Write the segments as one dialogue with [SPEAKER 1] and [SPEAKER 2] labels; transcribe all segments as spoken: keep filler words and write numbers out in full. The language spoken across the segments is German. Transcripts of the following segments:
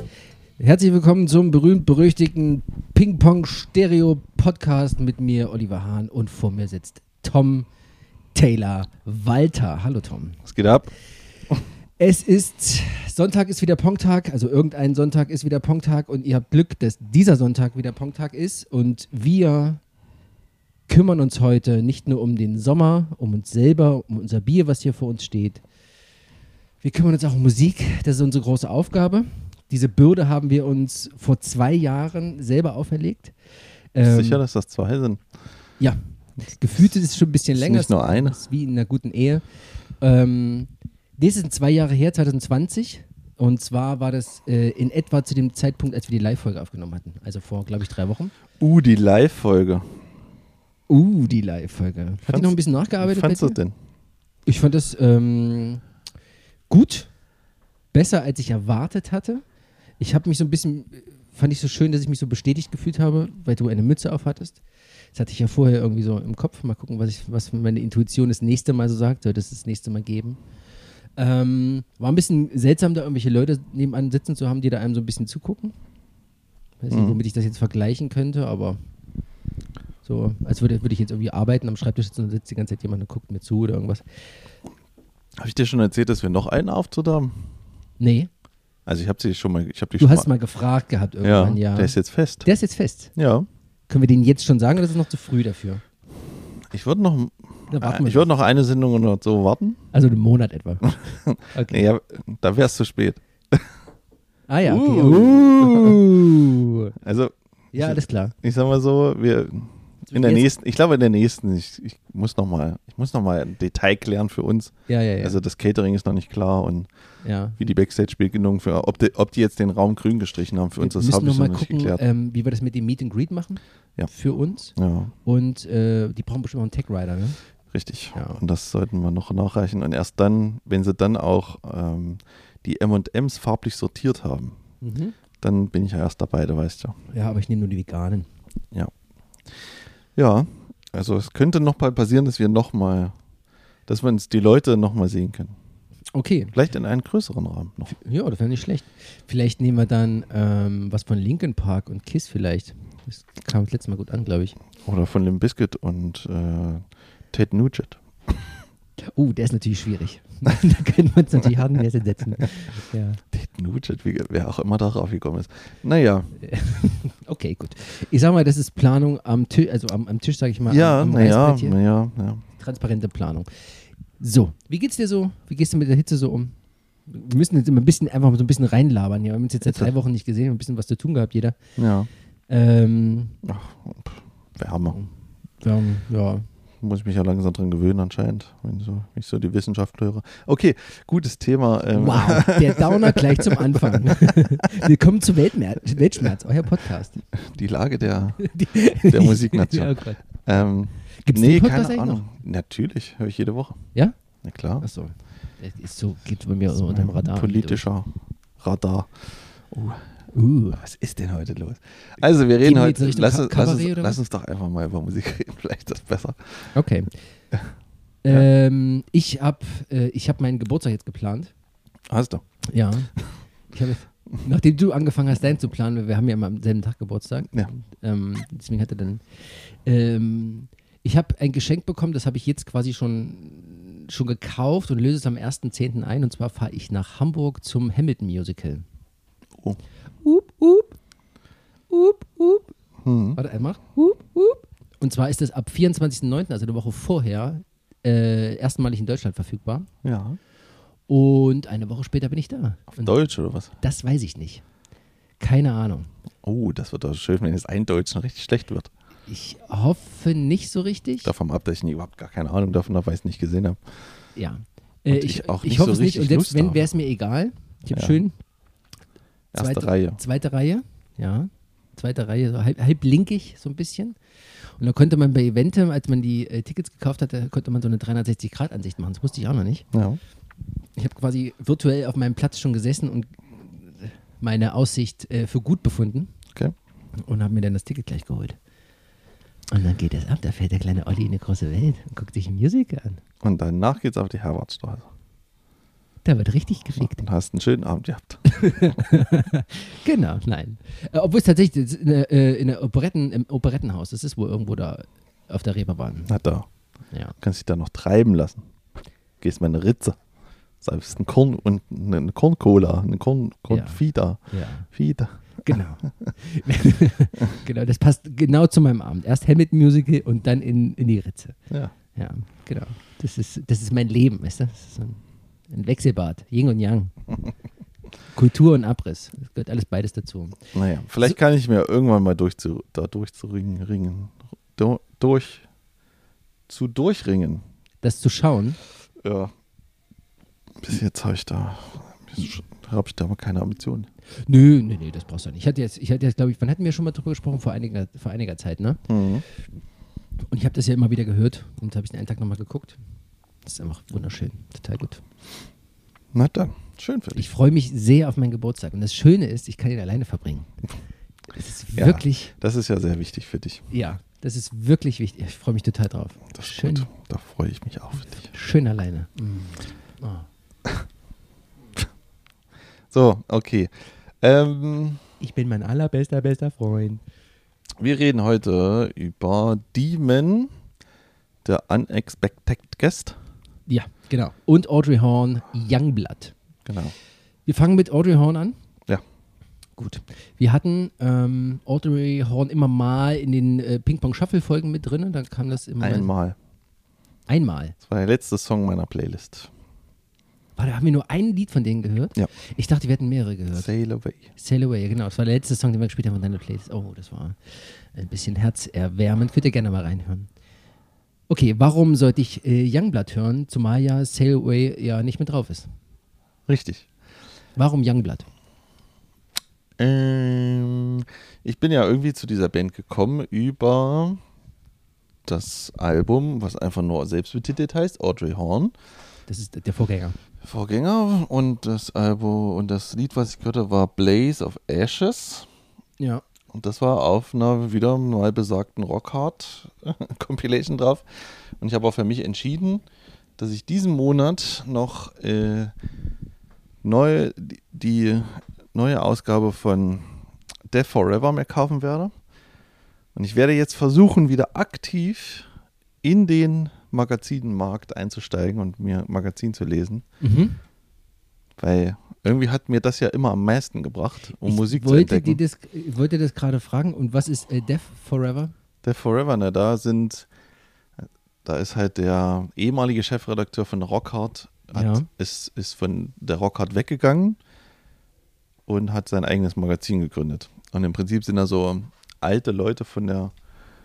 [SPEAKER 1] Herzlich willkommen zum berühmt-berüchtigten Ping-Pong-Stereo-Podcast mit mir, Oliver Hahn, und vor mir sitzt Tom Taylor Walter. Hallo Tom.
[SPEAKER 2] Was geht ab?
[SPEAKER 1] Es ist, Sonntag ist wieder Pongtag, also irgendein Sonntag ist wieder Pongtag und ihr habt Glück, dass dieser Sonntag wieder Pongtag ist und wir kümmern uns heute nicht nur um den Sommer, um uns selber, um unser Bier, was hier vor uns steht. Wir kümmern uns auch um Musik, das ist unsere große Aufgabe. Diese Bürde haben wir uns vor zwei Jahren selber auferlegt. Ähm,
[SPEAKER 2] Sicher, dass das zwei sind?
[SPEAKER 1] Ja, gefühlt ist es schon ein bisschen
[SPEAKER 2] ist
[SPEAKER 1] länger.
[SPEAKER 2] Nicht nur eine.
[SPEAKER 1] Das ist wie in einer guten Ehe. Ähm, das sind zwei Jahre her, zwanzig zwanzig. Und zwar war das äh, in etwa zu dem Zeitpunkt, als wir die Live-Folge aufgenommen hatten. Also vor, glaube ich, drei Wochen.
[SPEAKER 2] Uh, die Live-Folge.
[SPEAKER 1] Uh, die Live-Folge. Hat die noch ein bisschen nachgearbeitet?
[SPEAKER 2] Wie fandst du das denn?
[SPEAKER 1] Ich fand das ähm, gut. Besser, als ich erwartet hatte. Ich habe mich so ein bisschen, fand ich so schön, dass ich mich so bestätigt gefühlt habe, weil du eine Mütze auf hattest. Das hatte ich ja vorher irgendwie so im Kopf. Mal gucken, was, ich, was meine Intuition das nächste Mal so sagt. Sollte es das nächste Mal geben. Ähm, war ein bisschen seltsam, da irgendwelche Leute nebenan sitzen zu haben, die da einem so ein bisschen zugucken. Weiß nicht, womit ich das jetzt vergleichen könnte, aber so, als würde, würde ich jetzt irgendwie arbeiten, am Schreibtisch sitzen und sitzt die ganze Zeit jemand und guckt mir zu oder irgendwas.
[SPEAKER 2] Habe ich dir schon erzählt, dass wir noch einen Auftritt haben?
[SPEAKER 1] Nee.
[SPEAKER 2] Also ich habe sie schon mal, ich habe die
[SPEAKER 1] Du
[SPEAKER 2] schon
[SPEAKER 1] hast mal gefragt gehabt irgendwann, ja,
[SPEAKER 2] ja. Der ist jetzt fest.
[SPEAKER 1] Der ist jetzt fest.
[SPEAKER 2] Ja.
[SPEAKER 1] Können wir den jetzt schon sagen oder ist es noch zu früh dafür?
[SPEAKER 2] Ich würde noch,
[SPEAKER 1] Da warten wir
[SPEAKER 2] ich würde noch eine Sendung oder so warten.
[SPEAKER 1] Also einen Monat etwa. Okay.
[SPEAKER 2] Nee, ja, da wäre es zu spät.
[SPEAKER 1] Ah ja, okay.
[SPEAKER 2] Uh.
[SPEAKER 1] Uh.
[SPEAKER 2] Also
[SPEAKER 1] Ja, alles klar.
[SPEAKER 2] ich sag mal so, wir in der
[SPEAKER 1] Jetzt-
[SPEAKER 2] nächsten, ich glaube in der nächsten, ich, ich muss noch mal, ich muss noch mal ein Detail klären für uns.
[SPEAKER 1] Ja, ja, ja.
[SPEAKER 2] Also das Catering ist noch nicht klar und
[SPEAKER 1] ja.
[SPEAKER 2] wie die Backstage-Bedienung für, ob die, ob die jetzt den Raum grün gestrichen haben für uns,
[SPEAKER 1] Wir
[SPEAKER 2] das
[SPEAKER 1] müssen
[SPEAKER 2] habe
[SPEAKER 1] noch
[SPEAKER 2] ich
[SPEAKER 1] mal
[SPEAKER 2] noch nicht
[SPEAKER 1] gucken,
[SPEAKER 2] geklärt.
[SPEAKER 1] ähm, wie wir das mit dem Meet and Greet machen.
[SPEAKER 2] Ja.
[SPEAKER 1] Für uns.
[SPEAKER 2] Ja,
[SPEAKER 1] Und äh, die brauchen bestimmt auch einen Tech-Rider, ne?
[SPEAKER 2] richtig.
[SPEAKER 1] Ja.
[SPEAKER 2] Und das sollten wir noch nachreichen. Und erst dann, wenn sie dann auch ähm, die M und M's farblich sortiert haben,
[SPEAKER 1] Mhm.
[SPEAKER 2] dann bin ich ja erst dabei, du weißt ja.
[SPEAKER 1] Ja, aber ich nehme nur die Veganen.
[SPEAKER 2] Ja, also es könnte noch mal passieren, dass wir noch mal, dass wir uns die Leute noch mal sehen können.
[SPEAKER 1] Okay.
[SPEAKER 2] Vielleicht in einem größeren Rahmen noch.
[SPEAKER 1] Ja, das wäre nicht schlecht. Vielleicht nehmen wir dann ähm, was von Linkin Park und Kiss vielleicht. Das kam das letzte Mal gut an, glaube ich.
[SPEAKER 2] Oder von Limp Bizkit und äh, Ted Nugent.
[SPEAKER 1] Uh, der ist natürlich schwierig. Da können wir uns natürlich hart in die Messe setzen. Ja.
[SPEAKER 2] Ted Nugent, wie, wer auch immer darauf gekommen ist. Naja,
[SPEAKER 1] Okay, gut. Ich sag mal, das ist Planung am Tisch, also am, am Tisch, sage ich mal.
[SPEAKER 2] ja,
[SPEAKER 1] am, am
[SPEAKER 2] naja,
[SPEAKER 1] Reißbrett hier.
[SPEAKER 2] naja, ja.
[SPEAKER 1] Transparente Planung. So, wie geht's dir so? Wie gehst du mit der Hitze so um? Wir müssen jetzt immer ein bisschen, einfach so ein bisschen reinlabern. Ja, wir haben uns jetzt seit
[SPEAKER 2] Hitze.
[SPEAKER 1] drei Wochen nicht gesehen, ein bisschen was zu tun gehabt, jeder.
[SPEAKER 2] Ja,
[SPEAKER 1] Ähm,
[SPEAKER 2] ach, pff, Wärme.
[SPEAKER 1] wir haben, ja,
[SPEAKER 2] Muss ich mich ja langsam dran gewöhnen anscheinend, wenn so, wenn ich so die Wissenschaft höre. Okay, gutes Thema. Ähm,
[SPEAKER 1] wow, der Downer gleich zum Anfang. Willkommen zu Weltmer- Weltschmerz, euer Podcast.
[SPEAKER 2] Die Lage der,
[SPEAKER 1] Die-
[SPEAKER 2] der Musiknation.
[SPEAKER 1] Ja, Gott.
[SPEAKER 2] ähm,
[SPEAKER 1] Gibt's
[SPEAKER 2] nee,
[SPEAKER 1] den Podcast
[SPEAKER 2] keine
[SPEAKER 1] eigentlich
[SPEAKER 2] Ahnung. Natürlich, höre ich jede Woche.
[SPEAKER 1] Ja?
[SPEAKER 2] Na klar.
[SPEAKER 1] Achso, das ist so, geht bei mir so unter dem Radar.
[SPEAKER 2] Politischer Radar. Oh,
[SPEAKER 1] Uh.
[SPEAKER 2] was ist denn heute los? Also wir reden
[SPEAKER 1] Gehen wir
[SPEAKER 2] heute,
[SPEAKER 1] jetzt in Richtung
[SPEAKER 2] lass,
[SPEAKER 1] Ka-
[SPEAKER 2] uns- lass,
[SPEAKER 1] Kabarett
[SPEAKER 2] uns,
[SPEAKER 1] oder
[SPEAKER 2] lass
[SPEAKER 1] was?
[SPEAKER 2] uns doch einfach mal über Musik reden, vielleicht ist das besser.
[SPEAKER 1] Okay. Ähm, ich habe äh, ich hab meinen Geburtstag jetzt geplant.
[SPEAKER 2] Hast du?
[SPEAKER 1] Ja. Ich habe, nachdem du angefangen hast, deinen zu planen, weil wir haben ja immer am selben Tag Geburtstag.
[SPEAKER 2] Ja.
[SPEAKER 1] Ähm, deswegen hat er dann. Ähm, ich habe ein Geschenk bekommen, das habe ich jetzt quasi schon, schon gekauft und löse es am ersten zehnten ein. Und zwar fahre ich nach Hamburg zum Hamilton Musical.
[SPEAKER 2] Oh.
[SPEAKER 1] Up, up. Up, up.
[SPEAKER 2] Hm.
[SPEAKER 1] Warte, einmal. Up, up. Und zwar ist es ab vierundzwanzigsten neunten, also eine Woche vorher, äh, erstmalig in Deutschland verfügbar.
[SPEAKER 2] Ja.
[SPEAKER 1] Und eine Woche später bin ich da.
[SPEAKER 2] Auf
[SPEAKER 1] Und
[SPEAKER 2] Deutsch oder was?
[SPEAKER 1] das weiß ich nicht. Keine Ahnung.
[SPEAKER 2] Oh, das wird doch schön, wenn es Eindeutschen richtig schlecht wird.
[SPEAKER 1] Ich hoffe nicht so richtig.
[SPEAKER 2] Davon ab, dass ich nie, überhaupt gar keine Ahnung davon habe, weil ich es nicht gesehen habe.
[SPEAKER 1] Ja. Äh,
[SPEAKER 2] Und
[SPEAKER 1] ich,
[SPEAKER 2] ich auch
[SPEAKER 1] ich
[SPEAKER 2] nicht
[SPEAKER 1] hoffe
[SPEAKER 2] so
[SPEAKER 1] es nicht. Und
[SPEAKER 2] richtig
[SPEAKER 1] selbst
[SPEAKER 2] Lust
[SPEAKER 1] wenn,
[SPEAKER 2] habe.
[SPEAKER 1] wäre es mir egal. Ich habe
[SPEAKER 2] Ja.
[SPEAKER 1] schön
[SPEAKER 2] Erste
[SPEAKER 1] zweite,
[SPEAKER 2] Reihe.
[SPEAKER 1] zweite Reihe. Ja. Zweite Reihe, so halb, halb linkig so ein bisschen. Und da konnte man bei Eventim, als man die äh, Tickets gekauft hatte, konnte man so eine dreihundertsechzig Grad Ansicht machen. Das wusste ich auch noch nicht.
[SPEAKER 2] Ja.
[SPEAKER 1] Ich habe quasi virtuell auf meinem Platz schon gesessen und meine Aussicht äh, für gut befunden.
[SPEAKER 2] Okay.
[SPEAKER 1] Und habe mir dann das Ticket gleich geholt. Und dann geht es ab, da fährt der kleine Olli in eine große Welt und guckt sich Musik an.
[SPEAKER 2] Und danach geht's auf die Herwartstraße.
[SPEAKER 1] Da wird richtig gefickt.
[SPEAKER 2] Und hast einen schönen Abend gehabt.
[SPEAKER 1] Genau, nein. Äh, obwohl es tatsächlich das ist in, der, äh, in der Operetten, im Operettenhaus, das ist wohl irgendwo da auf der Reeperbahn.
[SPEAKER 2] Na da.
[SPEAKER 1] Ja.
[SPEAKER 2] Kannst dich da noch treiben lassen. Gehst mal in eine Ritze. Salbst ein Korn und eine Korncola, eine Korn, Kornfida.
[SPEAKER 1] Ja.
[SPEAKER 2] Fida.
[SPEAKER 1] Genau. Genau, das passt genau zu meinem Abend. Erst Hamilton Musical und dann in, in die Ritze.
[SPEAKER 2] Ja.
[SPEAKER 1] Ja, genau. Das ist, das ist mein Leben, weißt du? Das ist so ein, ein Wechselbad, Yin und Yang. Kultur und Abriss. Das gehört alles beides dazu.
[SPEAKER 2] Naja, vielleicht kann ich mir irgendwann mal durch zu, da durchzuringen, ringen, do, durch, zu durchringen.
[SPEAKER 1] Das zu schauen.
[SPEAKER 2] Ja. Bis jetzt habe ich da, habe ich da aber keine Ambitionen.
[SPEAKER 1] Nö, nö, nö, das brauchst du nicht. Ich hatte jetzt, ich hatte jetzt, glaube ich, wann hatten wir schon mal drüber gesprochen? Vor einiger, vor einiger Zeit, ne?
[SPEAKER 2] Mhm.
[SPEAKER 1] Und ich habe das ja immer wieder gehört und habe ich den einen Tag nochmal geguckt. Das ist einfach wunderschön, total gut.
[SPEAKER 2] Na dann, schön für dich.
[SPEAKER 1] Ich freue mich sehr auf meinen Geburtstag. Und das Schöne ist, ich kann ihn alleine verbringen. Das ist
[SPEAKER 2] Ja,
[SPEAKER 1] wirklich,
[SPEAKER 2] das ist ja sehr wichtig für dich.
[SPEAKER 1] ja, das ist wirklich wichtig. Ich freue mich total drauf.
[SPEAKER 2] Das ist
[SPEAKER 1] Schön,
[SPEAKER 2] gut. Da freue ich mich auch für dich.
[SPEAKER 1] schön alleine. Mm. Oh.
[SPEAKER 2] So, okay. Ähm,
[SPEAKER 1] Ich bin mein allerbester, bester Freund.
[SPEAKER 2] wir reden heute über Demon, der Unexpected Guest.
[SPEAKER 1] Ja, genau. Und Audrey Horne, Youngblood.
[SPEAKER 2] Genau.
[SPEAKER 1] Wir fangen mit Audrey Horne an.
[SPEAKER 2] Ja.
[SPEAKER 1] Gut. Wir hatten ähm, Audrey Horne immer mal in den äh, Ping-Pong-Shuffle-Folgen mit drin. Dann kam das immer.
[SPEAKER 2] Einmal.
[SPEAKER 1] Einmal.
[SPEAKER 2] Das war der letzte Song meiner Playlist.
[SPEAKER 1] Warte, haben wir nur ein Lied von denen gehört?
[SPEAKER 2] Ja.
[SPEAKER 1] Ich dachte, wir hätten mehrere gehört.
[SPEAKER 2] Sail Away.
[SPEAKER 1] Sail Away, genau. Das war der letzte Song, den wir gespielt haben von deiner Playlist. Oh, das war ein bisschen herzerwärmend. Könnt ihr gerne mal reinhören. Okay, warum sollte ich äh, Youngblood hören, zumal ja Sail Away ja nicht mit drauf ist?
[SPEAKER 2] Richtig.
[SPEAKER 1] Warum Youngblood?
[SPEAKER 2] Ähm, ich bin ja irgendwie zu dieser Band gekommen über das Album, was einfach nur selbstbetitelt heißt, Audrey Horne.
[SPEAKER 1] Das ist der Vorgänger.
[SPEAKER 2] Vorgänger und das Album und das Lied, was ich gehört habe, war Blaze of Ashes.
[SPEAKER 1] Ja.
[SPEAKER 2] Und das war auf einer wieder mal besagten Rockhard-Compilation drauf. Und ich habe auch für mich entschieden, dass ich diesen Monat noch äh, neu, die, die neue Ausgabe von Death Forever mir kaufen werde. Und ich werde jetzt versuchen, wieder aktiv in den Magazinmarkt einzusteigen und mir Magazin zu lesen.
[SPEAKER 1] Mhm.
[SPEAKER 2] Weil irgendwie hat mir das ja immer am meisten gebracht, um
[SPEAKER 1] ich
[SPEAKER 2] Musik zu
[SPEAKER 1] wollte
[SPEAKER 2] entdecken.
[SPEAKER 1] dir das, ich wollte das gerade fragen. Und was ist äh, Death Forever?
[SPEAKER 2] Death Forever, ne, da sind, da ist halt der ehemalige Chefredakteur von Rockhard, hat,
[SPEAKER 1] Ja.
[SPEAKER 2] ist, ist von der Rockhard weggegangen und hat sein eigenes Magazin gegründet. Und im Prinzip sind da so alte Leute von der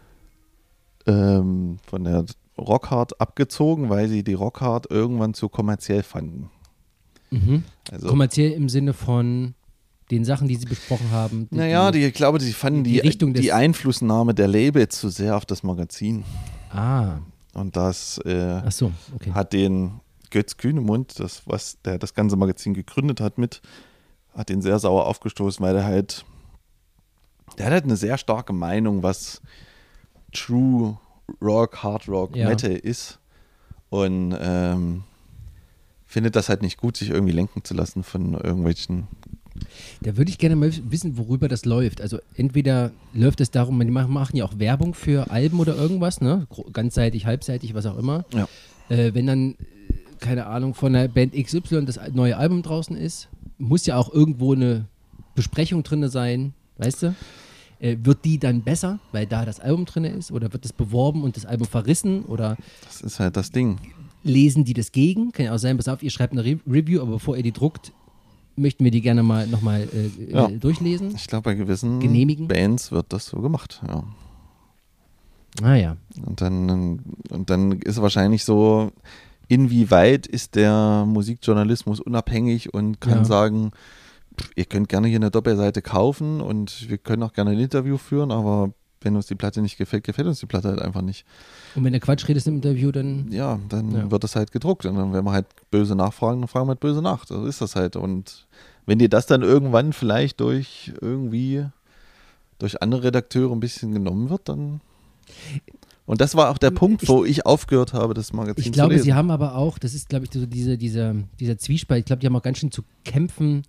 [SPEAKER 2] ähm, von der Rockhard abgezogen, weil sie die Rockhard irgendwann zu kommerziell fanden.
[SPEAKER 1] Mhm.
[SPEAKER 2] Also,
[SPEAKER 1] Kommerziell im Sinne von den Sachen, die sie besprochen haben. Die,
[SPEAKER 2] naja, die, ich glaube, sie fanden
[SPEAKER 1] die
[SPEAKER 2] die,
[SPEAKER 1] Richtung des-
[SPEAKER 2] die Einflussnahme der Labels zu sehr auf das Magazin.
[SPEAKER 1] Ah,
[SPEAKER 2] Und das äh,
[SPEAKER 1] ach so, okay.
[SPEAKER 2] hat den Götz Kühnemund, das, was der das ganze Magazin gegründet hat mit, hat den sehr sauer aufgestoßen, weil der halt, der hat halt eine sehr starke Meinung, was True Rock, Hard Rock,
[SPEAKER 1] Ja.
[SPEAKER 2] Metal ist. Und ähm, findet das halt nicht gut, sich irgendwie lenken zu lassen von irgendwelchen.
[SPEAKER 1] Da würde ich gerne mal wissen, worüber das läuft. Also entweder läuft es darum, die machen machen ja auch Werbung für Alben oder irgendwas, ne? Gro- Ganzseitig, halbseitig, was auch immer.
[SPEAKER 2] Ja.
[SPEAKER 1] Äh, wenn dann, äh, keine Ahnung, von der Band X Y das neue Album draußen ist, muss ja auch irgendwo eine Besprechung drin sein, weißt du? Äh, wird die dann besser, weil da das Album drin ist? Oder wird das beworben und das Album verrissen? Oder
[SPEAKER 2] Das ist halt das Ding.
[SPEAKER 1] lesen die das gegen? Kann ja auch sein, pass auf, ihr schreibt eine Re Review, aber bevor ihr die druckt, möchten wir die gerne mal nochmal äh,
[SPEAKER 2] Ja.
[SPEAKER 1] äh, durchlesen.
[SPEAKER 2] Ich glaube, bei gewissen
[SPEAKER 1] Genehmigen?
[SPEAKER 2] Bands wird das so gemacht, ja.
[SPEAKER 1] Ah ja.
[SPEAKER 2] Und dann, und dann ist wahrscheinlich so, inwieweit ist der Musikjournalismus unabhängig und kann
[SPEAKER 1] Ja.
[SPEAKER 2] sagen, pff, ihr könnt gerne hier eine Doppelseite kaufen und wir können auch gerne ein Interview führen, aber wenn uns die Platte nicht gefällt, gefällt uns die Platte halt einfach nicht.
[SPEAKER 1] Und wenn der Quatsch redest im Interview, dann.
[SPEAKER 2] Ja, dann
[SPEAKER 1] Ja.
[SPEAKER 2] wird das halt gedruckt und dann, wenn wir halt böse nachfragen, dann fragen wir halt böse nach. So ist das halt. Und wenn dir das dann irgendwann vielleicht durch irgendwie durch andere Redakteure ein bisschen genommen wird, dann. Und das war auch der Punkt,
[SPEAKER 1] Ich-
[SPEAKER 2] wo ich aufgehört habe, das Magazin
[SPEAKER 1] Ich
[SPEAKER 2] zu
[SPEAKER 1] glaube,
[SPEAKER 2] lesen.
[SPEAKER 1] sie haben aber auch, das ist, glaube ich, so diese, dieser, dieser Zwiespalt, ich glaube, die haben auch ganz schön zu kämpfen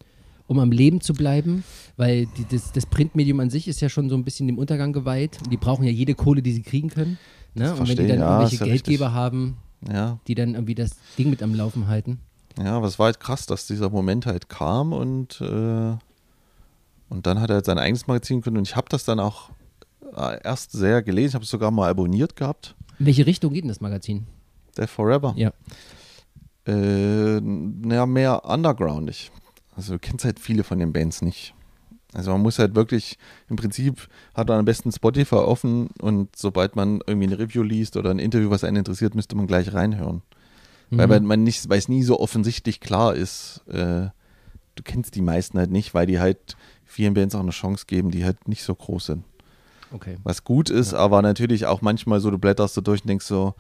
[SPEAKER 1] um am Leben zu bleiben, weil die, das, das Printmedium an sich ist ja schon so ein bisschen dem Untergang geweiht und die brauchen ja jede Kohle, die sie kriegen können. Ne? Und wenn die dann
[SPEAKER 2] ja,
[SPEAKER 1] irgendwelche
[SPEAKER 2] ja
[SPEAKER 1] Geldgeber
[SPEAKER 2] richtig.
[SPEAKER 1] haben,
[SPEAKER 2] ja.
[SPEAKER 1] die dann irgendwie das Ding mit am Laufen halten.
[SPEAKER 2] Ja, aber es war halt krass, dass dieser Moment halt kam und, äh, und dann hat er halt sein eigenes Magazin gegründet und ich habe das dann auch äh, erst sehr gelesen, ich habe es sogar mal abonniert gehabt.
[SPEAKER 1] In welche Richtung geht denn das Magazin?
[SPEAKER 2] Death Forever.
[SPEAKER 1] Ja.
[SPEAKER 2] Äh, naja, mehr undergroundig. Also du kennst halt viele von den Bands nicht. Also man muss halt wirklich, im Prinzip hat man am besten Spotify offen und sobald man irgendwie eine Review liest oder ein Interview, was einen interessiert, müsste man gleich reinhören. Mhm. Weil man nicht, weil es nie so offensichtlich klar ist, äh, du kennst die meisten halt nicht, weil die halt vielen Bands auch eine Chance geben, die halt nicht so groß sind.
[SPEAKER 1] Okay.
[SPEAKER 2] Was gut ist, ja. aber natürlich auch manchmal so, du blätterst so durch und denkst so,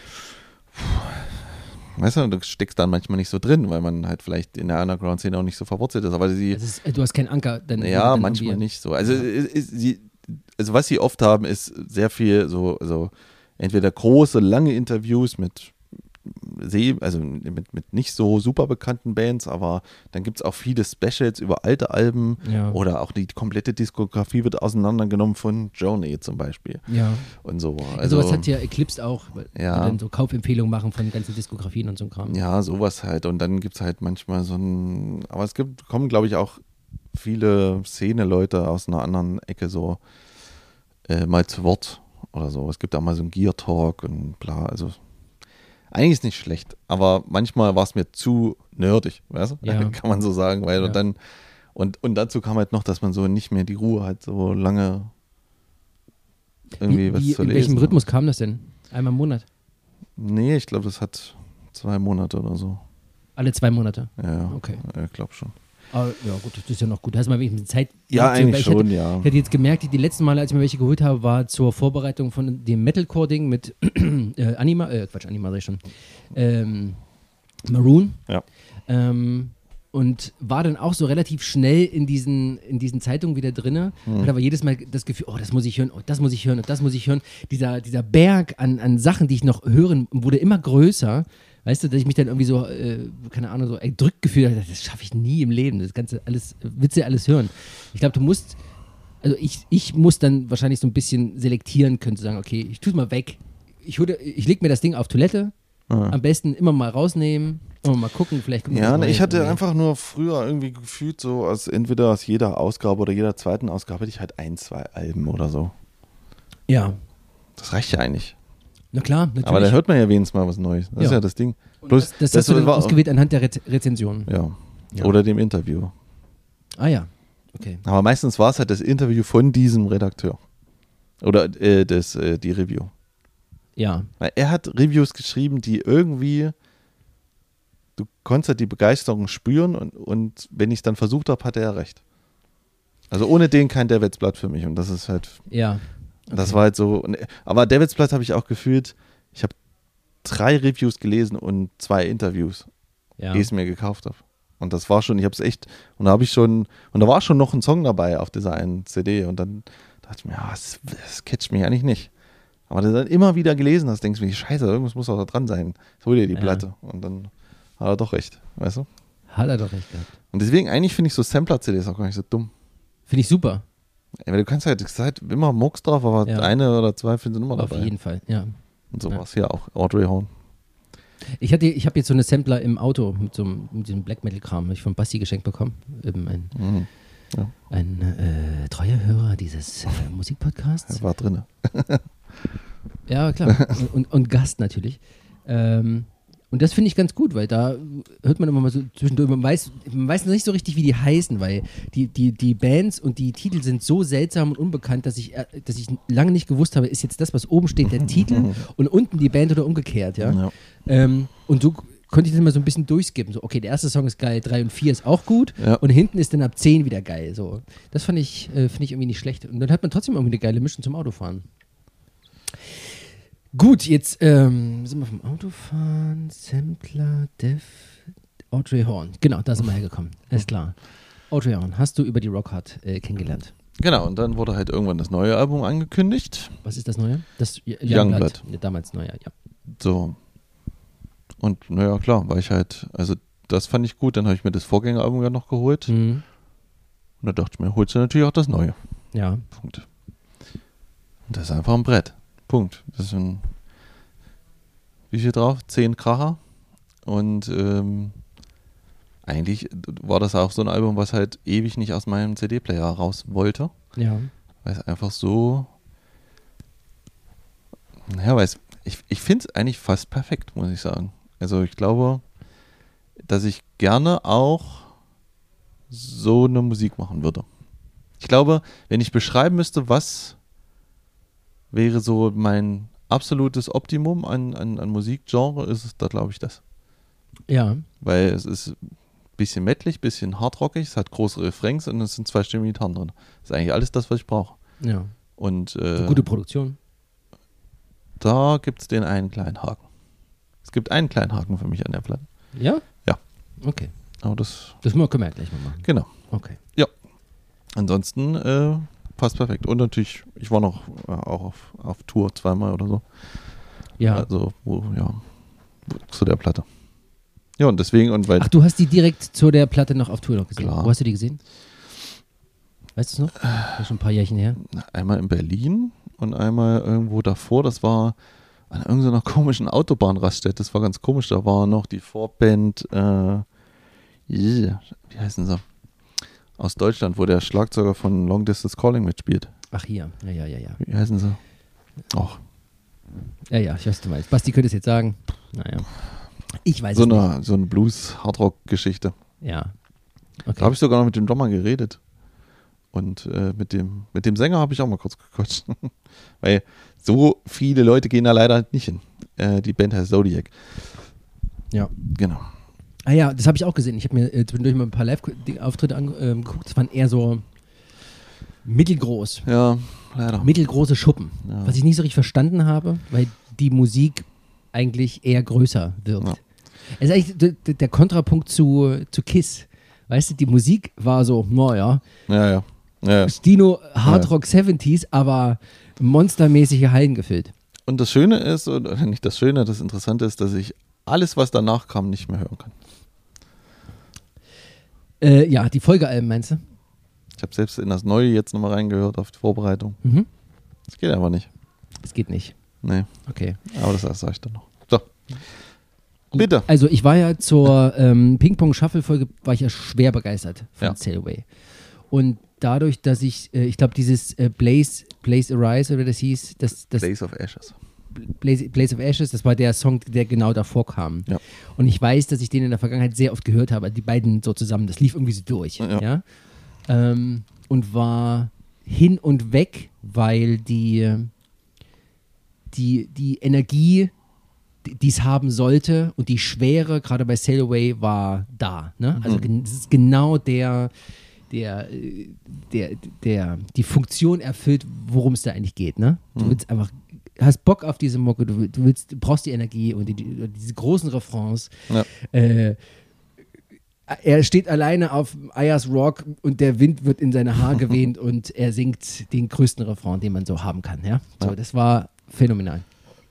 [SPEAKER 2] pff, weißt du, du steckst dann manchmal nicht so drin, weil man halt vielleicht in der Underground-Szene auch nicht so verwurzelt ist. Aber sie,
[SPEAKER 1] ist, du hast keinen Anker. Dann,
[SPEAKER 2] ja,
[SPEAKER 1] dann
[SPEAKER 2] manchmal
[SPEAKER 1] irgendwie.
[SPEAKER 2] nicht so. Also,
[SPEAKER 1] ja.
[SPEAKER 2] ist, ist, sie, also was sie oft haben, ist sehr viel so, also entweder große, lange Interviews mit also mit, mit nicht so super bekannten Bands, aber dann gibt es auch viele Specials über alte Alben
[SPEAKER 1] ja.
[SPEAKER 2] oder auch die komplette Diskografie wird auseinandergenommen von Journey zum Beispiel.
[SPEAKER 1] Ja.
[SPEAKER 2] Und so.
[SPEAKER 1] Also sowas hat ja Eclipse auch, weil
[SPEAKER 2] ja.
[SPEAKER 1] die dann so Kaufempfehlungen machen von ganzen Diskografien und so ein Kram.
[SPEAKER 2] Ja, sowas halt. Und dann gibt es halt manchmal so ein, aber es gibt, kommen glaube ich auch viele Szene-Leute aus einer anderen Ecke so äh, mal zu Wort oder so. Es gibt auch mal so ein Gear-Talk und bla, also eigentlich ist nicht schlecht, aber manchmal war es mir zu nerdig, weißt du?
[SPEAKER 1] Ja.
[SPEAKER 2] Kann man so sagen, weil
[SPEAKER 1] ja.
[SPEAKER 2] und dann und, und dazu kam halt noch, dass man so nicht mehr die Ruhe hat, so lange irgendwie
[SPEAKER 1] wie,
[SPEAKER 2] was
[SPEAKER 1] wie,
[SPEAKER 2] zu
[SPEAKER 1] in
[SPEAKER 2] lesen.
[SPEAKER 1] In welchem Rhythmus kam das denn? Einmal im Monat?
[SPEAKER 2] Nee, ich glaube, das hat zwei Monate oder so.
[SPEAKER 1] Alle zwei Monate?
[SPEAKER 2] Ja,
[SPEAKER 1] okay.
[SPEAKER 2] Ich glaube schon.
[SPEAKER 1] Aber, ja gut, das ist ja noch gut. Da hast du mal wenigstens Zeit.
[SPEAKER 2] Ja,
[SPEAKER 1] zu,
[SPEAKER 2] eigentlich schon,
[SPEAKER 1] hätte,
[SPEAKER 2] ja.
[SPEAKER 1] Ich hatte jetzt gemerkt, die, die letzten Male, als ich mir welche geholt habe, war zur Vorbereitung von dem Metalcore-Ding mit äh, Anima, äh, Quatsch, Anima sag ich schon, ähm, Maroon.
[SPEAKER 2] Ja.
[SPEAKER 1] Ähm, und war dann auch so relativ schnell in diesen, in diesen Zeitungen wieder drin.
[SPEAKER 2] Mhm.
[SPEAKER 1] Hatte aber jedes Mal das Gefühl, oh, das muss ich hören, oh, das muss ich hören und das muss ich hören. Dieser, dieser Berg an, an Sachen, die ich noch hören, wurde immer größer. Weißt du, dass ich mich dann irgendwie so, äh, keine Ahnung, so erdrückt gefühlt habe, das schaffe ich nie im Leben. Das Ganze alles, willst du ja alles hören. Ich glaube, du musst, also ich, ich muss dann wahrscheinlich so ein bisschen selektieren können, zu sagen, okay, ich tue es mal weg. Ich, ich lege mir das Ding auf Toilette, ja. Am besten immer mal rausnehmen, immer mal gucken, vielleicht kommt
[SPEAKER 2] Ja, ne, ich hatte
[SPEAKER 1] irgendwie.
[SPEAKER 2] einfach nur früher irgendwie gefühlt so, als entweder aus jeder Ausgabe oder jeder zweiten Ausgabe hatte ich halt ein, zwei Alben oder so.
[SPEAKER 1] Ja.
[SPEAKER 2] Das reicht ja eigentlich.
[SPEAKER 1] Na klar, natürlich.
[SPEAKER 2] Aber da hört man ja wenigstens mal was Neues. Das ja. ist ja das Ding.
[SPEAKER 1] Bloß, das das, das hast du dann ausgewählt anhand der Re- Rezensionen.
[SPEAKER 2] Ja. ja. Oder dem Interview.
[SPEAKER 1] Ah ja, okay.
[SPEAKER 2] Aber meistens war es halt das Interview von diesem Redakteur. Oder äh, das, äh, die Review.
[SPEAKER 1] Ja.
[SPEAKER 2] Weil er hat Reviews geschrieben, die irgendwie, du konntest halt die Begeisterung spüren und, und wenn ich es dann versucht habe, hatte er recht. Also ohne den kein Davids Blatt für mich und das ist halt...
[SPEAKER 1] Ja.
[SPEAKER 2] Okay. Das war halt so, aber Davids Blatt habe ich auch gefühlt, ich habe drei Reviews gelesen und zwei Interviews,
[SPEAKER 1] ja.
[SPEAKER 2] die ich es mir gekauft habe. Und das war schon, ich habe es echt, und da habe ich schon, und da war schon noch ein Song dabei auf dieser einen C D und dann dachte ich mir, ja, das, das catcht mich eigentlich nicht. Aber du dann immer wieder gelesen hast, denkst du mir, scheiße, irgendwas muss auch da dran sein. Ich hol dir die ja. Platte und dann hat er doch recht, weißt du?
[SPEAKER 1] Hat er doch recht gehabt.
[SPEAKER 2] Und deswegen eigentlich finde ich so Sampler-C Ds auch gar nicht so dumm.
[SPEAKER 1] Finde ich super.
[SPEAKER 2] Ja, weil du kannst halt, halt immer Mucks drauf, aber ja. eine oder zwei finden immer
[SPEAKER 1] Auf
[SPEAKER 2] dabei.
[SPEAKER 1] Auf jeden Fall, ja.
[SPEAKER 2] Und so
[SPEAKER 1] ja.
[SPEAKER 2] war es hier auch. Audrey Horn.
[SPEAKER 1] Ich, hatte, ich habe jetzt so eine Sampler im Auto mit, so, mit diesem Black Metal-Kram, habe ich von Basti geschenkt bekommen. Eben ein
[SPEAKER 2] mhm. ja.
[SPEAKER 1] ein äh, treuer Hörer dieses äh, Musikpodcasts.
[SPEAKER 2] Er war drin.
[SPEAKER 1] Ja, klar. Und, und, und Gast natürlich. Ähm, Und das finde ich ganz gut, weil da hört man immer mal so zwischendurch, man weiß, man weiß noch nicht so richtig, wie die heißen, weil die, die, die Bands und die Titel sind so seltsam und unbekannt, dass ich, dass ich lange nicht gewusst habe, ist jetzt das, was oben steht, der Titel und unten die Band oder umgekehrt, ja. ja. Ähm, und so konnte ich das mal so ein bisschen durchskippen. So, okay, der erste Song ist geil, drei und vier ist auch gut
[SPEAKER 2] ja.
[SPEAKER 1] und hinten ist dann ab zehn wieder geil. So. Das fand ich, äh, finde ich irgendwie nicht schlecht. Und dann hat man trotzdem irgendwie eine geile Mischung zum Autofahren. Gut, jetzt ähm, sind wir vom Autofahren, Sampler, Def, Audrey Horn. Genau, da sind wir hergekommen. Alles klar. Audrey Horn, hast du über die Rockhard äh, kennengelernt?
[SPEAKER 2] Genau, und dann wurde halt irgendwann das neue Album angekündigt.
[SPEAKER 1] Was ist das neue? Das
[SPEAKER 2] Youngblood. Youngblood.
[SPEAKER 1] Ja, damals neue, ja.
[SPEAKER 2] So. Und naja, klar, war ich halt, also das fand ich gut. Dann habe ich mir das Vorgängeralbum ja noch geholt.
[SPEAKER 1] Mhm.
[SPEAKER 2] Und da dachte ich mir, holst du natürlich auch das Neue.
[SPEAKER 1] Ja.
[SPEAKER 2] Punkt. Und das ist einfach ein Brett. Punkt. Das ist ein, wie viel drauf? Zehn Kracher. Und ähm, eigentlich war das auch so ein Album, was halt ewig nicht aus meinem C D-Player raus wollte.
[SPEAKER 1] Ja.
[SPEAKER 2] Weil es einfach so, naja, weil es, ich, ich finde es eigentlich fast perfekt, muss ich sagen. Also ich glaube, dass ich gerne auch so eine Musik machen würde. Ich glaube, wenn ich beschreiben müsste, was wäre so mein absolutes Optimum an, an, an Musikgenre, ist es da, glaube ich, das.
[SPEAKER 1] Ja.
[SPEAKER 2] Weil es ist ein bisschen mettlig, ein bisschen hardrockig, es hat große Refrains und es sind zwei stimmige Gitarren drin. Das ist eigentlich alles das, was ich brauche.
[SPEAKER 1] Ja.
[SPEAKER 2] Und äh,
[SPEAKER 1] Gute Produktion.
[SPEAKER 2] Da gibt es den einen kleinen Haken. Es gibt einen kleinen Haken für mich an der Platte.
[SPEAKER 1] Ja?
[SPEAKER 2] Ja.
[SPEAKER 1] Okay.
[SPEAKER 2] Aber das...
[SPEAKER 1] Das können wir gleich mal machen.
[SPEAKER 2] Genau.
[SPEAKER 1] Okay.
[SPEAKER 2] Ja. Ansonsten äh, passt perfekt. Und natürlich, ich war noch äh, auch auf, auf Tour zweimal oder so.
[SPEAKER 1] Ja.
[SPEAKER 2] Also, wo, ja, zu der Platte. Ja, und deswegen, und weil...
[SPEAKER 1] Ach, du hast die direkt zu der Platte noch auf Tour noch gesehen?
[SPEAKER 2] Klar.
[SPEAKER 1] Wo hast du die gesehen? Weißt du es noch? Das ist schon ein paar Jährchen her.
[SPEAKER 2] Einmal in Berlin und einmal irgendwo davor, das war an irgendeiner komischen Autobahnraststätte, das war ganz komisch, da war noch die Vorband, äh, yeah, wie heißen sie? Aus Deutschland, wo der Schlagzeuger von Long Distance Calling mitspielt.
[SPEAKER 1] Ach hier, ja, ja, ja, ja.
[SPEAKER 2] Wie heißen sie? Och.
[SPEAKER 1] Ja, ja, ich weiß, was du meinst. Basti könnte es jetzt sagen. Naja. Ich weiß
[SPEAKER 2] so
[SPEAKER 1] es
[SPEAKER 2] eine,
[SPEAKER 1] nicht.
[SPEAKER 2] So eine Blues-Hardrock-Geschichte.
[SPEAKER 1] Ja. Okay.
[SPEAKER 2] Da habe ich sogar noch mit dem Dommer geredet. Und äh, mit, dem, mit dem Sänger habe ich auch mal kurz gequatscht. Weil so viele Leute gehen da leider halt nicht hin. Äh, die Band heißt Zodiac.
[SPEAKER 1] Ja.
[SPEAKER 2] Genau.
[SPEAKER 1] Ah ja, das habe ich auch gesehen. Ich habe mir äh, zwischendurch mal ein paar Live-Auftritte angeguckt. Ähm, das waren eher so mittelgroß.
[SPEAKER 2] Ja, leider.
[SPEAKER 1] Mittelgroße Schuppen.
[SPEAKER 2] Ja.
[SPEAKER 1] Was ich nicht so richtig verstanden habe, weil die Musik eigentlich eher größer wirkt.
[SPEAKER 2] Ja.
[SPEAKER 1] Es ist eigentlich d- d- der Kontrapunkt zu, zu Kiss. Weißt du, die Musik war so, naja,
[SPEAKER 2] Ja, ja. ja, ja.
[SPEAKER 1] Stino Hardrock siebziger, aber monstermäßige Hallen gefüllt.
[SPEAKER 2] Und das Schöne ist, oder nicht das Schöne, das Interessante ist, dass ich alles, was danach kam, nicht mehr hören kann.
[SPEAKER 1] Äh, ja, die Folgealben meinst du?
[SPEAKER 2] Ich habe selbst in das Neue jetzt nochmal reingehört auf die Vorbereitung.
[SPEAKER 1] Mhm.
[SPEAKER 2] Das geht einfach nicht.
[SPEAKER 1] Das geht nicht.
[SPEAKER 2] Nee,
[SPEAKER 1] Okay.
[SPEAKER 2] aber das sage ich dann noch. So.
[SPEAKER 1] Gut.
[SPEAKER 2] Bitte.
[SPEAKER 1] Also ich war ja zur ähm, Ping-Pong-Shuffle-Folge, war ich ja schwer begeistert von
[SPEAKER 2] Ja.
[SPEAKER 1] Sail Away. Und dadurch, dass ich, äh, ich glaube, dieses äh, Blaze, Blaze Arise oder das hieß, das, das
[SPEAKER 2] Blaze of Ashes.
[SPEAKER 1] Blaze, Blaze of Ashes, das war der Song, der genau davor kam.
[SPEAKER 2] Ja.
[SPEAKER 1] Und ich weiß, dass ich den in der Vergangenheit sehr oft gehört habe, die beiden so zusammen, das lief irgendwie so durch. Ja.
[SPEAKER 2] Ja.
[SPEAKER 1] Ähm, und war hin und weg, weil die, die, die Energie, die es haben sollte und die Schwere, gerade bei Sail Away, war da. Ne? Also gen- das ist genau der, der, äh, der, der die Funktion erfüllt, worum es da eigentlich geht. Ne? Du
[SPEAKER 2] Mhm.
[SPEAKER 1] willst einfach, hast Bock auf diese Mucke, du, will- du willst, du brauchst die Energie und die, die, diese großen Refrains.
[SPEAKER 2] Ja.
[SPEAKER 1] Äh, er steht alleine auf Ayers Rock und der Wind wird in seine Haare gewehnt und er singt den größten Refrain, den man so haben kann. Ja? So,
[SPEAKER 2] Ja.
[SPEAKER 1] das war phänomenal.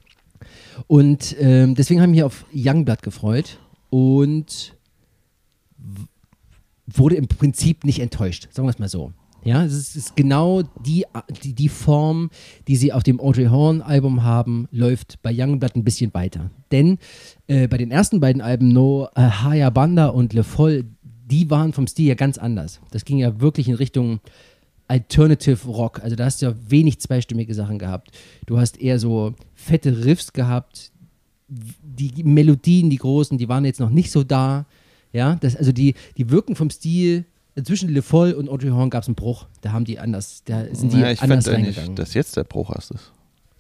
[SPEAKER 1] Und ähm, deswegen haben wir auf Youngblood gefreut und w- wurde im Prinzip nicht enttäuscht, sagen wir es mal so. Ja, es ist, es ist genau die, die, die Form, die sie auf dem Audrey Horn-Album haben, läuft bei Youngblood ein bisschen weiter. Denn äh, bei den ersten beiden Alben, No äh, Haya Banda und Le Foll, die waren vom Stil ja ganz anders. Das ging ja wirklich in Richtung Alternative Rock. Also da hast du ja wenig zweistimmige Sachen gehabt. Du hast eher so fette Riffs gehabt. Die Melodien, die großen, die waren jetzt noch nicht so da. Ja, das, also die, die wirken vom Stil. Zwischen Le Foll und Audrey Horn gab es einen Bruch. Da haben die anders, da sind die
[SPEAKER 2] Naja, ich
[SPEAKER 1] anders
[SPEAKER 2] fände
[SPEAKER 1] reingegangen.
[SPEAKER 2] eigentlich, dass jetzt der Bruch erst ist.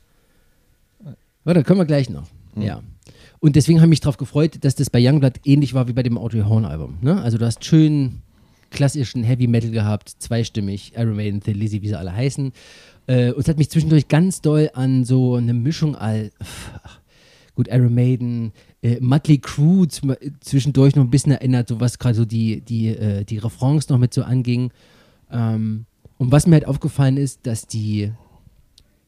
[SPEAKER 1] Warte, können wir gleich noch.
[SPEAKER 2] Hm.
[SPEAKER 1] Ja. Und deswegen habe ich mich darauf gefreut, dass das bei Youngblood ähnlich war wie bei dem Audrey Horn Album. Ne? Also du hast schön klassischen Heavy Metal gehabt, zweistimmig, Iron Maiden, Thin Lizzy, wie sie alle heißen. Äh, und es hat mich zwischendurch ganz doll an so eine Mischung all, ach, gut, Iron Maiden, äh, Mötley Crüe z- zwischendurch noch ein bisschen erinnert, so was gerade so die, die, äh, die Refrains noch mit so anging. Ähm, und was mir halt aufgefallen ist, dass die,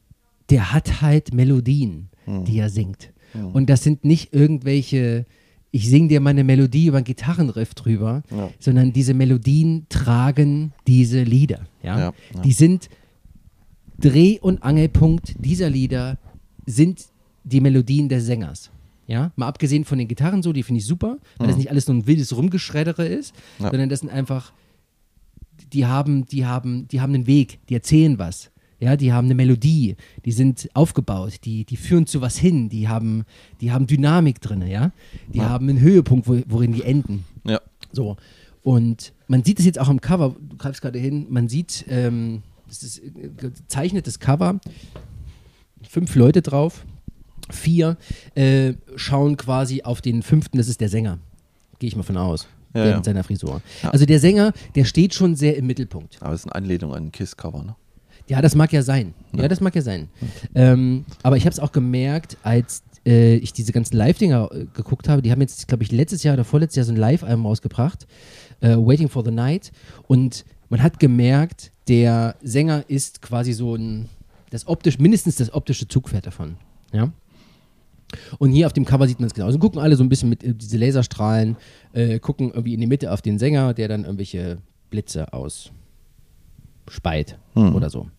[SPEAKER 1] der hat halt Melodien,
[SPEAKER 2] Hm.
[SPEAKER 1] die er singt.
[SPEAKER 2] Hm.
[SPEAKER 1] Und das sind nicht irgendwelche ich singe dir meine Melodie über einen Gitarrenriff drüber,
[SPEAKER 2] Ja.
[SPEAKER 1] sondern diese Melodien tragen diese Lieder. Ja?
[SPEAKER 2] Ja, ja.
[SPEAKER 1] Die sind Dreh- und Angelpunkt dieser Lieder sind die Melodien des Sängers. Ja? Mal abgesehen von den Gitarren so, die finde ich super, weil das nicht alles so ein wildes Rumgeschreddere ist,
[SPEAKER 2] Ja.
[SPEAKER 1] sondern das sind einfach, die haben, die haben, die haben einen Weg, die erzählen was. Ja, die haben eine Melodie, die sind aufgebaut, die, die führen zu was hin, die haben, die haben Dynamik drin, ja. Die
[SPEAKER 2] Ja.
[SPEAKER 1] haben einen Höhepunkt, wo, worin die enden.
[SPEAKER 2] Ja.
[SPEAKER 1] So. Und man sieht es jetzt auch im Cover, du greifst gerade hin, man sieht, ähm, das ist äh, gezeichnetes Cover, fünf Leute drauf, vier äh, schauen quasi auf den fünften, das ist der Sänger. Gehe ich mal von aus.
[SPEAKER 2] Ja,
[SPEAKER 1] der
[SPEAKER 2] ja.
[SPEAKER 1] mit seiner Frisur.
[SPEAKER 2] Ja.
[SPEAKER 1] Also der Sänger, der steht schon sehr im Mittelpunkt.
[SPEAKER 2] Aber es ist eine Anlehnung an ein Kiss-Cover, ne?
[SPEAKER 1] Ja, das mag ja sein. Ja,
[SPEAKER 2] Ja.
[SPEAKER 1] das mag ja sein. Ähm, aber ich habe es auch gemerkt, als äh, ich diese ganzen Live-Dinger äh, geguckt habe. Die haben jetzt, glaube ich, letztes Jahr oder vorletztes Jahr so ein Live-Album rausgebracht, äh, Waiting for the Night. Und man hat gemerkt, der Sänger ist quasi so ein, das optisch, mindestens das optische Zugpferd davon. Ja. Und hier auf dem Cover sieht man es genauso. Gucken alle so ein bisschen mit äh, diese Laserstrahlen, äh, gucken irgendwie in die Mitte auf den Sänger, der dann irgendwelche Blitze aus speit
[SPEAKER 2] Hm.
[SPEAKER 1] oder so.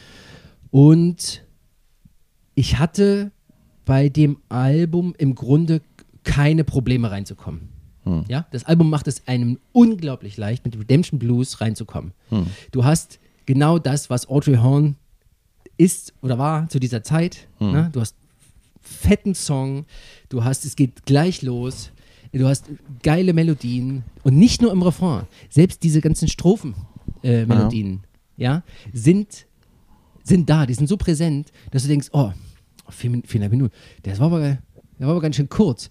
[SPEAKER 1] Und ich hatte bei dem Album im Grunde keine Probleme reinzukommen.
[SPEAKER 2] Hm.
[SPEAKER 1] Ja, das Album macht es einem unglaublich leicht, mit Redemption Blues reinzukommen.
[SPEAKER 2] Hm.
[SPEAKER 1] Du hast genau das, was Audrey Horne ist oder war zu dieser Zeit.
[SPEAKER 2] Hm.
[SPEAKER 1] Ne? Du hast fetten Song, du hast, es geht gleich los, du hast geile Melodien und nicht nur im Refrain, selbst diese ganzen Strophen-Melodien, ja. ja, sind, sind da, die sind so präsent, dass du denkst, oh, vier, viereinhalb Minuten, das war aber, der war aber ganz schön kurz.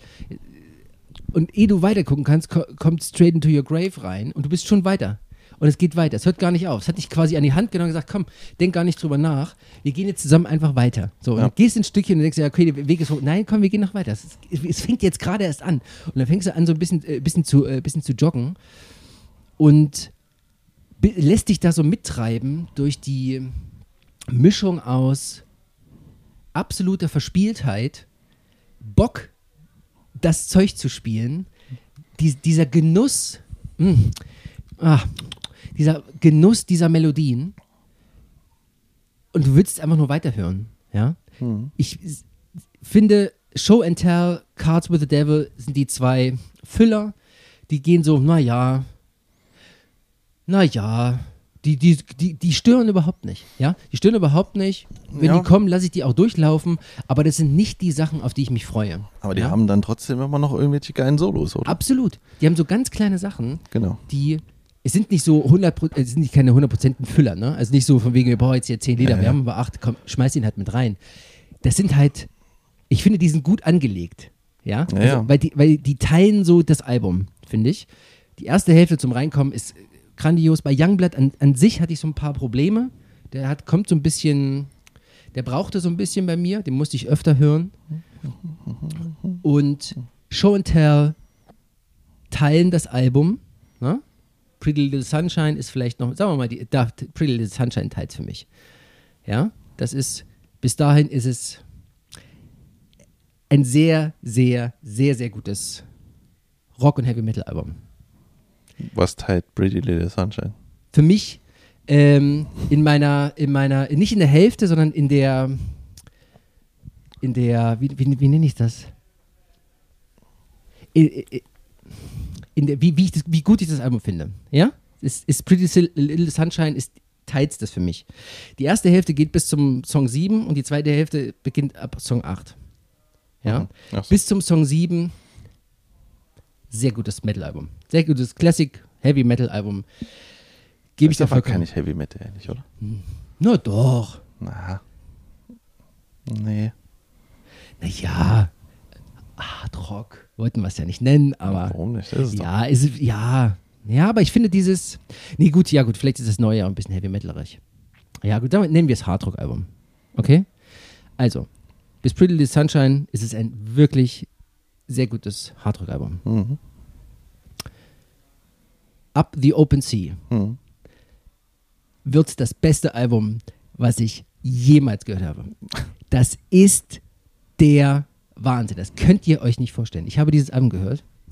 [SPEAKER 1] Und ehe du weiter gucken kannst, ko- kommt Straight into Your Grave rein und du bist schon weiter. Und es geht weiter. Es hört gar nicht auf. Es hat dich quasi an die Hand genommen und gesagt, komm, denk gar nicht drüber nach. Wir gehen jetzt zusammen einfach weiter. So, und
[SPEAKER 2] Ja.
[SPEAKER 1] du gehst ein Stückchen und denkst, ja, okay, der Weg ist hoch. Nein, komm, wir gehen noch weiter. Es, ist, es fängt jetzt gerade erst an. Und dann fängst du an, so ein bisschen, äh, bisschen, zu, äh, bisschen zu joggen und bi- lässt dich da so mittreiben durch die Mischung aus absoluter Verspieltheit, Bock, das Zeug zu spielen, die, dieser Genuss, mh, ah, dieser Genuss dieser Melodien und du willst einfach nur weiterhören. Ja?
[SPEAKER 2] Hm.
[SPEAKER 1] Ich s- finde, Show and Tell, Cards with the Devil sind die zwei Füller, die gehen so, naja, naja, die, die, die, die stören überhaupt nicht. Ja? Die stören überhaupt nicht. Wenn
[SPEAKER 2] Ja.
[SPEAKER 1] die kommen, lasse ich die auch durchlaufen, aber das sind nicht die Sachen, auf die ich mich freue.
[SPEAKER 2] Aber die
[SPEAKER 1] ja?
[SPEAKER 2] haben dann trotzdem immer noch irgendwelche geilen Solos, oder?
[SPEAKER 1] Absolut. Die haben so ganz kleine Sachen,
[SPEAKER 2] Genau.
[SPEAKER 1] die, es sind nicht so hundert Prozent, es sind nicht keine hundertprozentigen Füller, ne? Also nicht so von wegen, wir brauchen jetzt hier zehn Lieder,
[SPEAKER 2] Ja,
[SPEAKER 1] wir
[SPEAKER 2] ja.
[SPEAKER 1] haben aber acht, komm, schmeiß ihn halt mit rein. Das sind halt, ich finde, die sind gut angelegt, ja?
[SPEAKER 2] Ja,
[SPEAKER 1] also,
[SPEAKER 2] ja.
[SPEAKER 1] Weil, die, weil die teilen so das Album, finde ich. Die erste Hälfte zum Reinkommen ist grandios. Bei Youngblood an, an sich hatte ich so ein paar Probleme. Der hat, kommt so ein bisschen, der brauchte so ein bisschen bei mir, den musste ich öfter hören. Und Show and Tell teilen das Album. Ne? Pretty Little Sunshine ist vielleicht noch, sagen wir mal, die, da, Pretty Little Sunshine teilt für mich. Ja, das ist, bis dahin ist es ein sehr, sehr, sehr, sehr gutes Rock- und Heavy-Metal-Album.
[SPEAKER 2] Was teilt Pretty Little Sunshine?
[SPEAKER 1] Für mich ähm, in meiner, in meiner, nicht in der Hälfte, sondern in der, in der, wie, wie, wie nenne ich das? In, in der, wie, wie, ich das, wie gut ich das Album finde. Ja? Ist, ist Pretty Little Sunshine ist teilt das für mich. Die erste Hälfte geht bis zum Song sieben und die zweite Hälfte beginnt ab Song acht. Ja?
[SPEAKER 2] Mhm. Ach so.
[SPEAKER 1] Bis zum Song sieben sehr gutes Metal-Album. Sehr gutes Classic Heavy Metal-Album. Gebe ich
[SPEAKER 2] Das
[SPEAKER 1] dir
[SPEAKER 2] ist aber
[SPEAKER 1] vollkommen.
[SPEAKER 2] kein Heavy Metal, ehrlich, oder?
[SPEAKER 1] Na doch.
[SPEAKER 2] Na. Nee.
[SPEAKER 1] Naja, Hard Rock wollten wir es ja nicht nennen, aber
[SPEAKER 2] Warum nicht? Das ist es
[SPEAKER 1] ja, ist, es- ja, ja, aber ich finde dieses, nee gut, ja gut, vielleicht ist das neue ja ein bisschen Heavy Metalerig. Ja gut, damit nennen wir es Hard Rock Album. Okay? Also, bis Pretty Little Sunshine ist es ein wirklich sehr gutes Hard Rock Album.
[SPEAKER 2] doch. Mhm.
[SPEAKER 1] Up the Open Sea
[SPEAKER 2] Mhm.
[SPEAKER 1] wird das beste Album, was ich jemals gehört habe. Das ist der Wahnsinn. Das könnt ihr euch nicht vorstellen. Ich habe dieses Album gehört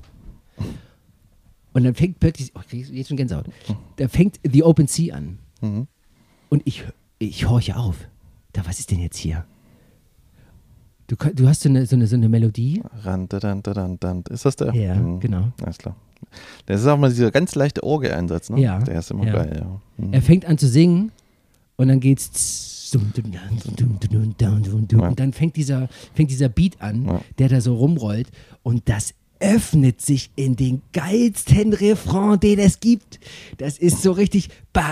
[SPEAKER 1] Und dann fängt plötzlich, oh, ich krieg jetzt schon Gänsehaut, da fängt The Open Sea an.
[SPEAKER 2] Mhm.
[SPEAKER 1] Und ich, ich horche auf. Da, was ist denn jetzt hier? Du, du hast so eine, so eine, so eine Melodie.
[SPEAKER 2] Ran, da, dann, da, dann, dann. Ist das der?
[SPEAKER 1] Ja,
[SPEAKER 2] mhm.
[SPEAKER 1] genau.
[SPEAKER 2] Alles klar. Das ist auch mal dieser ganz leichte Orgel-Einsatz, ne?
[SPEAKER 1] Ja.
[SPEAKER 2] Der ist immer
[SPEAKER 1] ja.
[SPEAKER 2] geil, ja. Mhm.
[SPEAKER 1] Er fängt an zu singen und dann geht's und dann fängt dieser, fängt dieser Beat an,
[SPEAKER 2] ja.
[SPEAKER 1] der da so rumrollt und das öffnet sich in den geilsten Refrain, den es gibt. Das ist so richtig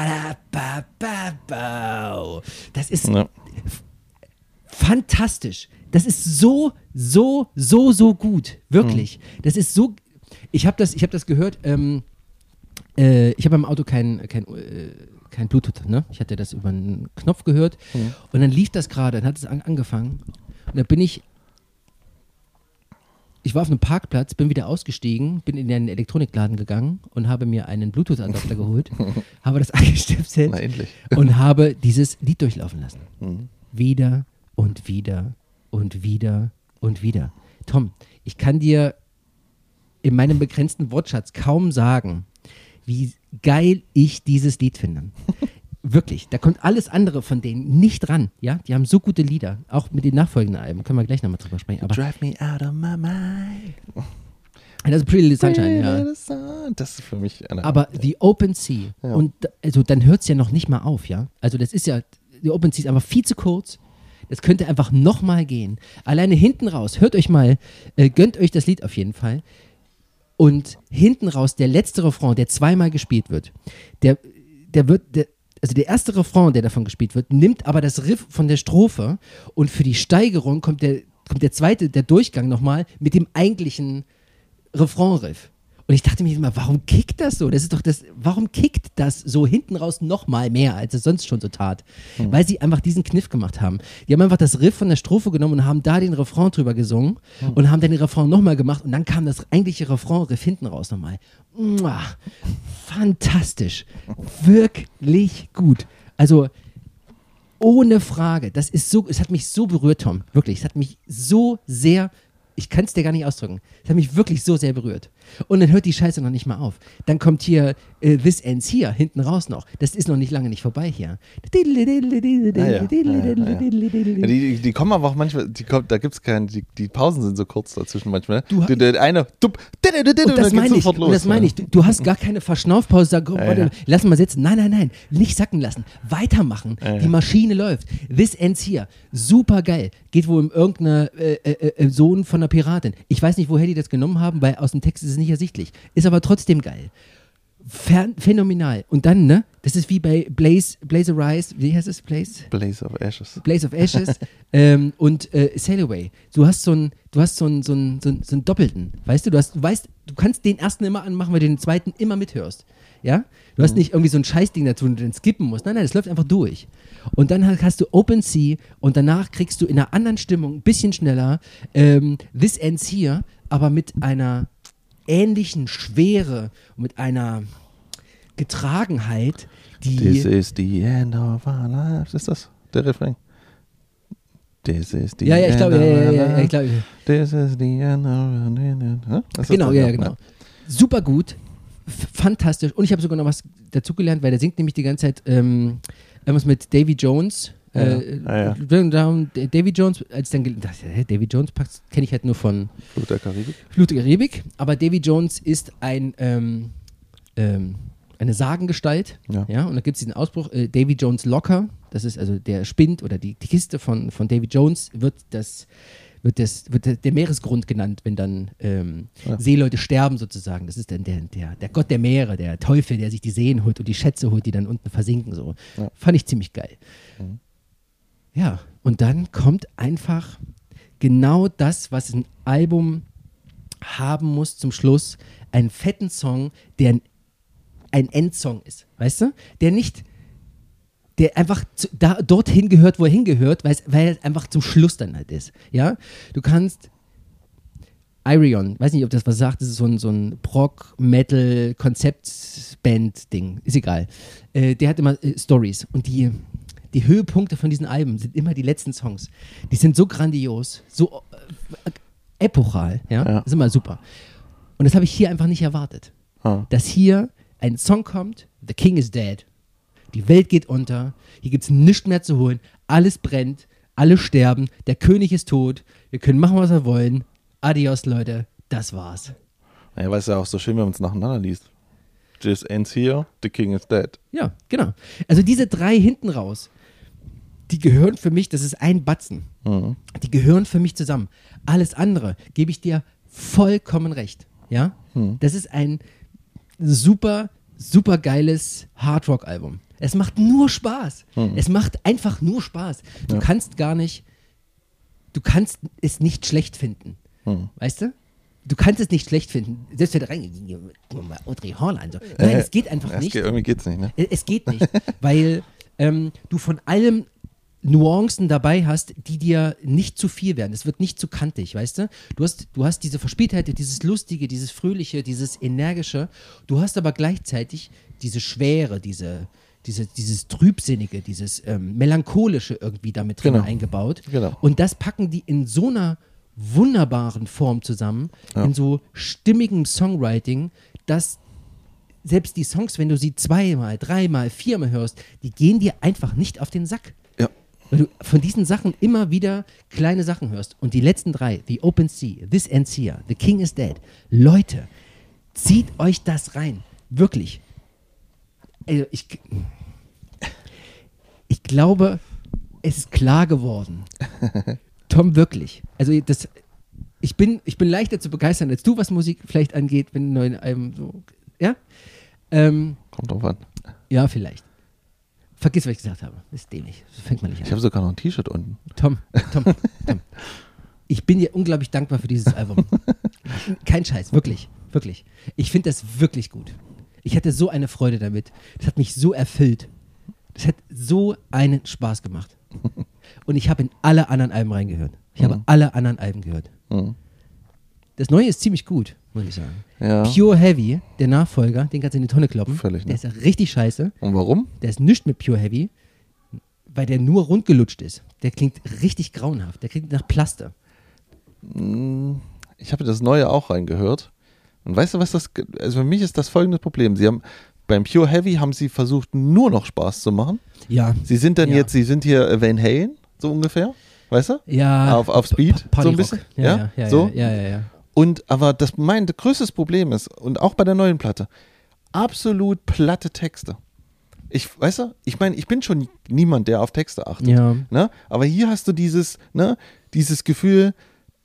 [SPEAKER 1] das ist
[SPEAKER 2] ja.
[SPEAKER 1] fantastisch. Das ist so, so, so, so gut. Wirklich. Mhm. Das ist so. Ich habe das, ich hab das gehört. Ähm, äh, ich habe im Auto kein, kein, äh, kein Bluetooth. Ne? Ich hatte das über einen Knopf gehört. Mhm. Und dann lief das gerade. Dann hat es an, angefangen. Und da bin ich. Ich war auf einem Parkplatz, bin wieder ausgestiegen, bin in den Elektronikladen gegangen und habe mir einen Bluetooth-Adapter geholt, habe das angestöpselt und habe dieses Lied durchlaufen lassen. Mhm. Wieder und wieder und wieder und wieder. Tom, ich kann dir in meinem begrenzten Wortschatz kaum sagen, wie geil ich dieses Lied finde. Wirklich, da kommt alles andere von denen nicht ran. Ja? Die haben so gute Lieder, auch mit den nachfolgenden Alben. Können wir gleich nochmal drüber sprechen. Aber
[SPEAKER 2] Drive me out of my mind.
[SPEAKER 1] Das ist Pretty Little Sunshine, ja.
[SPEAKER 2] Das ist für mich eine
[SPEAKER 1] Aber ja. The Open Sea, ja. und also dann hört es ja noch nicht mal auf, ja. Also das ist ja, The Open Sea ist einfach viel zu kurz. Das könnte einfach nochmal gehen. Alleine hinten raus, hört euch mal, äh, gönnt euch das Lied auf jeden Fall. Und hinten raus, der letzte Refrain, der zweimal gespielt wird, der, der wird, der, also der erste Refrain, der davon gespielt wird, nimmt aber das Riff von der Strophe und für die Steigerung kommt der, kommt der zweite, der Durchgang nochmal mit dem eigentlichen Refrain-Riff. Und ich dachte mir immer, warum kickt das so? Das ist doch das, warum kickt das so hinten raus nochmal mehr, als es sonst schon so tat? Hm. Weil sie einfach diesen Kniff gemacht haben. Die haben einfach das Riff von der Strophe genommen und haben da den Refrain drüber gesungen hm. und haben dann den Refrain nochmal gemacht und dann kam das eigentliche Refrain-Riff hinten raus nochmal. Mua, fantastisch. Wirklich gut. Also ohne Frage. Das ist so, es hat mich so berührt, Tom. Wirklich, es hat mich so sehr ich kann es dir gar nicht ausdrücken. Das hat mich wirklich so sehr berührt. Und dann hört die Scheiße noch nicht mal auf. Dann kommt hier uh, This Ends Here hinten raus noch. Das ist noch nicht lange nicht vorbei hier.
[SPEAKER 2] Ah, ja. Ja, ja, ja. Die, die kommen aber auch manchmal, die kommt, da gibt es keinen, die, die Pausen sind so kurz dazwischen manchmal. Du, du, der eine, dup,
[SPEAKER 1] und das meine ich, und das meine ich. Du, du hast gar keine Verschnaufpause, sag, oh, warte, ja, ja. lass mal sitzen. Nein, nein, nein, nicht sacken lassen. Weitermachen. Ja, ja. Die Maschine läuft. This Ends Here. Super geil. Geht wohl um irgendeinen äh, äh, Sohn von einer Piratin. Ich weiß nicht, woher die das genommen haben, weil aus dem Text ist es nicht ersichtlich. Ist aber trotzdem geil. Phän- phänomenal. Und dann, ne, das ist wie bei Blaze, Blaze Arise, wie heißt es? Blaze?
[SPEAKER 2] Blaze of Ashes.
[SPEAKER 1] Blaze of Ashes ähm, und äh, Sail Away. Du hast so einen, du hast so einen, so einen, so einen, so einen Doppelten, weißt du? Du hast, du weißt, du kannst den ersten immer anmachen, weil du den zweiten immer mithörst. Ja? Du hast mhm. nicht irgendwie so ein Scheißding dazu, und du den skippen musst. Nein, nein, das läuft einfach durch. Und dann hast du Open Sea und danach kriegst du in einer anderen Stimmung, ein bisschen schneller, ähm, This Ends Here, aber mit einer ähnlichen Schwere und mit einer Getragenheit, die...
[SPEAKER 2] This is the end of our lives. Ist das der Refrain? This is the
[SPEAKER 1] ja, ja, ich glaube, ja, ja, ja, ja, ich glaube.
[SPEAKER 2] This is the end of our lives.
[SPEAKER 1] Genau, ja, ja, genau. Super gut, f- fantastisch. Und ich habe sogar noch was dazugelernt, weil der singt nämlich die ganze Zeit ähm, irgendwas mit Davy Jones. Äh, ja, ja. Davy Jones, als dann gel- das, äh, Davy Jones kenne ich halt nur von
[SPEAKER 2] Flut der Karibik.
[SPEAKER 1] Flut der Karibik, aber Davy Jones ist ein ähm, ähm, eine Sagengestalt, ja. ja, und da gibt es diesen Ausbruch, äh, Davy Jones Locker, das ist also der Spind oder die, die Kiste von, von Davy Jones, wird das wird, das, wird der, der Meeresgrund genannt, wenn dann ähm, ja. Seeleute sterben sozusagen. Das ist dann der, der, der Gott der Meere, der Teufel, der sich die Seen holt und die Schätze holt, die dann unten versinken. So. Ja. Fand ich ziemlich geil. Mhm. Ja, und dann kommt einfach genau das, was ein Album haben muss zum Schluss, einen fetten Song, der ein, ein Endsong ist, weißt du? Der nicht, der einfach zu, da, dorthin gehört, wo er hingehört, weil er einfach zum Schluss dann halt ist, ja? Du kannst Irion, weiß nicht, ob das was sagt, das ist so ein, so ein Prog-Metal-Konzept-Band-Ding, ist egal. Äh, der hat immer äh, Stories und die Die Höhepunkte von diesen Alben sind immer die letzten Songs. Die sind so grandios, so äh, epochal, ja? ja. Das ist immer super. Und Und das habe ich hier einfach nicht erwartet.
[SPEAKER 2] Ah.
[SPEAKER 1] Dass hier ein Song kommt, The King is Dead, die Welt geht unter, hier gibt es nichts mehr zu holen, alles brennt, alle sterben, der König ist tot, wir können machen, was wir wollen. Adios, Leute, das war's.
[SPEAKER 2] Ja, weil es ja auch so schön, wenn man es nacheinander liest. This ends here, the king is dead.
[SPEAKER 1] Ja, genau. Also diese drei hinten raus, die gehören für mich, das ist ein Batzen,
[SPEAKER 2] Mhm.
[SPEAKER 1] die gehören für mich zusammen. Alles andere gebe ich dir vollkommen recht. Ja?
[SPEAKER 2] Mhm.
[SPEAKER 1] Das ist ein super, super geiles Hardrock-Album. Es macht nur Spaß.
[SPEAKER 2] Mhm.
[SPEAKER 1] Es macht einfach nur Spaß. Du
[SPEAKER 2] Ja.
[SPEAKER 1] kannst gar nicht, du kannst es nicht schlecht finden.
[SPEAKER 2] Mhm.
[SPEAKER 1] Weißt du? Du kannst es nicht schlecht finden. Selbst wenn du rein, mal Audrey Horn an. So. Nein,
[SPEAKER 2] Äh,
[SPEAKER 1] es geht einfach
[SPEAKER 2] es
[SPEAKER 1] nicht.
[SPEAKER 2] Geht, irgendwie geht's nicht, ne?
[SPEAKER 1] Äh, Es geht nicht, weil ähm, du von allem Nuancen dabei hast, die dir nicht zu viel werden. Es wird nicht zu kantig, weißt du? Du hast, du hast diese Verspieltheit, dieses Lustige, dieses Fröhliche, dieses Energische. Du hast aber gleichzeitig diese Schwere, diese, diese, dieses Trübsinnige, dieses ähm, Melancholische irgendwie damit drin
[SPEAKER 2] Genau.
[SPEAKER 1] eingebaut.
[SPEAKER 2] Genau.
[SPEAKER 1] Und das packen die in so einer wunderbaren Form zusammen,
[SPEAKER 2] Ja.
[SPEAKER 1] in so stimmigem Songwriting, dass selbst die Songs, wenn du sie zweimal, dreimal, viermal hörst, die gehen dir einfach nicht auf den Sack.
[SPEAKER 2] Ja.
[SPEAKER 1] Weil du von diesen Sachen immer wieder kleine Sachen hörst. Und die letzten drei, The Open Sea, This Ends Here, The King is Dead. Leute, zieht euch das rein. Wirklich. Also ich, ich glaube, es ist klar geworden. Tom, wirklich. Also das, ich bin, ich bin leichter zu begeistern, als du, was Musik vielleicht angeht, wenn ein neues Album so, ja? Ähm,
[SPEAKER 2] Kommt drauf an.
[SPEAKER 1] ja, vielleicht. Vergiss, was ich gesagt habe. Das ist dämlich. So fängt man nicht an.
[SPEAKER 2] Ich habe sogar noch ein T-Shirt unten.
[SPEAKER 1] Tom, Tom, Tom. Ich bin dir unglaublich dankbar für dieses Album. Kein Scheiß, wirklich, wirklich. Ich finde das wirklich gut. Ich hatte so eine Freude damit. Das hat mich so erfüllt. Das hat so einen Spaß gemacht. Und ich habe in alle anderen Alben reingehört. Ich habe
[SPEAKER 2] Mhm.
[SPEAKER 1] alle anderen Alben gehört.
[SPEAKER 2] Mhm.
[SPEAKER 1] Das Neue ist ziemlich gut, muss ich sagen.
[SPEAKER 2] Ja.
[SPEAKER 1] Pure Heavy, der Nachfolger, den kannst du in die Tonne kloppen.
[SPEAKER 2] Völlig, ne?
[SPEAKER 1] Der ist ja richtig scheiße.
[SPEAKER 2] Und warum?
[SPEAKER 1] Der ist nichts mit Pure Heavy, weil der nur rundgelutscht ist. Der klingt richtig grauenhaft. Der klingt nach Plaster.
[SPEAKER 2] Ich habe das Neue auch reingehört. Und weißt du, was das, also für mich ist das folgende Problem. Sie haben, beim Pure Heavy haben sie versucht, nur noch Spaß zu machen.
[SPEAKER 1] Ja.
[SPEAKER 2] Sie sind dann
[SPEAKER 1] Ja.
[SPEAKER 2] jetzt, sie sind hier Van Halen, so ungefähr. Weißt du?
[SPEAKER 1] Ja.
[SPEAKER 2] Auf, auf Speed,
[SPEAKER 1] Pa-
[SPEAKER 2] so ein
[SPEAKER 1] Partyrock.
[SPEAKER 2] bisschen.
[SPEAKER 1] Ja,
[SPEAKER 2] Ja,
[SPEAKER 1] ja, ja,
[SPEAKER 2] so.
[SPEAKER 1] ja, ja, ja, ja.
[SPEAKER 2] Und aber das mein größtes Problem ist, und auch bei der neuen Platte, absolut platte Texte. Ich, weißt du, ich meine, ich bin schon niemand, der auf Texte achtet.
[SPEAKER 1] Ja.
[SPEAKER 2] Ne? Aber hier hast du dieses, ne, dieses Gefühl,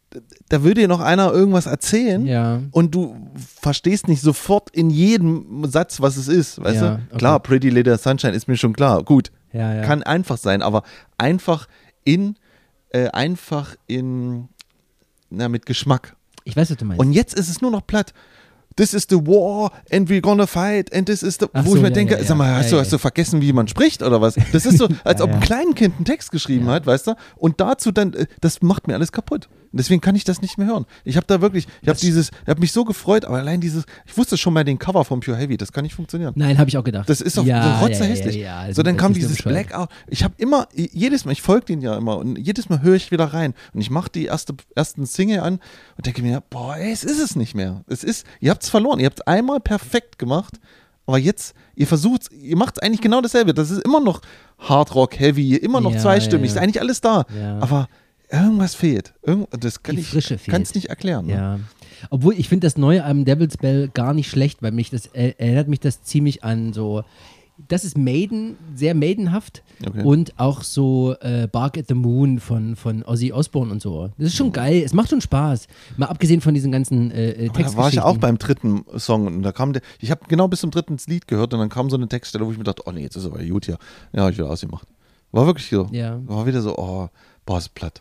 [SPEAKER 2] da würde dir noch einer irgendwas erzählen
[SPEAKER 1] Ja.
[SPEAKER 2] und du verstehst nicht sofort in jedem Satz, was es ist. Weißt
[SPEAKER 1] Ja,
[SPEAKER 2] du?
[SPEAKER 1] okay.
[SPEAKER 2] Klar, Pretty Little Sunshine ist mir schon klar. Gut,
[SPEAKER 1] Ja, ja.
[SPEAKER 2] kann einfach sein, aber einfach in, äh, einfach in, na, mit Geschmack.
[SPEAKER 1] Ich weiß, was du meinst.
[SPEAKER 2] Und jetzt ist es nur noch platt. This is the war and we're gonna fight and this is the,
[SPEAKER 1] Ach
[SPEAKER 2] wo
[SPEAKER 1] so,
[SPEAKER 2] ich mir
[SPEAKER 1] ja,
[SPEAKER 2] denke,
[SPEAKER 1] ja, ja.
[SPEAKER 2] sag mal, hast,
[SPEAKER 1] Ja,
[SPEAKER 2] du,
[SPEAKER 1] ja,
[SPEAKER 2] hast du vergessen, wie man spricht oder was? Das ist so, als
[SPEAKER 1] Ja,
[SPEAKER 2] ob ein
[SPEAKER 1] ja.
[SPEAKER 2] Kleinkind einen Text geschrieben
[SPEAKER 1] Ja.
[SPEAKER 2] hat, weißt du? Und dazu dann, äh, das macht mir alles kaputt. Und deswegen kann ich das nicht mehr hören. Ich habe da wirklich, ich habe
[SPEAKER 1] Das-
[SPEAKER 2] dieses, ich habe mich so gefreut, aber allein dieses, ich wusste schon bei den Cover vom Pure Heavy, das kann nicht funktionieren.
[SPEAKER 1] Nein, habe ich auch gedacht.
[SPEAKER 2] Das ist doch
[SPEAKER 1] ja,
[SPEAKER 2] so rotzerhässlich.
[SPEAKER 1] Ja, ja, ja, ja.
[SPEAKER 2] So, dann
[SPEAKER 1] Das
[SPEAKER 2] kam
[SPEAKER 1] ist so
[SPEAKER 2] dieses
[SPEAKER 1] bescheuert.
[SPEAKER 2] Blackout. Ich habe immer, jedes Mal, ich folge den ja immer und jedes Mal höre ich wieder rein und ich mache die erste, ersten Single an und denke mir, boah, ey, es ist es nicht mehr. Es ist, ihr habt es verloren. Ihr habt es einmal perfekt gemacht, aber jetzt, ihr versucht, ihr macht eigentlich genau dasselbe. Das ist immer noch Hardrock, Heavy, immer noch
[SPEAKER 1] Ja,
[SPEAKER 2] zweistimmig,
[SPEAKER 1] ja, ja.
[SPEAKER 2] ist eigentlich alles da.
[SPEAKER 1] Ja.
[SPEAKER 2] Aber irgendwas fehlt. Irgend, das kann
[SPEAKER 1] Die
[SPEAKER 2] ich,
[SPEAKER 1] Frische
[SPEAKER 2] kann es
[SPEAKER 1] fehlt.
[SPEAKER 2] nicht erklären. Ne?
[SPEAKER 1] Ja. Obwohl, ich finde das neue Album Devil's Bell gar nicht schlecht, weil mich das äh, erinnert mich das ziemlich an so, das ist Maiden, sehr Maidenhaft
[SPEAKER 2] Okay.
[SPEAKER 1] und auch so äh, Bark at the Moon von, von Ozzy Osbourne und so. Das ist schon geil, es macht schon Spaß. Mal abgesehen von diesen ganzen äh, äh,
[SPEAKER 2] Aber da war ich
[SPEAKER 1] Textgeschichten.
[SPEAKER 2] auch beim dritten Song und da kam der, ich habe genau bis zum dritten Lied gehört und dann kam so eine Textstelle, wo ich mir dachte, oh nee, jetzt ist aber gut hier. Ja, habe ich wieder ausgemacht. War wirklich so.
[SPEAKER 1] Ja.
[SPEAKER 2] War wieder so, oh, boah, ist platt.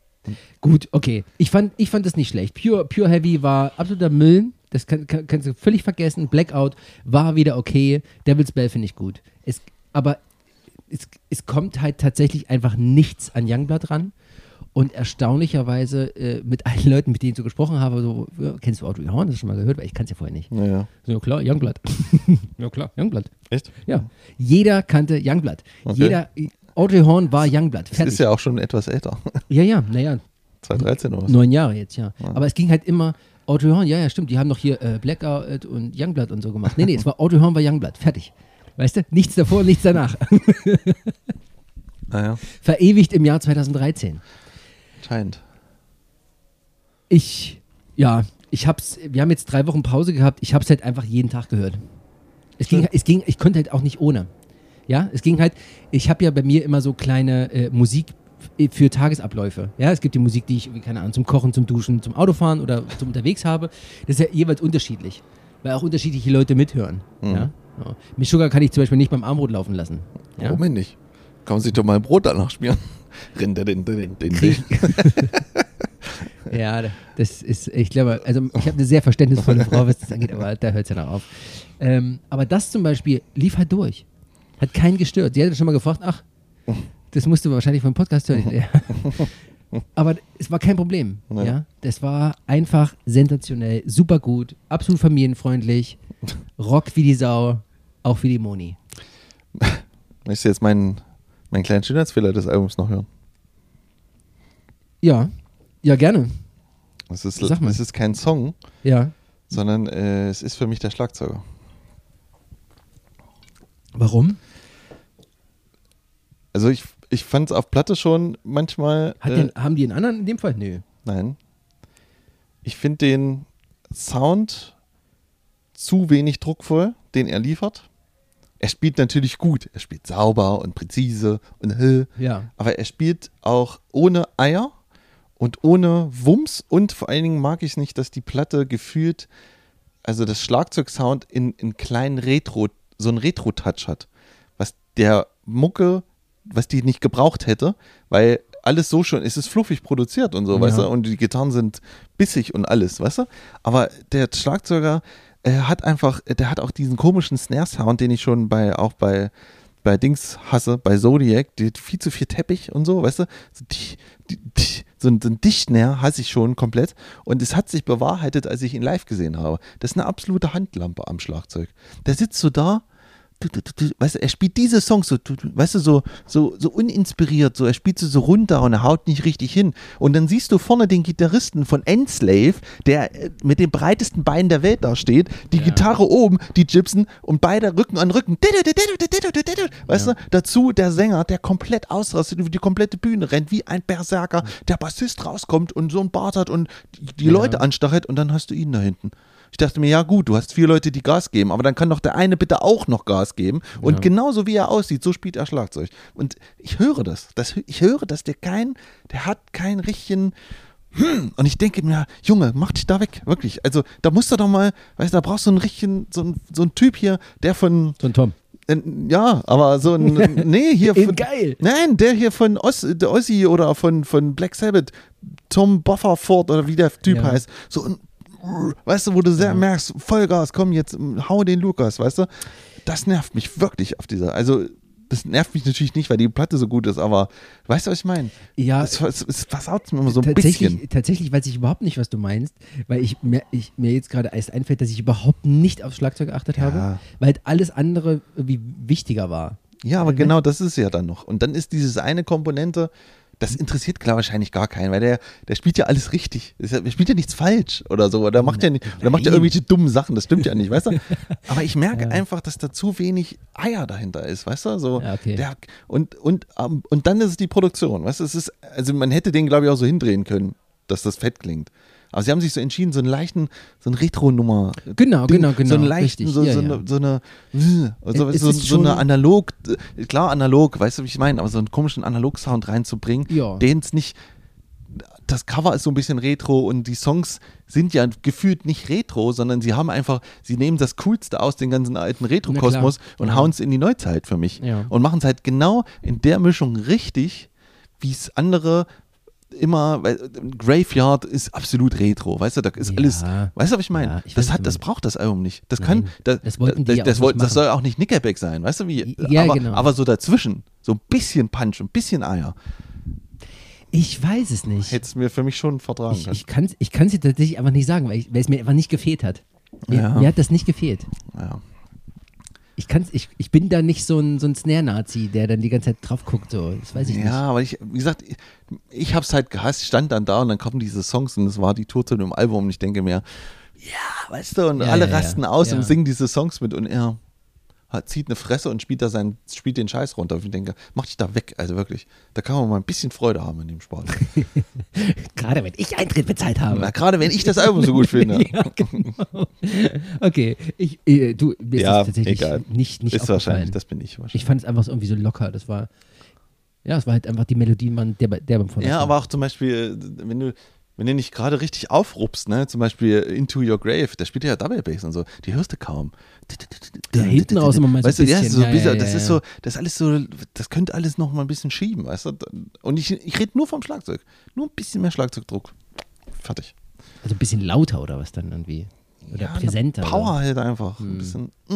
[SPEAKER 1] Gut, okay. Ich fand, ich fand das nicht schlecht. Pure, Pure Heavy war absoluter Müll. Das kann, kann, kannst du völlig vergessen. Blackout war wieder okay. Devil's Bell finde ich gut. Es, aber es, es kommt halt tatsächlich einfach nichts an Youngblood ran. Und erstaunlicherweise äh, mit allen Leuten, mit denen ich so gesprochen habe, so, ja, kennst du Audrey Horn? Das hast du schon mal gehört? Weil ich kann es ja vorher nicht.
[SPEAKER 2] Naja.
[SPEAKER 1] So, ja klar, Youngblood. ja klar, Youngblood.
[SPEAKER 2] Echt?
[SPEAKER 1] Ja. Jeder kannte Youngblood.
[SPEAKER 2] Okay.
[SPEAKER 1] Jeder, Audrey Horn war Youngblood.
[SPEAKER 2] Das
[SPEAKER 1] Fertig.
[SPEAKER 2] ist ja auch schon etwas älter.
[SPEAKER 1] ja, ja, naja,
[SPEAKER 2] zwanzig dreizehn oder was?
[SPEAKER 1] neun Jahre jetzt, ja.
[SPEAKER 2] Ja.
[SPEAKER 1] Aber es ging halt immer Audrey Horn, ja, ja, stimmt. Die haben doch hier äh, Blackout und Youngblood und so gemacht. Nee, nee, es war Audrey Horn war Youngblood. Fertig. Weißt du? Nichts davor und nichts danach.
[SPEAKER 2] Naja.
[SPEAKER 1] Verewigt im Jahr zweitausenddreizehn.
[SPEAKER 2] Scheint.
[SPEAKER 1] Ich, ja, ich hab's, wir haben jetzt drei Wochen Pause gehabt. Ich hab's halt einfach jeden Tag gehört. Es ging, es ging, ich konnte halt auch nicht ohne. Ja, es ging halt, ich habe ja bei mir immer so kleine äh, Musik für Tagesabläufe. Ja, es gibt die Musik, die ich, keine Ahnung, zum Kochen, zum Duschen, zum Autofahren oder zum Unterwegs habe. Das ist ja jeweils unterschiedlich, weil auch unterschiedliche Leute mithören. Mhm. Ja? Ja. Meshuggah kann ich zum Beispiel nicht beim Armbrot laufen lassen. Ja?
[SPEAKER 2] Warum denn nicht? Kann man sich doch mal ein Brot danach schmieren.
[SPEAKER 1] Ja, das ist, ich glaube, also ich habe eine sehr verständnisvolle Frau, was das angeht, aber da hört es ja noch auf. Ähm, aber das zum Beispiel lief halt durch. Hat keinen gestört. Sie hatte schon mal gefragt, ach, das musst du wahrscheinlich vom Podcast hören. Ja. Aber es war kein Problem. Ja. Ja? Das war einfach sensationell, super gut, absolut familienfreundlich, Rock wie die Sau, auch wie die Moni.
[SPEAKER 2] Möchtest du jetzt meinen, meinen kleinen Schönheitsfehler des Albums noch hören?
[SPEAKER 1] Ja, ja gerne.
[SPEAKER 2] Es ist, es ist kein Song,
[SPEAKER 1] ja.
[SPEAKER 2] sondern äh, es ist für mich der Schlagzeuger.
[SPEAKER 1] Warum?
[SPEAKER 2] Also ich, ich fand es auf Platte schon manchmal...
[SPEAKER 1] Hat den, äh, haben die einen anderen in dem Fall? Nö.
[SPEAKER 2] Nein. Ich finde den Sound zu wenig druckvoll, den er liefert. Er spielt natürlich gut. Er spielt sauber und präzise und äh,
[SPEAKER 1] ja.
[SPEAKER 2] Aber er spielt auch ohne Eier und ohne Wumms und vor allen Dingen mag ich es nicht, dass die Platte gefühlt, also das Schlagzeugsound in, in kleinen Retro, so einen Retro-Touch hat, was der Mucke, was die nicht gebraucht hätte, weil alles so schon, es ist fluffig produziert und so, ja. Weißt du, und die Gitarren sind bissig und alles, weißt du, aber der Schlagzeuger, er hat einfach, der hat auch diesen komischen Snare-Sound, den ich schon bei, auch bei, bei Dings hasse, bei Zodiac, die hat viel zu viel Teppich und so, weißt du, so, die, die, die, so ein, so ein Dicht-Snare hasse ich schon komplett und es hat sich bewahrheitet, als ich ihn live gesehen habe. Das ist eine absolute Handlampe am Schlagzeug. Der sitzt so da, du, du, du, weißt du, er spielt diese Songs so, du, weißt du, so, so, so uninspiriert, so, er spielt sie so runter und er haut nicht richtig hin. Und dann siehst du vorne den Gitarristen von Enslave, der mit den breitesten Beinen der Welt da steht, die ja. Gitarre oben, die Gypsen und beide Rücken an Rücken. Weißt ja. du, dazu der Sänger, der komplett ausrastet, über die komplette Bühne rennt, wie ein Berserker, der Bassist rauskommt und so ein Bart hat und die, die ja. Leute anstachelt und dann hast du ihn da hinten. Ich dachte mir, ja gut, du hast vier Leute, die Gas geben, aber dann kann doch der eine bitte auch noch Gas geben. Und ja. genauso wie er aussieht, so spielt er Schlagzeug. Und ich höre das. das ich höre, dass der kein, der hat keinen richtigen, hm. Und ich denke mir, Junge, mach dich da weg, wirklich. Also da musst du doch mal, weißt du, da brauchst du einen richtigen, so einen, so einen Typ hier, der von...
[SPEAKER 1] So ein Tom.
[SPEAKER 2] Äh, ja, aber so ein, nee, hier von...
[SPEAKER 1] Geil.
[SPEAKER 2] Nein, der hier von Oz, der Ozzy oder von, von Black Sabbath, Tom Bufferford oder wie der Typ ja. heißt. So ein weißt du, wo du sehr ja. merkst, Vollgas, komm jetzt, hau den Lukas, weißt du? Das nervt mich wirklich auf dieser, also das nervt mich natürlich nicht, weil die Platte so gut ist, aber weißt du, was ich meine?
[SPEAKER 1] Ja.
[SPEAKER 2] Das, das, das versaut mir immer so ein
[SPEAKER 1] tatsächlich,
[SPEAKER 2] bisschen.
[SPEAKER 1] Tatsächlich weiß ich überhaupt nicht, was du meinst, weil ich mir, ich, mir jetzt gerade erst einfällt, dass ich überhaupt nicht aufs Schlagzeug geachtet
[SPEAKER 2] ja.
[SPEAKER 1] habe, weil alles andere irgendwie wichtiger war.
[SPEAKER 2] Ja, aber genau das ist ja dann noch. Und dann ist dieses eine Komponente, das interessiert klar wahrscheinlich gar keinen, weil der, der spielt ja alles richtig. Er spielt ja nichts falsch oder so. Oder macht ja, nicht, oder macht ja irgendwelche dummen Sachen. Das stimmt ja nicht, weißt du? Aber ich merke ja. einfach, dass da zu wenig Eier dahinter ist, weißt du? So,
[SPEAKER 1] ja, okay.
[SPEAKER 2] der, und, und, um, und dann ist es die Produktion, weißt du? Es ist, also man hätte den, glaube ich, auch so hindrehen können, dass das fett klingt. Aber sie haben sich so entschieden, so einen leichten, so eine Retro-Nummer.
[SPEAKER 1] Genau, Ding, genau, genau.
[SPEAKER 2] So einen leichten, so,
[SPEAKER 1] ja,
[SPEAKER 2] so,
[SPEAKER 1] ja.
[SPEAKER 2] Eine, so eine, so, so, so eine analog, klar analog, weißt du, wie ich meine, aber so einen komischen Analog-Sound reinzubringen,
[SPEAKER 1] ja.
[SPEAKER 2] den es nicht, das Cover ist so ein bisschen Retro und die Songs sind ja gefühlt nicht Retro, sondern sie haben einfach, sie nehmen das Coolste aus dem ganzen alten Retro-Kosmos und ja. hauen es in die Neuzeit für mich.
[SPEAKER 1] Ja.
[SPEAKER 2] Und machen es halt genau in der Mischung richtig, wie es andere immer, weil Graveyard ist absolut retro, weißt du, da ist
[SPEAKER 1] ja,
[SPEAKER 2] alles, weißt du, was ich meine?
[SPEAKER 1] Ja, ich
[SPEAKER 2] das
[SPEAKER 1] weiß,
[SPEAKER 2] hat, das braucht das Album nicht. Das
[SPEAKER 1] Nein,
[SPEAKER 2] kann, das,
[SPEAKER 1] das wollten die
[SPEAKER 2] das, das,
[SPEAKER 1] auch
[SPEAKER 2] wollt,
[SPEAKER 1] nicht
[SPEAKER 2] das soll auch nicht Nickelback sein, weißt du wie?
[SPEAKER 1] Ja,
[SPEAKER 2] aber,
[SPEAKER 1] genau.
[SPEAKER 2] aber so dazwischen, so ein bisschen Punch, ein bisschen Eier.
[SPEAKER 1] Ich weiß es nicht.
[SPEAKER 2] Hätte es mir für mich schon vertragen
[SPEAKER 1] ich,
[SPEAKER 2] können.
[SPEAKER 1] Ich kann es ich kann's dir tatsächlich einfach nicht sagen, weil, ich, weil es mir einfach nicht gefehlt hat. Mir,
[SPEAKER 2] ja.
[SPEAKER 1] mir hat das nicht gefehlt.
[SPEAKER 2] Ja.
[SPEAKER 1] Ich, kann's, ich, ich bin da nicht so ein, so ein Snare-Nazi, der dann die ganze Zeit drauf guckt. So. Das weiß ich
[SPEAKER 2] ja,
[SPEAKER 1] nicht.
[SPEAKER 2] aber ich, wie gesagt, ich, ich habe es halt gehasst. Ich stand dann da und dann kommen diese Songs und es war die Tour zu dem Album und ich denke mir, ja, weißt du, und
[SPEAKER 1] Ja,
[SPEAKER 2] alle
[SPEAKER 1] ja,
[SPEAKER 2] rasten
[SPEAKER 1] ja.
[SPEAKER 2] aus
[SPEAKER 1] Ja.
[SPEAKER 2] und singen diese Songs mit und er hat, zieht eine Fresse und spielt da seinen, spielt den Scheiß runter. Und ich denke, mach dich da weg, also wirklich. Da kann man mal ein bisschen Freude haben in dem Sport.
[SPEAKER 1] Gerade wenn ich Eintritt bezahlt habe.
[SPEAKER 2] Na, gerade wenn ich das Album so gut finde.
[SPEAKER 1] Ja, genau. Okay, ich, äh, du, mir ist
[SPEAKER 2] Ja,
[SPEAKER 1] das tatsächlich
[SPEAKER 2] egal.
[SPEAKER 1] nicht, nicht
[SPEAKER 2] Ist
[SPEAKER 1] aufgefallen.
[SPEAKER 2] wahrscheinlich, das bin ich wahrscheinlich.
[SPEAKER 1] Ich fand es einfach so irgendwie so locker. Das war, ja, es war halt einfach die Melodie, man, der, der beim Vordergrund.
[SPEAKER 2] Ja, aber auch zum Beispiel, wenn du, wenn du nicht gerade richtig aufrupst, ne, zum Beispiel Into Your Grave, da spielt ja Double Bass und so, die hörst du kaum.
[SPEAKER 1] Ja, hinten raus immer mal so
[SPEAKER 2] weißt du,
[SPEAKER 1] ein
[SPEAKER 2] ja,
[SPEAKER 1] bisschen.
[SPEAKER 2] so
[SPEAKER 1] Ja,
[SPEAKER 2] ein bisschen,
[SPEAKER 1] ja,
[SPEAKER 2] das
[SPEAKER 1] ja,
[SPEAKER 2] ist
[SPEAKER 1] ja.
[SPEAKER 2] so, das ist alles so, das könnte alles noch mal ein bisschen schieben, weißt du? Und ich, ich rede nur vom Schlagzeug. Nur ein bisschen mehr Schlagzeugdruck. Fertig.
[SPEAKER 1] Also ein bisschen lauter oder was dann irgendwie? Oder
[SPEAKER 2] Ja,
[SPEAKER 1] präsenter?
[SPEAKER 2] eine Power
[SPEAKER 1] Oder?
[SPEAKER 2] halt einfach. Ein
[SPEAKER 1] Hm.
[SPEAKER 2] bisschen. mm.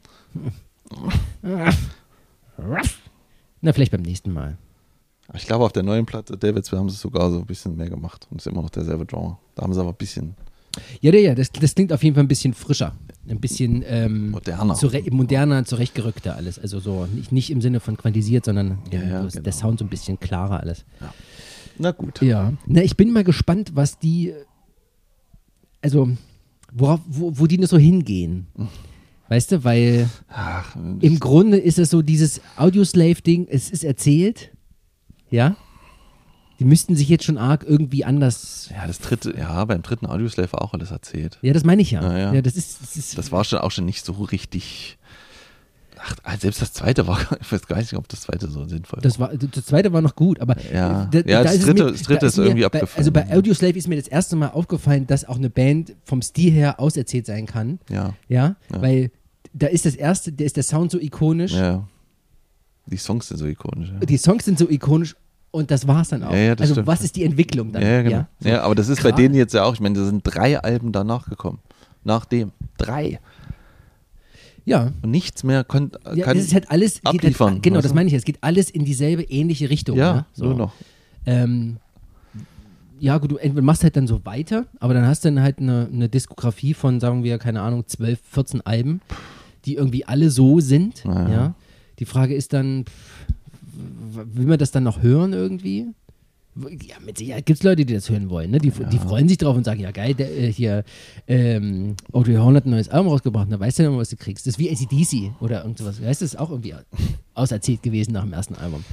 [SPEAKER 1] Na, vielleicht beim nächsten Mal.
[SPEAKER 2] Ich glaube, auf der neuen Platte, Davids, wir haben es sogar so ein bisschen mehr gemacht. Und es ist immer noch derselbe Genre. Da haben sie aber ein bisschen
[SPEAKER 1] Ja, ja, ja, das, das klingt auf jeden Fall ein bisschen frischer. Ein bisschen ähm,
[SPEAKER 2] moderner.
[SPEAKER 1] zure moderner, zurechtgerückter alles. Also so nicht, nicht im Sinne von quantisiert, sondern
[SPEAKER 2] Ja,
[SPEAKER 1] eben
[SPEAKER 2] ja,
[SPEAKER 1] so ist
[SPEAKER 2] genau.
[SPEAKER 1] der Sound so ein bisschen klarer alles.
[SPEAKER 2] Na gut.
[SPEAKER 1] Ja. Na, ich bin mal gespannt, was die, also worauf, wo, wo die nur so hingehen. Weißt du, weil
[SPEAKER 2] Ach,
[SPEAKER 1] im Grunde ist es so dieses Audioslave-Ding, es ist erzählt, ja. Die müssten sich jetzt schon arg irgendwie anders.
[SPEAKER 2] ja, das dritte, ja, beim dritten Audioslave war auch alles erzählt.
[SPEAKER 1] Ja, das meine ich ja.
[SPEAKER 2] Ja, ja.
[SPEAKER 1] das ist, das ist
[SPEAKER 2] Das war schon auch schon nicht so richtig. Ach, selbst das zweite war, ich weiß gar nicht, ob das zweite so sinnvoll war.
[SPEAKER 1] Das, war, das zweite war noch gut, aber
[SPEAKER 2] Ja.
[SPEAKER 1] da,
[SPEAKER 2] Ja, das
[SPEAKER 1] ist es
[SPEAKER 2] dritte-
[SPEAKER 1] mir,
[SPEAKER 2] das dritte
[SPEAKER 1] da
[SPEAKER 2] ist
[SPEAKER 1] mir
[SPEAKER 2] irgendwie
[SPEAKER 1] bei,
[SPEAKER 2] abgefallen.
[SPEAKER 1] Also bei Audioslave ist mir das erste Mal aufgefallen, dass auch eine Band vom Stil her auserzählt sein kann.
[SPEAKER 2] Ja,
[SPEAKER 1] Ja,
[SPEAKER 2] Ja.
[SPEAKER 1] weil da ist das erste, da ist der Sound so ikonisch,
[SPEAKER 2] ja. Die Songs sind so ikonisch. Ja,
[SPEAKER 1] die Songs sind so ikonisch und das war's dann auch.
[SPEAKER 2] Ja, ja, das
[SPEAKER 1] also
[SPEAKER 2] stimmt.
[SPEAKER 1] was ist die Entwicklung dann?
[SPEAKER 2] ja, ja genau.
[SPEAKER 1] Ja,
[SPEAKER 2] Ja,
[SPEAKER 1] so.
[SPEAKER 2] aber das ist bei
[SPEAKER 1] Gerade-
[SPEAKER 2] denen jetzt ja auch, ich meine, da sind drei Alben danach gekommen. Nach dem. Drei.
[SPEAKER 1] ja.
[SPEAKER 2] Und nichts mehr kon-
[SPEAKER 1] Ja,
[SPEAKER 2] kann
[SPEAKER 1] das ist halt alles, geht
[SPEAKER 2] abliefern,
[SPEAKER 1] halt, genau,
[SPEAKER 2] weißt
[SPEAKER 1] das
[SPEAKER 2] du?
[SPEAKER 1] meine ich, es geht alles in dieselbe ähnliche Richtung.
[SPEAKER 2] Ja,
[SPEAKER 1] ne? so.
[SPEAKER 2] nur noch.
[SPEAKER 1] Ähm, ja, gut, du entweder machst halt dann so weiter, aber dann hast du dann halt eine, eine Diskografie von, sagen wir, keine Ahnung, zwölf, vierzehn Alben, die irgendwie alle so sind.
[SPEAKER 2] Naja.
[SPEAKER 1] Ja. Die Frage ist dann, pff, w- will man das dann noch hören irgendwie? Ja, mit Sicherheit gibt es Leute, die das hören wollen. Ne? Die, die freuen sich drauf und sagen, ja geil, der, äh, hier, ähm, Audrey Horn hat ein neues Album rausgebracht, da weißt du dann, was du kriegst. Das ist wie A C D C oder irgend sowas. Weißt du, das ist auch irgendwie auserzählt gewesen nach dem ersten Album.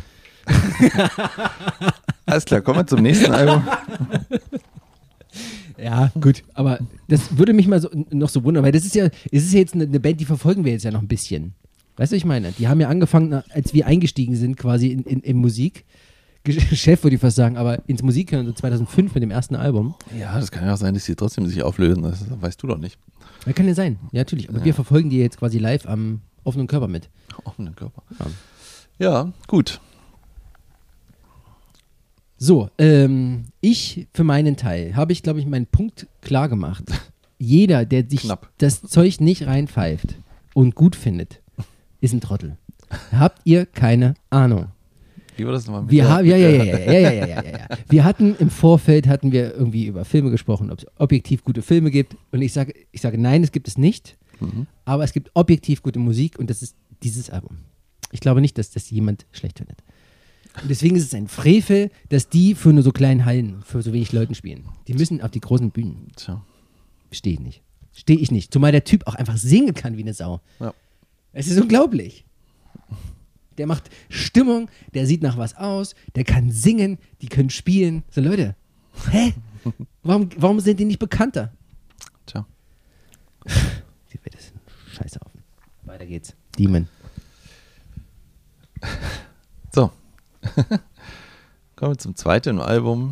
[SPEAKER 2] Alles klar, kommen wir zum nächsten Album.
[SPEAKER 1] Ja, gut, aber das würde mich mal so, noch so wundern, weil das ist ja, es ist ja jetzt eine, eine Band, die verfolgen wir jetzt ja noch ein bisschen. Weißt du, was ich meine? Die haben ja angefangen, nach- als wir eingestiegen sind, quasi in, in, in Musik. Chef würde ich fast sagen, aber ins Musikhören so zweitausendfünf mit dem ersten Album.
[SPEAKER 2] Ja, das kann ja auch sein, dass sie trotzdem sich auflösen. Das weißt du doch nicht.
[SPEAKER 1] Ja, kann ja sein, ja, natürlich. Aber wir verfolgen die jetzt quasi live am offenen Körper mit.
[SPEAKER 2] Offenen Körper.
[SPEAKER 1] Ja.
[SPEAKER 2] Ja, gut.
[SPEAKER 1] So, ähm, ich für meinen Teil habe ich, glaube ich, meinen Punkt klar gemacht. Jeder, der sich
[SPEAKER 2] Knapp.
[SPEAKER 1] das Zeug nicht reinpfeift und gut findet, ist ein Trottel. Habt ihr keine Ahnung.
[SPEAKER 2] Wie war das nochmal mit
[SPEAKER 1] Wir
[SPEAKER 2] der-
[SPEAKER 1] haben, ja, ja, ja, ja, ja, ja, ja, ja, ja. Wir hatten im Vorfeld hatten wir irgendwie über Filme gesprochen, ob es objektiv gute Filme gibt. Und ich sage, ich sage, nein, es gibt es nicht.
[SPEAKER 2] Mhm.
[SPEAKER 1] Aber es gibt objektiv gute Musik und das ist dieses Album. Ich glaube nicht, dass das jemand schlecht findet. Und deswegen ist es ein Frevel, dass die für nur so kleinen Hallen, für so wenig Leuten spielen. Die müssen auf die großen Bühnen.
[SPEAKER 2] Tja.
[SPEAKER 1] Stehe ich nicht. Stehe ich nicht. Zumal der Typ auch einfach singen kann wie eine Sau.
[SPEAKER 2] Ja.
[SPEAKER 1] Es ist unglaublich. Der macht Stimmung, der sieht nach was aus, der kann singen, die können spielen. So Leute, hä? Warum, warum sind die nicht bekannter?
[SPEAKER 2] Tja.
[SPEAKER 1] Die Welt ist ein Scheißhaufen. Weiter geht's. Demon.
[SPEAKER 2] So. Kommen wir zum zweiten Album.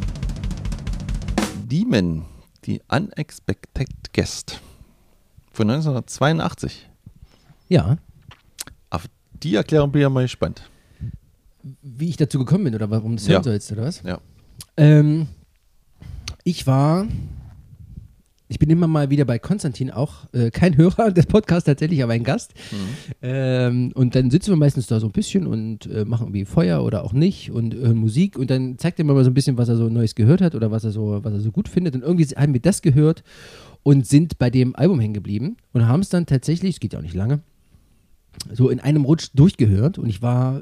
[SPEAKER 2] Demon, die Unexpected Guest. Von neunzehnhundertzweiundachtzig.
[SPEAKER 1] Ja,
[SPEAKER 2] Auf die Erklärung bin ich ja mal gespannt.
[SPEAKER 1] wie ich dazu gekommen bin oder warum du das
[SPEAKER 2] Ja.
[SPEAKER 1] hören sollst, oder was?
[SPEAKER 2] Ja.
[SPEAKER 1] Ähm, ich war, ich bin immer mal wieder bei Konstantin, auch äh, kein Hörer des Podcasts tatsächlich, aber ein Gast. Ähm, und dann sitzen wir meistens da so ein bisschen und äh, machen irgendwie Feuer oder auch nicht und hören Musik und dann zeigt er mir mal so ein bisschen, was er so Neues gehört hat oder was er so, was er so gut findet. Und irgendwie haben wir das gehört und sind bei dem Album hängen geblieben und haben es dann tatsächlich, es geht ja auch nicht lange, so in einem Rutsch durchgehört und ich war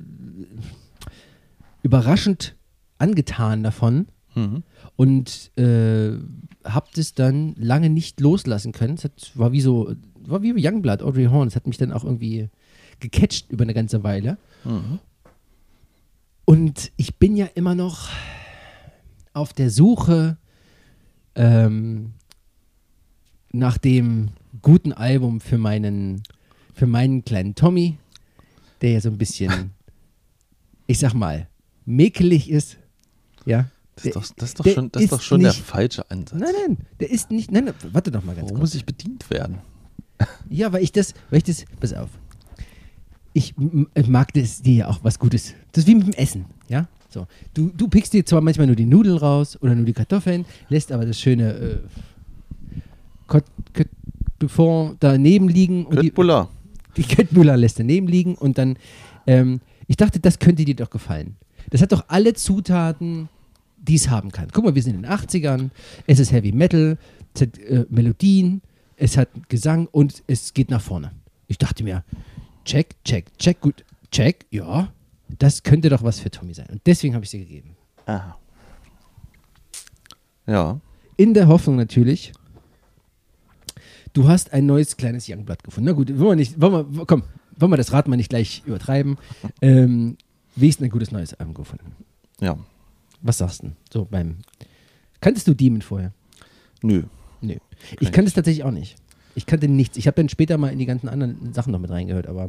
[SPEAKER 1] überraschend angetan davon
[SPEAKER 2] Mhm.
[SPEAKER 1] und äh, habe das dann lange nicht loslassen können. Es hat, war wie so, war wie Youngblood, Audrey Horne. Es hat mich dann auch irgendwie gecatcht über eine ganze Weile.
[SPEAKER 2] Mhm.
[SPEAKER 1] Und ich bin ja immer noch auf der Suche ähm, nach dem guten Album für meinen, für meinen kleinen Tommy, der ja so ein bisschen, ich sag mal, mäkelig ist. Ja.
[SPEAKER 2] Das ist doch, das ist doch
[SPEAKER 1] der
[SPEAKER 2] schon, das ist doch
[SPEAKER 1] ist
[SPEAKER 2] schon der
[SPEAKER 1] nicht-
[SPEAKER 2] falsche Ansatz.
[SPEAKER 1] Nein, nein, der ist nicht, nein, nein, warte doch mal ganz
[SPEAKER 2] Warum
[SPEAKER 1] kurz.
[SPEAKER 2] muss ich bedient werden?
[SPEAKER 1] Ja, weil ich das, weil ich das, pass auf. Ich m- mag das dir ja auch was Gutes. Das ist wie mit dem Essen, ja? So. Du, du pickst dir zwar manchmal nur die Nudeln raus oder nur die Kartoffeln, lässt aber das schöne äh, Côte Côte de Fond daneben liegen und die,
[SPEAKER 2] Köttbullar.
[SPEAKER 1] die Köttbullar lässt daneben liegen und dann, ähm, ich dachte, das könnte dir doch gefallen. Das hat doch alle Zutaten, die es haben kann. Guck mal, wir sind in den achtzigern, es ist Heavy Metal, es hat äh, Melodien, es hat Gesang und es geht nach vorne. Ich dachte mir, check, check, check, gut, check, ja, das könnte doch was für Tommy sein. Und deswegen habe ich sie gegeben.
[SPEAKER 2] Aha. Ja.
[SPEAKER 1] In der Hoffnung natürlich, du hast ein neues kleines Youngblood gefunden. Na gut, wollen wir nicht, wollen wir, komm, wollen wir das Rad mal nicht gleich übertreiben. Ähm, wenigstens ein gutes neues Album gefunden.
[SPEAKER 2] Ja.
[SPEAKER 1] Was sagst du? So beim. Kanntest du Demon vorher?
[SPEAKER 2] Nö.
[SPEAKER 1] Nö. Ich kannte es tatsächlich auch nicht. Ich kannte nichts. Ich habe dann später mal in die ganzen anderen Sachen noch mit reingehört, aber.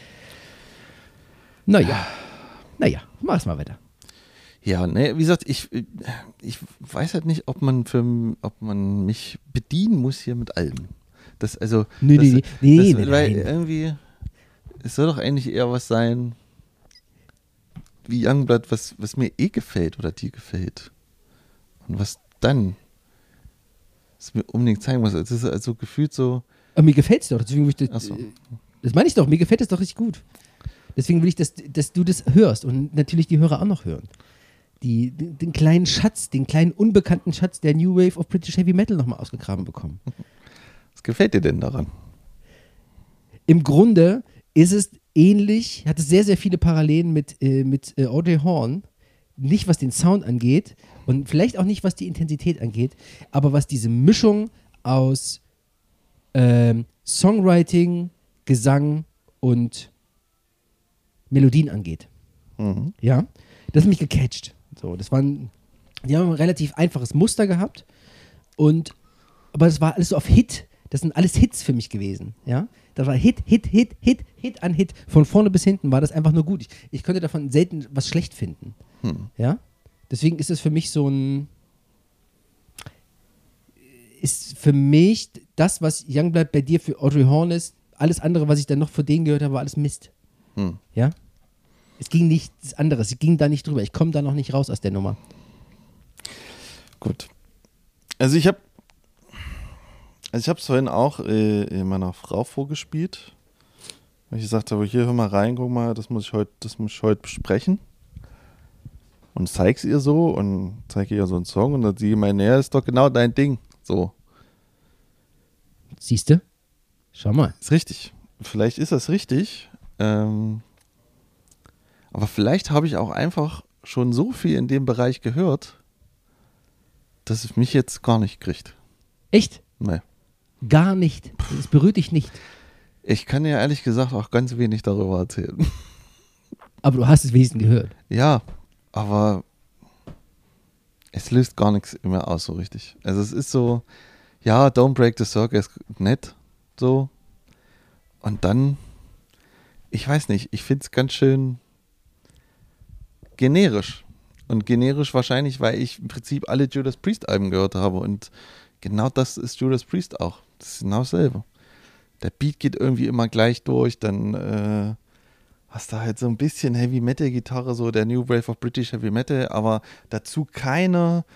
[SPEAKER 1] Naja. Naja, mach's mal weiter.
[SPEAKER 2] Ja, ne, wie gesagt, ich, ich weiß halt nicht, ob man für, ob man mich bedienen muss hier mit Alben. Das, also,
[SPEAKER 1] Nee,
[SPEAKER 2] das,
[SPEAKER 1] nee, nee, nee,
[SPEAKER 2] das,
[SPEAKER 1] nee,
[SPEAKER 2] weil
[SPEAKER 1] nein.
[SPEAKER 2] irgendwie, es soll doch eigentlich eher was sein, wie Youngblood, was, was mir eh gefällt oder dir gefällt. Und was dann, was mir unbedingt zeigen muss. Es ist also gefühlt so,
[SPEAKER 1] Aber mir gefällt's doch. Deswegen will ich das,
[SPEAKER 2] Ach so.
[SPEAKER 1] äh, das meine ich doch. Mir gefällt es doch richtig gut. Deswegen will ich, dass, dass du das hörst und natürlich die Hörer auch noch hören. Die, den, den kleinen Schatz, den kleinen unbekannten Schatz der New Wave of British Heavy Metal nochmal ausgegraben bekommen.
[SPEAKER 2] was gefällt dir denn daran?
[SPEAKER 1] Im Grunde ist es ähnlich, hat es sehr, sehr viele Parallelen mit, äh, mit äh, Audrey Horne. Nicht was den Sound angeht und vielleicht auch nicht was die Intensität angeht, aber was diese Mischung aus ähm, Songwriting, Gesang und Melodien angeht.
[SPEAKER 2] Mhm.
[SPEAKER 1] Ja, das hat mich gecatcht. So, das waren, die haben ein relativ einfaches Muster gehabt und, aber das war alles so auf Hit. Das sind alles Hits für mich gewesen. Ja, da war Hit, Hit, Hit, Hit, Hit an Hit. Von vorne bis hinten war das einfach nur gut. Ich, ich konnte davon selten was schlecht finden.
[SPEAKER 2] Hm.
[SPEAKER 1] Ja, deswegen ist es für mich so ein, ist für mich das, was Youngblood bei dir für Audrey Horne ist. Alles andere, was ich dann noch von denen gehört habe, war alles Mist.
[SPEAKER 2] Hm.
[SPEAKER 1] Ja? Es ging nichts anderes. Es ging da nicht drüber. Ich komme da noch nicht raus aus der Nummer.
[SPEAKER 2] Gut. Also ich habe also ich habe es vorhin auch äh, meiner Frau vorgespielt. Weil ich gesagt habe, hier, hör mal rein, guck mal, das muss ich heute, das muss ich heute besprechen. Und zeig's ihr so und zeige ihr so einen Song und dann sie meint, ja, ist doch genau dein Ding. So,
[SPEAKER 1] Siehst du? Schau mal.
[SPEAKER 2] ist richtig. Vielleicht ist das richtig. Ähm, aber vielleicht habe ich auch einfach schon so viel in dem Bereich gehört, dass es mich jetzt gar nicht kriegt.
[SPEAKER 1] Echt?
[SPEAKER 2] Nee.
[SPEAKER 1] Gar nicht. Es berührt dich nicht.
[SPEAKER 2] Ich kann ja ehrlich gesagt auch ganz wenig darüber erzählen.
[SPEAKER 1] Aber du hast es wenigstens gehört.
[SPEAKER 2] Ja, aber es löst gar nichts mehr aus so richtig. Also es ist so, ja, Don't Break the Circus, nett, so. Und dann, ich weiß nicht, ich finde es ganz schön generisch. Und generisch wahrscheinlich, weil ich im Prinzip alle Judas Priest Alben gehört habe. Und genau das ist Judas Priest auch. Das ist genau dasselbe. Der Beat geht irgendwie immer gleich durch, dann äh, hast du halt so ein bisschen Heavy Metal Gitarre, so der New Wave of British Heavy Metal, aber dazu keine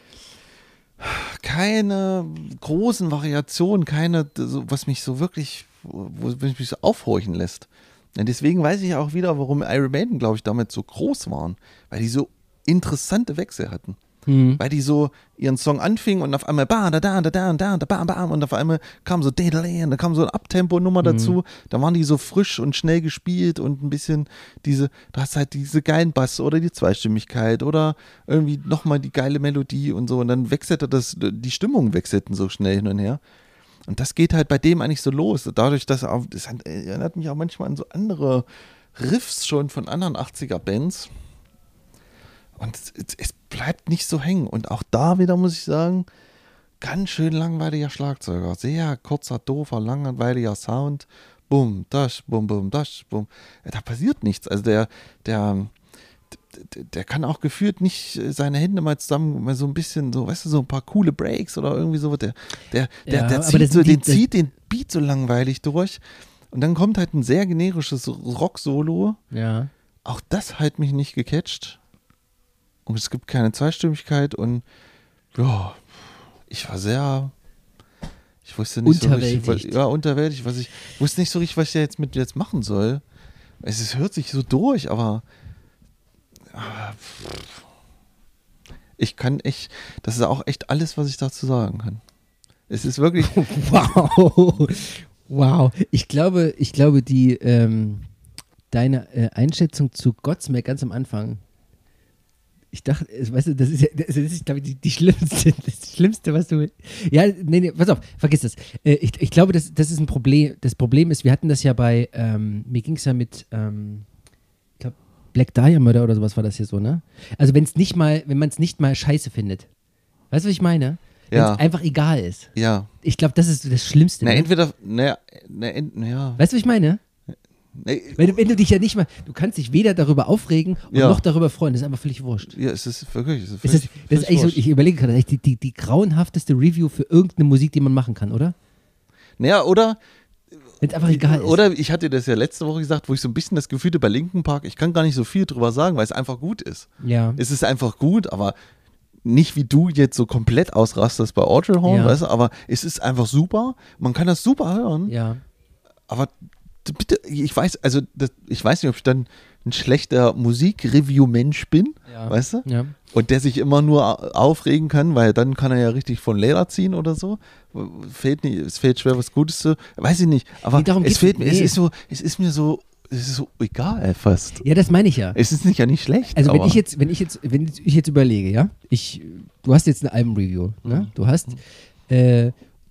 [SPEAKER 2] keine großen Variationen, keine, so, was mich so wirklich, wo was mich so aufhorchen lässt. Und deswegen weiß ich auch wieder, warum Iron Maiden, glaube ich, damit so groß waren, weil die so interessante Wechsel hatten. Mhm. Weil die so ihren Song anfingen und auf einmal ba, da, da, da, da, da, da, bam, bam, und auf einmal kam so und da kam so eine Abtempo-Nummer mhm. dazu. Da waren die so frisch und schnell gespielt und ein bisschen diese, du hast halt diese geilen Bass oder die Zweistimmigkeit oder irgendwie nochmal die geile Melodie und so. Und dann wechselte das, die Stimmung wechselten so schnell hin und her. Und das geht halt bei dem eigentlich so los. Dadurch, dass auch, das erinnert mich auch manchmal an so andere Riffs schon von anderen achtziger-Bands. Und es, es bleibt nicht so hängen. Und auch da wieder muss ich sagen, ganz schön langweiliger Schlagzeuger. Sehr kurzer, doofer, langweiliger Sound. Bum, das, bum, bum, das, bum. Da passiert nichts. Also der, der, der, der kann auch gefühlt nicht seine Hände mal zusammen, mal so ein bisschen, so, weißt du, so ein paar coole Breaks oder irgendwie so. Der, der, der,
[SPEAKER 1] ja,
[SPEAKER 2] der zieht,
[SPEAKER 1] das,
[SPEAKER 2] so,
[SPEAKER 1] die,
[SPEAKER 2] den,
[SPEAKER 1] das,
[SPEAKER 2] zieht den Beat so langweilig durch. Und dann kommt halt ein sehr generisches Rock-Solo.
[SPEAKER 1] Ja.
[SPEAKER 2] Auch das hat mich nicht gecatcht. Und es gibt keine Zweistimmigkeit und ja, ich war sehr, ich wusste nicht so richtig, was, ja, unterwältigt, was ich, wusste nicht so richtig, was ich jetzt mit jetzt machen soll. Es, es hört sich so durch, aber, aber ich kann echt, das ist auch echt alles, was ich dazu sagen kann. Es ist wirklich.
[SPEAKER 1] Wow. Wow. Ich glaube, ich glaube, die, ähm, deine äh, Einschätzung zu Godsmack ganz am Anfang, ich dachte, weißt du, das ist ja, das ist, glaube ich, die, die schlimmste, das Schlimmste, was du, ja, nee, nee, pass auf, vergiss das. Äh, ich, ich glaube, das, das ist ein Problem, das Problem ist, wir hatten das ja bei, ähm, mir ging es ja mit, ähm, ich glaube, Black Diamond oder sowas war das hier so, ne? Also wenn es nicht mal, wenn man es nicht mal scheiße findet. Weißt du, was ich meine? Wenn es
[SPEAKER 2] ja.
[SPEAKER 1] einfach egal ist.
[SPEAKER 2] Ja.
[SPEAKER 1] Ich glaube, das ist das Schlimmste.
[SPEAKER 2] Na,
[SPEAKER 1] ne?
[SPEAKER 2] entweder, na, na, na, ja.
[SPEAKER 1] Weißt du, was ich meine?
[SPEAKER 2] Nee.
[SPEAKER 1] Wenn, wenn du dich ja nicht mal, du kannst dich weder darüber aufregen und
[SPEAKER 2] ja.
[SPEAKER 1] noch darüber freuen, das ist einfach völlig wurscht.
[SPEAKER 2] Ja, es ist wirklich, es ist
[SPEAKER 1] völlig,
[SPEAKER 2] völlig,
[SPEAKER 1] das ist, das ist eigentlich so, ich überlege gerade, das ist die, die, die grauenhafteste Review für irgendeine Musik, die man machen kann, oder?
[SPEAKER 2] Naja, oder
[SPEAKER 1] wenn es einfach egal ist.
[SPEAKER 2] Oder ich hatte das ja letzte Woche gesagt, wo ich so ein bisschen das Gefühl hatte bei Linkin Park, ich kann gar nicht so viel drüber sagen, weil es einfach gut ist.
[SPEAKER 1] Ja.
[SPEAKER 2] Es ist einfach gut, aber nicht wie du jetzt so komplett ausrastest bei Audrey Horn,
[SPEAKER 1] ja.
[SPEAKER 2] weißt du, aber es ist einfach super, man kann das super hören,
[SPEAKER 1] ja.
[SPEAKER 2] aber bitte, ich weiß, also das, ich weiß nicht, ob ich dann ein schlechter Musik-Review-Mensch bin,
[SPEAKER 1] ja.
[SPEAKER 2] weißt du,
[SPEAKER 1] ja.
[SPEAKER 2] und der sich immer nur aufregen kann, weil dann kann er ja richtig von Leder ziehen oder so, fehlt nicht, es fehlt schwer was Gutes zu, weiß ich nicht, aber
[SPEAKER 1] nee,
[SPEAKER 2] es fehlt mir,
[SPEAKER 1] nee.
[SPEAKER 2] es ist so, es ist mir so, es ist so egal fast.
[SPEAKER 1] Ja, das meine ich ja.
[SPEAKER 2] Es ist nicht ja nicht schlecht.
[SPEAKER 1] Also
[SPEAKER 2] aber
[SPEAKER 1] wenn ich jetzt, wenn ich jetzt, wenn ich jetzt überlege, ja, ich, du hast jetzt eine Album-Review, ne? Du hast, äh,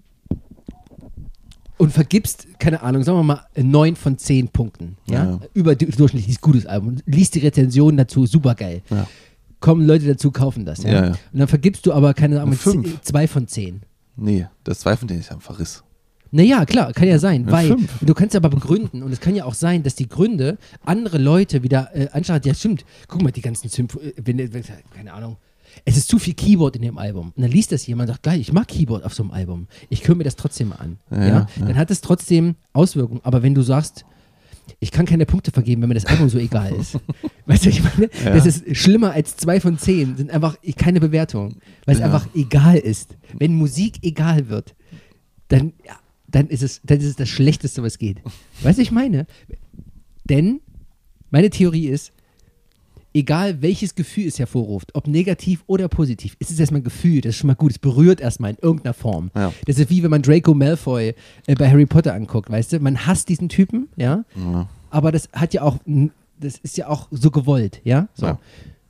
[SPEAKER 1] und vergibst, keine Ahnung, sagen wir mal, neun von zehn Punkten, ja,
[SPEAKER 2] ja.
[SPEAKER 1] überdurchschnittlich gutes Album, liest die Rezensionen dazu, super geil.
[SPEAKER 2] Ja.
[SPEAKER 1] Kommen Leute dazu, kaufen das, ja.
[SPEAKER 2] ja, ja.
[SPEAKER 1] Und dann vergibst du aber, keine Ahnung,
[SPEAKER 2] fünf.
[SPEAKER 1] zwei von zehn.
[SPEAKER 2] Nee, das zwei von denen ist ja ein Verriss.
[SPEAKER 1] Naja, klar, kann ja sein,
[SPEAKER 2] Ja,
[SPEAKER 1] weil
[SPEAKER 2] fünf.
[SPEAKER 1] du kannst aber begründen und es kann ja auch sein, dass die Gründe andere Leute wieder äh, anschauen, ja stimmt, guck mal, die ganzen Symphonien, wenn, wenn, keine Ahnung, es ist zu viel Keyboard in dem Album. Und dann liest das jemand und sagt, geil, ich mag Keyboard auf so einem Album, ich höre mir das trotzdem mal an. Ja,
[SPEAKER 2] Ja,
[SPEAKER 1] ja?
[SPEAKER 2] ja.
[SPEAKER 1] Dann hat es trotzdem Auswirkungen, aber wenn du sagst, ich kann keine Punkte vergeben, wenn mir das Album so egal ist. Weißt du, ich meine,
[SPEAKER 2] Ja.
[SPEAKER 1] das ist schlimmer als zwei von zehn, sind einfach keine Bewertungen, weil es
[SPEAKER 2] Ja.
[SPEAKER 1] einfach egal ist. Wenn Musik egal wird, dann, ja, dann ist es, dann ist es das Schlechteste, was geht. Weißt du, ich meine? Denn meine Theorie ist, egal welches Gefühl es hervorruft, ob negativ oder positiv, ist es erstmal ein Gefühl, das ist schon mal gut, es berührt erstmal in irgendeiner Form.
[SPEAKER 2] Ja.
[SPEAKER 1] Das ist wie wenn man Draco Malfoy äh, bei Harry Potter anguckt, weißt du? Man hasst diesen Typen, ja,
[SPEAKER 2] Ja.
[SPEAKER 1] aber das hat ja auch, das ist ja auch so gewollt, ja? So.
[SPEAKER 2] Ja.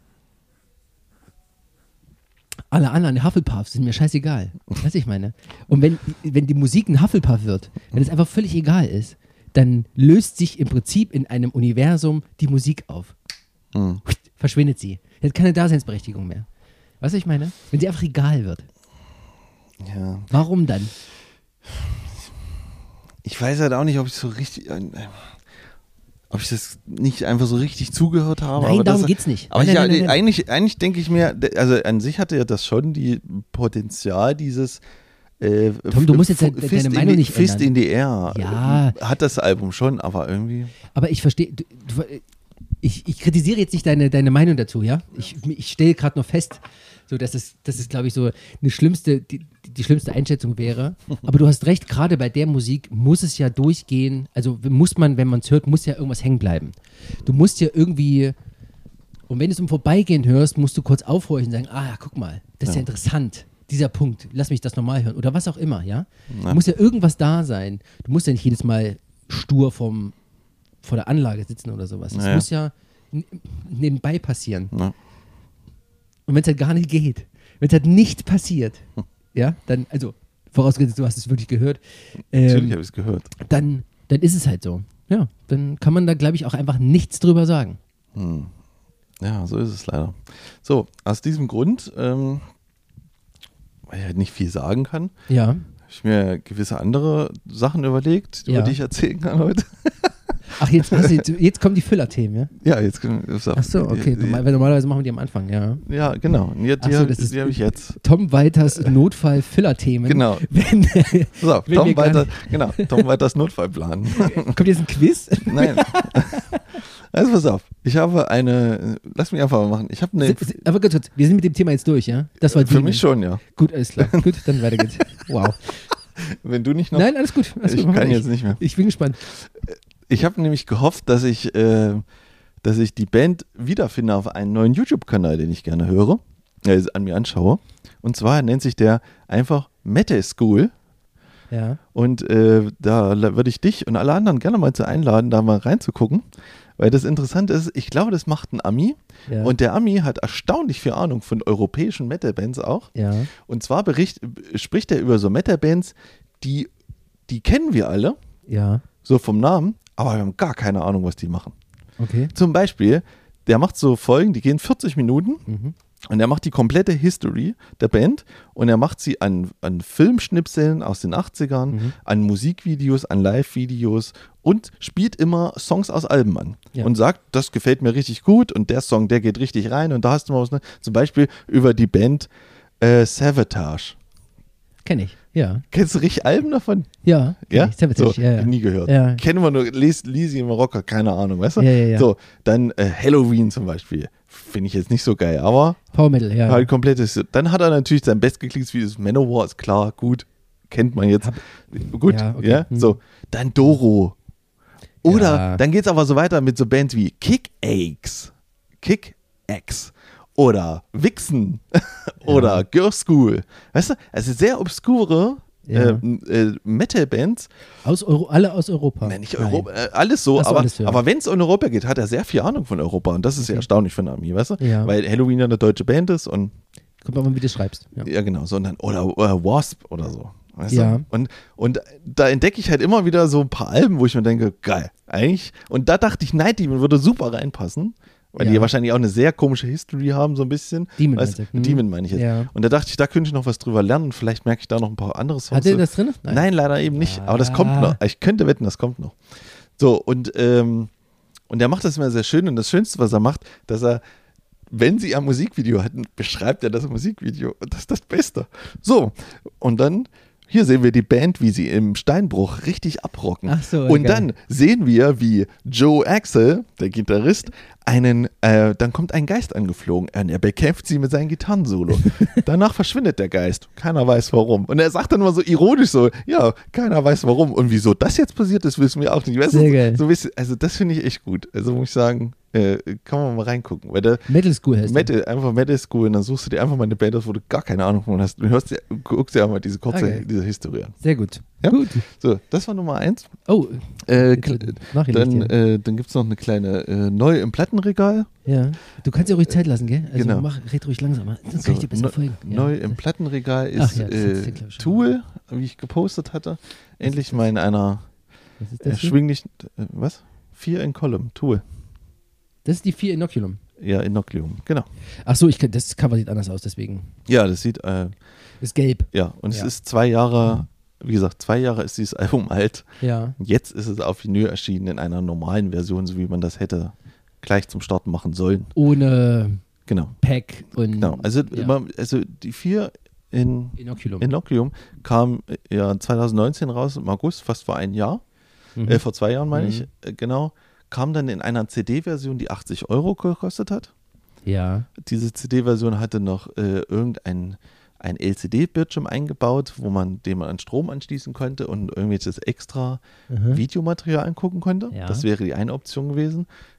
[SPEAKER 1] Alle anderen Hufflepuffs sind mir scheißegal. Weißt du, ich meine? Und wenn, wenn die Musik ein Hufflepuff wird, wenn es einfach völlig egal ist, dann löst sich im Prinzip in einem Universum die Musik auf.
[SPEAKER 2] Hm.
[SPEAKER 1] Verschwindet sie. Sie hat keine Daseinsberechtigung mehr. Weißt du, ich meine? Wenn sie einfach egal wird.
[SPEAKER 2] Ja.
[SPEAKER 1] Warum dann?
[SPEAKER 2] Ich weiß halt auch nicht, ob ich so richtig, äh, ob ich das nicht einfach so richtig zugehört habe.
[SPEAKER 1] Nein,
[SPEAKER 2] aber
[SPEAKER 1] darum
[SPEAKER 2] das,
[SPEAKER 1] geht's nicht.
[SPEAKER 2] Aber
[SPEAKER 1] Nein,
[SPEAKER 2] ich,
[SPEAKER 1] nein, nein, nein.
[SPEAKER 2] eigentlich, eigentlich denke ich mir, also an sich hatte ja das schon die Potenzial, dieses äh,
[SPEAKER 1] Tom, du musst jetzt
[SPEAKER 2] F-
[SPEAKER 1] deine
[SPEAKER 2] Fist
[SPEAKER 1] Meinung
[SPEAKER 2] in die,
[SPEAKER 1] nicht
[SPEAKER 2] Fist
[SPEAKER 1] ändern.
[SPEAKER 2] in the Air
[SPEAKER 1] Ja.
[SPEAKER 2] hat das Album schon, aber irgendwie.
[SPEAKER 1] Aber ich verstehe, du- du- ich, ich kritisiere jetzt nicht deine, deine Meinung dazu, ja? Ich, ich stelle gerade noch fest, so dass es, dass es glaube ich, so eine schlimmste, die, die schlimmste Einschätzung wäre. Aber du hast recht, gerade bei der Musik muss es ja durchgehen, also muss man, wenn man es hört, muss ja irgendwas hängen bleiben. Du musst ja irgendwie, Und wenn du es im Vorbeigehen hörst, musst du kurz aufhorchen und sagen, ah ja, guck mal, das ist ja,
[SPEAKER 2] Ja.
[SPEAKER 1] interessant. Dieser Punkt, lass mich das nochmal hören. Oder was auch immer, ja?
[SPEAKER 2] Ja.
[SPEAKER 1] Du musst ja irgendwas da sein. Du musst ja nicht jedes Mal stur vom, vor der Anlage sitzen oder sowas. Das
[SPEAKER 2] Ja.
[SPEAKER 1] muss ja n- nebenbei passieren.
[SPEAKER 2] Ja.
[SPEAKER 1] Und wenn es halt gar nicht geht, wenn es halt nicht passiert,
[SPEAKER 2] Hm.
[SPEAKER 1] ja, dann, also vorausgesetzt, du hast es wirklich gehört,
[SPEAKER 2] Natürlich
[SPEAKER 1] ähm,
[SPEAKER 2] habe ich es gehört.
[SPEAKER 1] dann, dann ist es halt so. Ja, dann kann man da, glaube ich, auch einfach nichts drüber sagen.
[SPEAKER 2] Hm. Ja, so ist es leider. So, aus diesem Grund, ähm, weil ich halt nicht viel sagen kann,
[SPEAKER 1] Ja.
[SPEAKER 2] habe ich mir gewisse andere Sachen überlegt, über
[SPEAKER 1] Ja.
[SPEAKER 2] die ich erzählen kann heute.
[SPEAKER 1] Ach, jetzt, hast du, jetzt, jetzt kommen die Füller-Themen, ja?
[SPEAKER 2] Ja, jetzt können wir
[SPEAKER 1] Ach so, okay. Normal, weil normalerweise machen wir die am Anfang, ja.
[SPEAKER 2] Ja, genau. Und die,
[SPEAKER 1] Ach
[SPEAKER 2] die,
[SPEAKER 1] so,
[SPEAKER 2] hab-
[SPEAKER 1] das ist-
[SPEAKER 2] die habe ich jetzt.
[SPEAKER 1] Tom Walters Notfall-Füller-Themen.
[SPEAKER 2] Genau.
[SPEAKER 1] Wenn,
[SPEAKER 2] So,
[SPEAKER 1] Wenn
[SPEAKER 2] Tom
[SPEAKER 1] wir gar
[SPEAKER 2] Walter, genau, Tom Walters Notfallplan.
[SPEAKER 1] kommt jetzt ein Quiz?
[SPEAKER 2] Nein. Also pass auf, ich habe eine, lass mich einfach mal machen. Ich habe eine,
[SPEAKER 1] Aber gut, gut, wir sind mit dem Thema jetzt durch, ja? Das war
[SPEAKER 2] für
[SPEAKER 1] Demon.
[SPEAKER 2] mich schon, ja.
[SPEAKER 1] Gut, alles klar. Gut, dann weiter geht's. Wow.
[SPEAKER 2] Wenn du nicht noch,
[SPEAKER 1] Nein, alles gut. Alles
[SPEAKER 2] ich
[SPEAKER 1] gut,
[SPEAKER 2] kann
[SPEAKER 1] ich.
[SPEAKER 2] jetzt nicht mehr.
[SPEAKER 1] Ich bin gespannt.
[SPEAKER 2] Ich habe nämlich gehofft, dass ich, äh, dass ich die Band wiederfinde auf einem neuen YouTube-Kanal, den ich gerne höre, äh, an mir anschaue. Und zwar nennt sich der einfach Metal School.
[SPEAKER 1] Ja.
[SPEAKER 2] Und äh, da la- würde ich dich und alle anderen gerne mal zu einladen, da mal reinzugucken. Weil das Interessante ist, ich glaube, das macht ein Ami.
[SPEAKER 1] Ja.
[SPEAKER 2] Und der Ami hat erstaunlich viel Ahnung von europäischen Metal-Bands auch.
[SPEAKER 1] ja.
[SPEAKER 2] Und zwar bericht, spricht er über so Metal-Bands, die, die kennen wir alle,
[SPEAKER 1] Ja.
[SPEAKER 2] so vom Namen, aber wir haben gar keine Ahnung, was die machen.
[SPEAKER 1] Okay.
[SPEAKER 2] Zum Beispiel, der macht so Folgen, die gehen vierzig Minuten.
[SPEAKER 1] Mhm.
[SPEAKER 2] Und er macht die komplette History der Band und er macht sie an, an Filmschnipseln aus den achtzigern,
[SPEAKER 1] Mhm.
[SPEAKER 2] an Musikvideos, an Live-Videos und spielt immer Songs aus Alben an.
[SPEAKER 1] Ja.
[SPEAKER 2] Und sagt, das gefällt mir richtig gut und der Song, der geht richtig rein und da hast du mal was, ne? Zum Beispiel über die Band äh, Savatage.
[SPEAKER 1] Kenn ich. Ja.
[SPEAKER 2] Kennst du richtig Alben davon?
[SPEAKER 1] Ja. kenn
[SPEAKER 2] Ja?
[SPEAKER 1] Ich. Sabotage.
[SPEAKER 2] So,
[SPEAKER 1] ja, ja.
[SPEAKER 2] nie gehört.
[SPEAKER 1] Ja.
[SPEAKER 2] Kennen wir nur, Les, Lisi im Rocker, keine Ahnung, weißt du?
[SPEAKER 1] Ja, ja, ja.
[SPEAKER 2] So, dann äh, Halloween zum Beispiel. Finde ich jetzt nicht so geil, aber
[SPEAKER 1] Power Metal, ja.
[SPEAKER 2] halt komplettes. Dann hat er natürlich sein bestgeklicktes Video, das Manowar, ist klar, gut, kennt man jetzt.
[SPEAKER 1] Hab-
[SPEAKER 2] gut,
[SPEAKER 1] Ja,
[SPEAKER 2] ja,
[SPEAKER 1] okay. Hm.
[SPEAKER 2] so. Dann Doro. Oder
[SPEAKER 1] Ja.
[SPEAKER 2] dann geht es aber so weiter mit so Bands wie Kick-Aches, Kick-Axe oder Vixen oder Girl School. Weißt du, also sehr obskure
[SPEAKER 1] Ja.
[SPEAKER 2] äh, äh, Metal-Bands.
[SPEAKER 1] Aus Euro, alle aus Europa.
[SPEAKER 2] Nein, nicht Europa, äh, alles so,
[SPEAKER 1] Ach so,
[SPEAKER 2] aber,
[SPEAKER 1] alles, ja.
[SPEAKER 2] aber wenn es um Europa geht, hat er sehr viel Ahnung von Europa und das ist sehr
[SPEAKER 1] Okay.
[SPEAKER 2] erstaunlich für einen Ami, weißt du?
[SPEAKER 1] Ja.
[SPEAKER 2] Weil Halloween ja eine deutsche Band ist und
[SPEAKER 1] Kommt mal, wie du schreibst. Ja.
[SPEAKER 2] ja, genau, so und dann, oder, oder Wasp oder so. Weißt
[SPEAKER 1] Ja.
[SPEAKER 2] du? Und, und da entdecke ich halt immer wieder so ein paar Alben, wo ich mir denke, geil, eigentlich. Und da dachte ich, Night Demon würde super reinpassen, weil
[SPEAKER 1] Ja.
[SPEAKER 2] die wahrscheinlich auch eine sehr komische History haben, so ein bisschen.
[SPEAKER 1] Demon
[SPEAKER 2] weißt,
[SPEAKER 1] meinst du? Mhm.
[SPEAKER 2] Demon meine ich jetzt.
[SPEAKER 1] Ja.
[SPEAKER 2] Und da dachte ich, da könnte ich noch was drüber lernen. Vielleicht merke ich da noch ein paar andere Songs.
[SPEAKER 1] Hat er das drin?
[SPEAKER 2] Nein. leider eben nicht. Aber das
[SPEAKER 1] Ah.
[SPEAKER 2] kommt noch. Ich könnte wetten, das kommt noch. So, und, ähm, und er macht das immer sehr schön. Und das Schönste, was er macht, dass er, wenn sie ein Musikvideo hatten, beschreibt er das Musikvideo. Und das ist das Beste. So, und dann, hier sehen wir die Band, wie sie im Steinbruch richtig abrocken.
[SPEAKER 1] Ach so,
[SPEAKER 2] und
[SPEAKER 1] geil.
[SPEAKER 2] dann sehen wir, wie Joe Axel, der Gitarrist, einen, äh, dann kommt ein Geist angeflogen und er bekämpft sie mit seinem Gitarrensolo. Danach verschwindet der Geist. Keiner weiß warum. Und er sagt dann immer so ironisch so, ja, keiner weiß warum. Und wieso das jetzt passiert ist, wissen wir auch nicht. Weißt
[SPEAKER 1] Sehr
[SPEAKER 2] du,
[SPEAKER 1] geil.
[SPEAKER 2] so, so ein bisschen, also das finde ich echt gut. Also muss ich sagen, äh, kann man mal reingucken. Weil der
[SPEAKER 1] Metal School heißt der.
[SPEAKER 2] Metal, einfach Metal School und dann suchst du dir einfach mal eine Band aus, wo du gar keine Ahnung von hast. Du hörst dir, guckst dir auch mal diese kurze,
[SPEAKER 1] Okay.
[SPEAKER 2] diese Historie an.
[SPEAKER 1] Sehr gut.
[SPEAKER 2] Ja?
[SPEAKER 1] Gut.
[SPEAKER 2] So, das war Nummer eins.
[SPEAKER 1] Oh,
[SPEAKER 2] Äh,
[SPEAKER 1] jetzt,
[SPEAKER 2] kl-
[SPEAKER 1] nachgelegt,
[SPEAKER 2] dann
[SPEAKER 1] ja.
[SPEAKER 2] äh, dann gibt es noch eine kleine äh, neu im Plattenregal.
[SPEAKER 1] Ja. Du kannst dir ruhig Zeit lassen, gell? Also
[SPEAKER 2] Genau.
[SPEAKER 1] mach, red ruhig langsamer. Dann
[SPEAKER 2] So,
[SPEAKER 1] kann ich dir besser
[SPEAKER 2] neu,
[SPEAKER 1] folgen. Ja.
[SPEAKER 2] neu im Plattenregal
[SPEAKER 1] Ach
[SPEAKER 2] ist
[SPEAKER 1] ja, das hat's
[SPEAKER 2] äh,
[SPEAKER 1] dir, glaub ich, schon
[SPEAKER 2] Tool, wie ich gepostet hatte. Endlich mal in einer
[SPEAKER 1] Was ist das hier?
[SPEAKER 2] erschwinglichen, äh, was? Vier in Column, Tool.
[SPEAKER 1] Das ist die vier Inoculum.
[SPEAKER 2] Ja, Inoculum, genau.
[SPEAKER 1] Ach so, ich kann, das Cover sieht anders aus, deswegen.
[SPEAKER 2] Ja, das sieht, äh,
[SPEAKER 1] Ist gelb.
[SPEAKER 2] ja, und
[SPEAKER 1] Ja.
[SPEAKER 2] es ist zwei Jahre, wie gesagt, zwei Jahre ist dieses Album alt.
[SPEAKER 1] Ja.
[SPEAKER 2] Jetzt ist es auf Vinyl erschienen in einer normalen Version, so wie man das hätte gleich zum Start machen sollen.
[SPEAKER 1] Ohne
[SPEAKER 2] Genau,
[SPEAKER 1] Pack und.
[SPEAKER 2] genau. Also,
[SPEAKER 1] ja.
[SPEAKER 2] immer, also die vier in
[SPEAKER 1] Inoculum.
[SPEAKER 2] Inoculum kam äh, ja zwanzig neunzehn raus, im August, fast vor ein Jahr.
[SPEAKER 1] Mhm.
[SPEAKER 2] Äh, vor zwei Jahren meine
[SPEAKER 1] Mhm.
[SPEAKER 2] ich, äh, genau. Kam dann in einer C D-Version, die achtzig Euro gekostet hat.
[SPEAKER 1] Ja.
[SPEAKER 2] Diese C D-Version hatte noch äh, irgendein ein L C D-Bildschirm eingebaut, wo man, den man an Strom anschließen konnte und irgendwelches extra
[SPEAKER 1] Mhm.
[SPEAKER 2] Videomaterial angucken konnte.
[SPEAKER 1] Ja.
[SPEAKER 2] Das wäre die eine Option gewesen.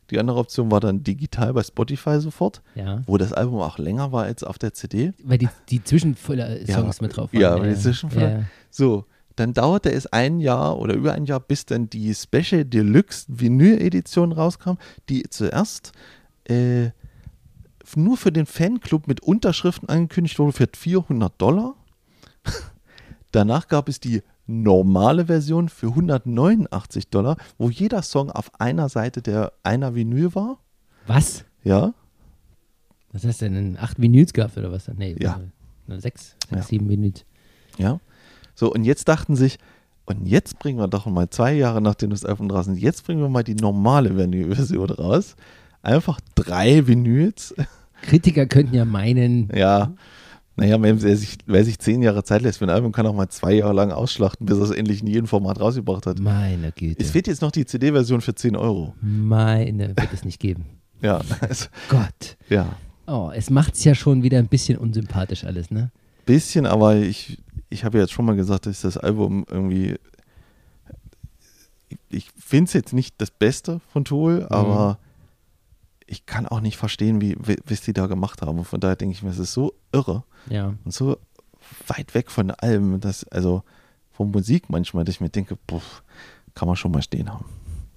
[SPEAKER 2] Die andere Option war dann digital bei Spotify sofort,
[SPEAKER 1] Ja.
[SPEAKER 2] wo das Album auch länger war als auf der C D.
[SPEAKER 1] Weil die, die Zwischenfüller-Songs
[SPEAKER 2] Ja,
[SPEAKER 1] mit drauf waren.
[SPEAKER 2] ja, weil die Zwischenfüller-
[SPEAKER 1] Ja.
[SPEAKER 2] So, dann dauerte es ein Jahr oder über ein Jahr, bis dann die Special Deluxe Vinyl-Edition rauskam, die zuerst äh, nur für den Fanclub mit Unterschriften angekündigt wurde für vierhundert Dollar. Danach gab es die normale Version für hundertneunundachtzig Dollar, wo jeder Song auf einer Seite der einer Vinyl war.
[SPEAKER 1] Was?
[SPEAKER 2] Ja,
[SPEAKER 1] Was hast du denn? Acht Vinyls gehabt oder was? Nee,
[SPEAKER 2] Ja.
[SPEAKER 1] nur sechs, sechs
[SPEAKER 2] Ja.
[SPEAKER 1] sieben Vinyls.
[SPEAKER 2] ja. So, und jetzt dachten sich, und jetzt bringen wir doch mal zwei Jahre nachdem das Album draußen ist, jetzt bringen wir mal die normale Vinyl-Version raus. Einfach drei Vinyls.
[SPEAKER 1] Kritiker könnten ja meinen,
[SPEAKER 2] Ja, naja, wer sich, wer sich zehn Jahre Zeit lässt für ein Album, kann auch mal zwei Jahre lang ausschlachten, bis er es endlich in jedem Format rausgebracht hat.
[SPEAKER 1] meine Güte,
[SPEAKER 2] Es fehlt jetzt noch die C D-Version für zehn Euro.
[SPEAKER 1] meine, wird es nicht geben.
[SPEAKER 2] Ja, also,
[SPEAKER 1] Gott.
[SPEAKER 2] ja,
[SPEAKER 1] Oh, es macht es ja schon wieder ein bisschen unsympathisch alles, ne?
[SPEAKER 2] bisschen, aber ich, ich habe ja jetzt schon mal gesagt, dass das Album irgendwie, ich, ich finde es jetzt nicht das Beste von Tool, aber ich kann auch nicht verstehen, wie, wie wie es die da gemacht haben. Von daher denke ich mir, es ist so irre
[SPEAKER 1] Ja.
[SPEAKER 2] und so weit weg von allem, dass, also von Musik manchmal, dass ich mir denke, boah, kann man schon mal stehen haben.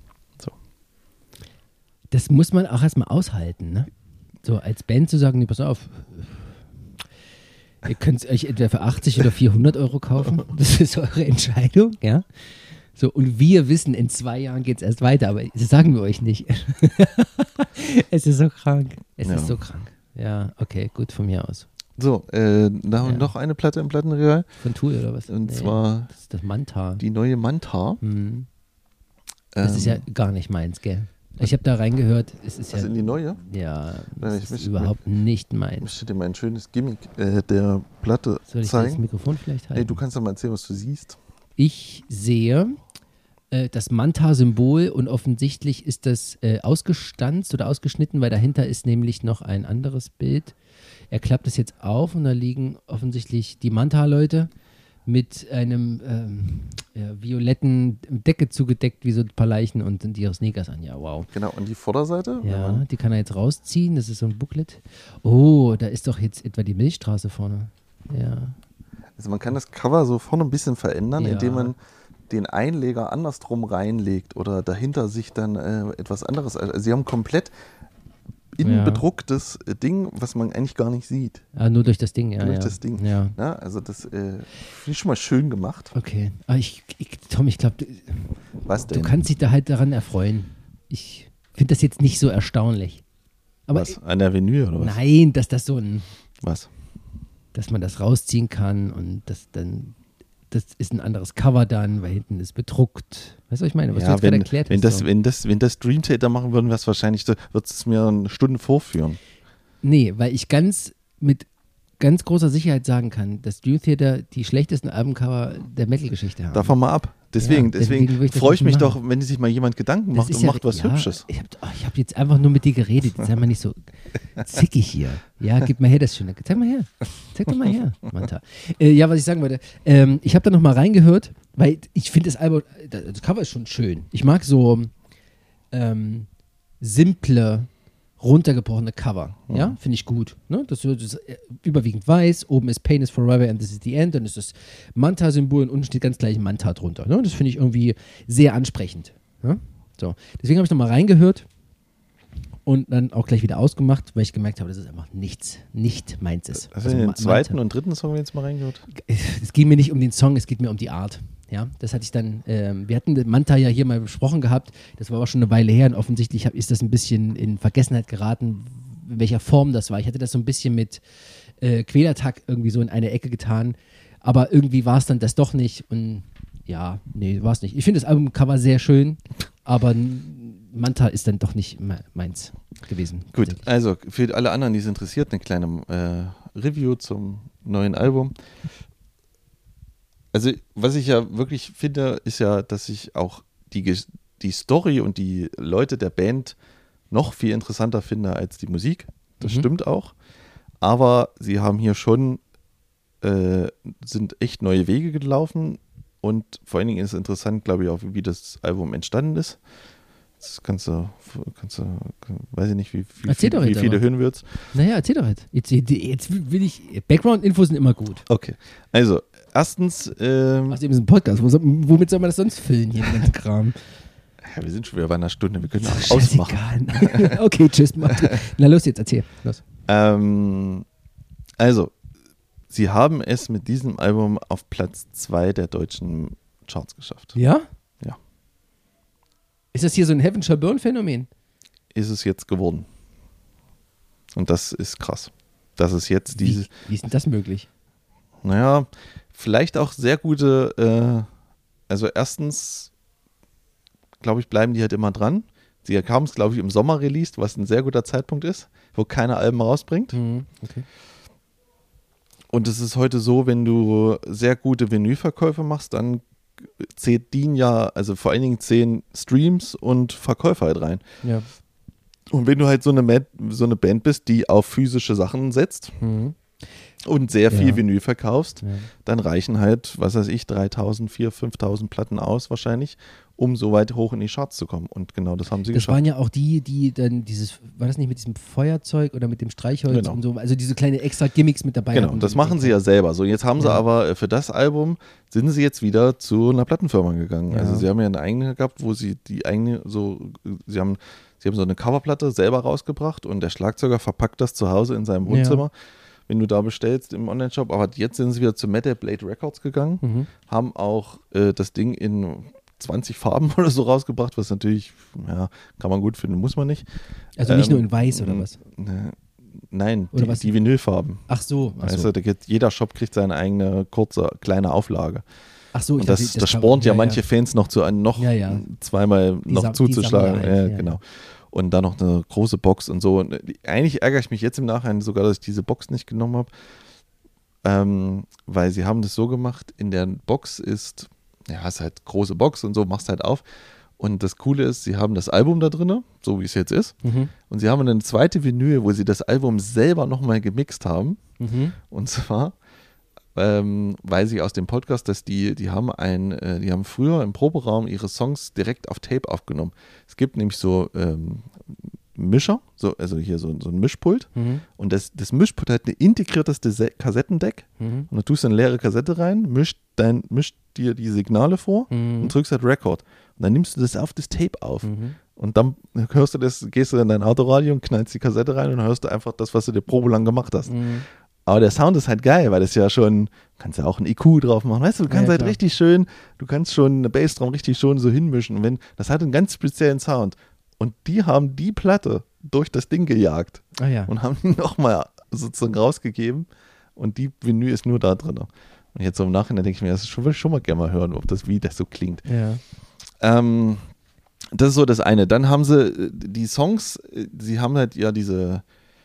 [SPEAKER 1] Das muss man auch erstmal aushalten, ne? So als Band zu sagen, nee, pass auf, ihr könnt es euch entweder für achtzig oder vierhundert Euro kaufen, das ist eure Entscheidung, ja? So, und wir wissen, in zwei Jahren geht es erst weiter, aber das sagen wir euch nicht. Es ist so krank. Es
[SPEAKER 2] Ja.
[SPEAKER 1] ist so krank. Ja, okay, gut, von mir aus.
[SPEAKER 2] So, äh, da haben wir
[SPEAKER 1] Ja.
[SPEAKER 2] noch eine Platte im Plattenregal,
[SPEAKER 1] Von Tool oder was?
[SPEAKER 2] und
[SPEAKER 1] Nee,
[SPEAKER 2] zwar
[SPEAKER 1] das ist das Manta.
[SPEAKER 2] die neue Manta.
[SPEAKER 1] Hm. Das
[SPEAKER 2] Ähm,
[SPEAKER 1] ist ja gar nicht meins, gell? Ich habe da reingehört, es ist
[SPEAKER 2] was
[SPEAKER 1] ja,
[SPEAKER 2] in die neue?
[SPEAKER 1] ja,
[SPEAKER 2] Ja,
[SPEAKER 1] das
[SPEAKER 2] ich
[SPEAKER 1] ist
[SPEAKER 2] möchte-
[SPEAKER 1] überhaupt nicht
[SPEAKER 2] Ich
[SPEAKER 1] meins.
[SPEAKER 2] möchte dir mal ein schönes Gimmick äh, der Platte
[SPEAKER 1] Soll ich dir das
[SPEAKER 2] zeigen.
[SPEAKER 1] Mikrofon vielleicht halten?
[SPEAKER 2] Nee, du kannst doch mal erzählen, was du siehst.
[SPEAKER 1] Ich sehe äh, das Manta-Symbol und offensichtlich ist das äh, ausgestanzt oder ausgeschnitten, weil dahinter ist nämlich noch ein anderes Bild. Er klappt es jetzt auf und da liegen offensichtlich die Manta-Leute mit einem ähm, ja, violetten Decke zugedeckt, wie so ein paar Leichen und sind ihre Sneakers an. Ja, wow.
[SPEAKER 2] Genau, und die Vorderseite? wenn
[SPEAKER 1] Ja,
[SPEAKER 2] man-
[SPEAKER 1] die kann er jetzt rausziehen. Das ist so ein Booklet. Oh, da ist doch jetzt etwa die Milchstraße vorne. Ja.
[SPEAKER 2] Also man kann das Cover so vorne ein bisschen verändern,
[SPEAKER 1] Ja.
[SPEAKER 2] indem man den Einleger andersrum reinlegt oder dahinter sich dann äh, etwas anderes. Also sie haben komplett innen
[SPEAKER 1] Ja.
[SPEAKER 2] bedrucktes äh, Ding, was man eigentlich gar nicht sieht.
[SPEAKER 1] Ah, nur durch das Ding, ja.
[SPEAKER 2] Durch
[SPEAKER 1] ja.
[SPEAKER 2] das Ding.
[SPEAKER 1] Ja.
[SPEAKER 2] Ja, also das äh, finde ich schon mal schön gemacht.
[SPEAKER 1] Okay. Ah, ich, ich, Tom, ich glaube, du,
[SPEAKER 2] Was
[SPEAKER 1] du
[SPEAKER 2] denn?
[SPEAKER 1] kannst dich da halt daran erfreuen. Ich finde das jetzt nicht so erstaunlich. Aber
[SPEAKER 2] was? An der Vinyl oder was?
[SPEAKER 1] nein, dass das so ein,
[SPEAKER 2] Was?
[SPEAKER 1] dass man das rausziehen kann und das dann, das ist ein anderes Cover dann, weil hinten ist bedruckt. Weißt du, was ich meine? Was du
[SPEAKER 2] Ja,
[SPEAKER 1] jetzt gerade
[SPEAKER 2] wenn,
[SPEAKER 1] erklärt
[SPEAKER 2] wenn,
[SPEAKER 1] hast.
[SPEAKER 2] das,
[SPEAKER 1] so.
[SPEAKER 2] wenn, das, wenn das Dream Theater machen würden, wäre es wahrscheinlich, so, wird es mir eine Stunde vorführen.
[SPEAKER 1] Nee, weil ich ganz mit ganz großer Sicherheit sagen kann, dass Dream Theater die schlechtesten Albumcover der Metal-Geschichte haben.
[SPEAKER 2] Davon mal ab. Deswegen,
[SPEAKER 1] Ja,
[SPEAKER 2] deswegen,
[SPEAKER 1] deswegen will ich das
[SPEAKER 2] freue ich
[SPEAKER 1] nicht
[SPEAKER 2] mich
[SPEAKER 1] machen.
[SPEAKER 2] doch, wenn sich mal jemand Gedanken
[SPEAKER 1] Das
[SPEAKER 2] macht
[SPEAKER 1] ist
[SPEAKER 2] und
[SPEAKER 1] ja-
[SPEAKER 2] macht was
[SPEAKER 1] ja,
[SPEAKER 2] Hübsches.
[SPEAKER 1] Ich habe oh, ich hab jetzt einfach nur mit dir geredet. Jetzt sei mal nicht so zickig hier. Ja, gib mal her das Schöne. Zeig mal her. Zeig doch mal her, Manta. Äh, ja, was ich sagen wollte. Ähm, ich habe da noch mal reingehört, weil ich finde das Album, das Cover ist schon schön. Ich mag so ähm, simple, runtergebrochene Cover. Ja, finde ich gut. Ne? Das, das ist äh, überwiegend weiß. Oben ist Pain is Forever and this is the end. Dann ist das Manta-Symbol und unten steht ganz gleich Manta drunter. Ne? Das finde ich irgendwie sehr ansprechend. Ne? So. Deswegen habe ich nochmal reingehört und dann auch gleich wieder ausgemacht, weil ich gemerkt habe, dass es einfach nichts, nicht meins ist.
[SPEAKER 2] Hast du in den
[SPEAKER 1] Ma-
[SPEAKER 2] zweiten
[SPEAKER 1] Manta.
[SPEAKER 2] und dritten Song jetzt mal reingehört?
[SPEAKER 1] Es ging mir nicht um den Song, es geht mir um die Art. Ja, das hatte ich dann, ähm, wir hatten Manta ja hier mal besprochen gehabt, das war aber schon eine Weile her und offensichtlich hab, ist das ein bisschen in Vergessenheit geraten, in welcher Form das war. Ich hatte das so ein bisschen mit äh, Quälertag irgendwie so in eine Ecke getan, aber irgendwie war es dann das doch nicht und ja, nee, war es nicht. Ich finde das Albumcover sehr schön, aber n- Manta ist dann doch nicht me- meins gewesen.
[SPEAKER 2] Gut, also für alle anderen, die es interessiert, eine kleine äh, Review zum neuen Album. Also, was ich ja wirklich finde, ist ja, dass ich auch die, Ges- die Story und die Leute der Band noch viel interessanter finde als die Musik. Das
[SPEAKER 1] Mhm.
[SPEAKER 2] stimmt auch. Aber sie haben hier schon, äh, sind echt neue Wege gelaufen. Und vor allen Dingen ist es interessant, glaube ich, auch, wie das Album entstanden ist. Das kannst du, kannst du, weiß ich nicht, wie, wie,
[SPEAKER 1] Erzähl
[SPEAKER 2] viel,
[SPEAKER 1] doch
[SPEAKER 2] wie
[SPEAKER 1] jetzt
[SPEAKER 2] viele
[SPEAKER 1] aber.
[SPEAKER 2] hören wird's.
[SPEAKER 1] Naja, erzähl doch jetzt. Jetzt, jetzt will ich, Background-Infos sind immer gut.
[SPEAKER 2] Okay, also erstens, ähm,
[SPEAKER 1] Außerdem ist ein Podcast, Wo soll- womit soll man das sonst füllen, hier, den ganzen Kram?
[SPEAKER 2] ja, wir sind schon wieder bei einer Stunde, wir können auch ausmachen.
[SPEAKER 1] Scheißegal. Okay, tschüss. Mach. Na los, jetzt erzähl. Los.
[SPEAKER 2] Ähm, also, sie haben es mit diesem Album auf Platz zwei der deutschen Charts geschafft.
[SPEAKER 1] Ja?
[SPEAKER 2] Ja.
[SPEAKER 1] Ist das hier so ein Heaven Shall Burn Phänomen?
[SPEAKER 2] Ist es jetzt geworden. Und das ist krass. Dass es jetzt diese,
[SPEAKER 1] Wie, wie ist denn das möglich?
[SPEAKER 2] naja, vielleicht auch sehr gute, äh, also erstens, glaube ich, bleiben die halt immer dran. Sie haben es, glaube ich, im Sommer released, was ein sehr guter Zeitpunkt ist, wo keiner Alben rausbringt.
[SPEAKER 1] Mhm. Okay.
[SPEAKER 2] Und es ist heute so, wenn du sehr gute Vinylverkäufe machst, dann zählt DIN ja, also vor allen Dingen zehn Streams und Verkäufe halt rein.
[SPEAKER 1] Ja.
[SPEAKER 2] Und wenn du halt so eine, Band, so eine Band bist, die auf physische Sachen setzt
[SPEAKER 1] Mhm.
[SPEAKER 2] und sehr viel
[SPEAKER 1] Ja.
[SPEAKER 2] Vinyl verkaufst,
[SPEAKER 1] Ja.
[SPEAKER 2] dann reichen halt, was weiß ich, dreitausend, viertausend, fünftausend Platten aus wahrscheinlich, um so weit hoch in die Charts zu kommen. Und genau das haben sie
[SPEAKER 1] Das
[SPEAKER 2] geschafft.
[SPEAKER 1] waren ja auch die, die dann dieses, war das nicht mit diesem Feuerzeug oder mit dem Streichholz
[SPEAKER 2] Genau.
[SPEAKER 1] und so, also diese kleine extra Gimmicks mit dabei
[SPEAKER 2] Genau,
[SPEAKER 1] hatten.
[SPEAKER 2] das machen sie ja selber. So, jetzt haben sie
[SPEAKER 1] Ja.
[SPEAKER 2] aber äh, für das Album sind sie jetzt wieder zu einer Plattenfirma gegangen.
[SPEAKER 1] Ja.
[SPEAKER 2] Also sie haben ja eine eigene gehabt, wo sie die eigene so, sie haben, sie haben so eine Coverplatte selber rausgebracht und der Schlagzeuger verpackt das zu Hause in seinem Wohnzimmer, wenn du da bestellst im Onlineshop. Aber jetzt sind sie wieder zu Metal Blade Records gegangen,
[SPEAKER 1] Mhm.
[SPEAKER 2] haben auch äh, das Ding in zwanzig Farben oder so rausgebracht, was natürlich, ja, kann man gut finden, muss man nicht.
[SPEAKER 1] Also nicht
[SPEAKER 2] Ähm,
[SPEAKER 1] nur in weiß oder was?
[SPEAKER 2] Ne, nein,
[SPEAKER 1] Oder
[SPEAKER 2] die,
[SPEAKER 1] was?
[SPEAKER 2] die Vinylfarben.
[SPEAKER 1] Ach so. Ach
[SPEAKER 2] Weißt
[SPEAKER 1] so.
[SPEAKER 2] du, da geht, jeder Shop kriegt seine eigene kurze, kleine Auflage.
[SPEAKER 1] Ach so, ich
[SPEAKER 2] Und das,
[SPEAKER 1] dachte,
[SPEAKER 2] das
[SPEAKER 1] kann-
[SPEAKER 2] spornt ja, manche Fans noch zu einem noch
[SPEAKER 1] Ja, ja.
[SPEAKER 2] zweimal
[SPEAKER 1] Die
[SPEAKER 2] noch
[SPEAKER 1] Sam- die
[SPEAKER 2] zuzuschlagen.
[SPEAKER 1] sammeln ein,
[SPEAKER 2] Ja,
[SPEAKER 1] ja,
[SPEAKER 2] genau.
[SPEAKER 1] ja.
[SPEAKER 2] Und dann noch eine große Box und so. Und eigentlich ärgere ich mich jetzt im Nachhinein sogar, dass ich diese Box nicht genommen habe. Ähm, weil sie haben das so gemacht, in der Box ist, ja, ist halt große Box und so, machst halt auf. Und das Coole ist, sie haben das Album da drin, so wie es jetzt ist.
[SPEAKER 1] Mhm.
[SPEAKER 2] Und sie haben eine zweite Vinyl, wo sie das Album selber nochmal gemixt haben.
[SPEAKER 1] Mhm.
[SPEAKER 2] Und zwar ähm, weiß ich aus dem Podcast, dass die, die haben ein, äh, die haben früher im Proberaum ihre Songs direkt auf Tape aufgenommen. Es gibt nämlich so ähm, Mischer, so, also hier so, so ein Mischpult.
[SPEAKER 1] Mhm.
[SPEAKER 2] Und das, das Mischpult hat ein integriertes Dese- Kassettendeck.
[SPEAKER 1] Mhm.
[SPEAKER 2] Und da tust du eine leere Kassette rein, mischt, dein, mischt dir die Signale vor
[SPEAKER 1] Mhm.
[SPEAKER 2] und drückst halt Record. Und dann nimmst du das auf das Tape auf.
[SPEAKER 1] Mhm.
[SPEAKER 2] Und dann hörst du das, gehst du in dein Autoradio und knallst die Kassette rein und hörst du einfach das, was du dir probelang gemacht hast.
[SPEAKER 1] Mhm.
[SPEAKER 2] Aber der Sound ist halt geil, weil das ja schon, du kannst ja auch ein I Q drauf machen, weißt du, du kannst
[SPEAKER 1] Ja,
[SPEAKER 2] halt
[SPEAKER 1] klar.
[SPEAKER 2] richtig schön, du kannst schon eine Bassdrum richtig schön so hinmischen. Und wenn, das hat einen ganz speziellen Sound. Und die haben die Platte durch das Ding gejagt
[SPEAKER 1] Ah ja.
[SPEAKER 2] und haben die nochmal sozusagen rausgegeben und die Vinyl ist nur da drin. Und jetzt so im Nachhinein denke ich mir, das ist schon, will ich schon mal gerne mal hören, ob das, wie das so klingt.
[SPEAKER 1] Ja.
[SPEAKER 2] Ähm, das ist so das eine. Dann haben sie äh, die Songs, äh, sie haben halt ja diese,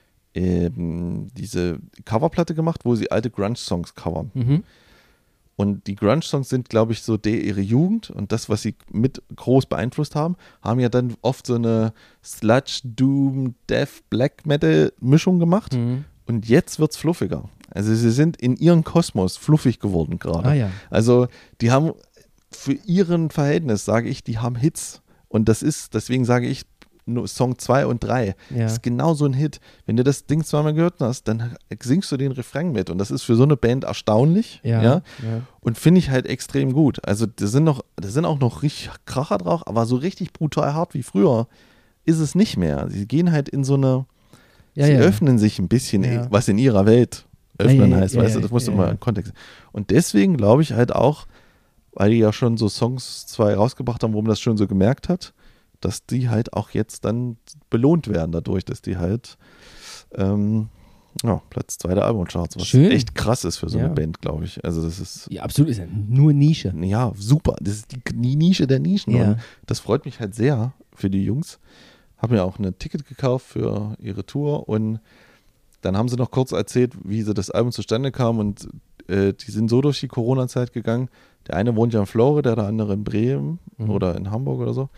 [SPEAKER 2] ähm, diese Coverplatte gemacht, wo sie alte Grunge-Songs covern.
[SPEAKER 1] Mhm.
[SPEAKER 2] Und die Grunge-Songs sind, glaube ich, so der, ihre Jugend und das, was sie mit groß beeinflusst haben, haben ja dann oft so eine Sludge, Doom, Death, Black Metal-Mischung gemacht.
[SPEAKER 1] Mhm.
[SPEAKER 2] Und jetzt wird's fluffiger. Also sie sind in ihrem Kosmos fluffig geworden gerade.
[SPEAKER 1] Ah ja.
[SPEAKER 2] Also die haben für ihren Verhältnis, sage ich, die haben Hits. Und das ist, deswegen sage ich, nur Song zwei und drei.
[SPEAKER 1] Ja.
[SPEAKER 2] Das ist genau so ein Hit. Wenn du das Ding zweimal gehört hast, dann singst du den Refrain mit. Und das ist für so eine Band erstaunlich.
[SPEAKER 1] Ja.
[SPEAKER 2] Ja?
[SPEAKER 1] Ja.
[SPEAKER 2] Und finde ich halt extrem gut. Also da sind noch, da sind auch noch richtig Kracher drauf, aber so richtig brutal hart wie früher ist es nicht mehr. Sie gehen halt in so eine,
[SPEAKER 1] Ja,
[SPEAKER 2] sie
[SPEAKER 1] ja.
[SPEAKER 2] öffnen sich ein bisschen,
[SPEAKER 1] Ja.
[SPEAKER 2] was in ihrer Welt öffnen
[SPEAKER 1] Ja, ja, ja,
[SPEAKER 2] heißt,
[SPEAKER 1] ja,
[SPEAKER 2] weißt du,
[SPEAKER 1] ja,
[SPEAKER 2] das musst du
[SPEAKER 1] ja,
[SPEAKER 2] mal
[SPEAKER 1] ja.
[SPEAKER 2] im Kontext. Und deswegen glaube ich halt auch, weil die ja schon so Songs zwei rausgebracht haben, wo man das schon so gemerkt hat, dass die halt auch jetzt dann belohnt werden dadurch, dass die halt ähm, ja, Platz zwei der Albumcharts, was
[SPEAKER 1] Schön.
[SPEAKER 2] echt krass ist für so
[SPEAKER 1] Ja.
[SPEAKER 2] eine Band, glaube ich. Also das ist
[SPEAKER 1] Ja, absolut, ist ja nur Nische.
[SPEAKER 2] ja super. Das ist die, die Nische der Nischen.
[SPEAKER 1] Ja.
[SPEAKER 2] Und das freut mich halt sehr für die Jungs. Haben ja auch ein Ticket gekauft für ihre Tour und dann haben sie noch kurz erzählt, wie sie das Album zustande kam und äh, die sind so durch die Corona-Zeit gegangen. Der eine wohnt ja in Florida, der andere in Bremen
[SPEAKER 1] Mhm.
[SPEAKER 2] oder in Hamburg oder so.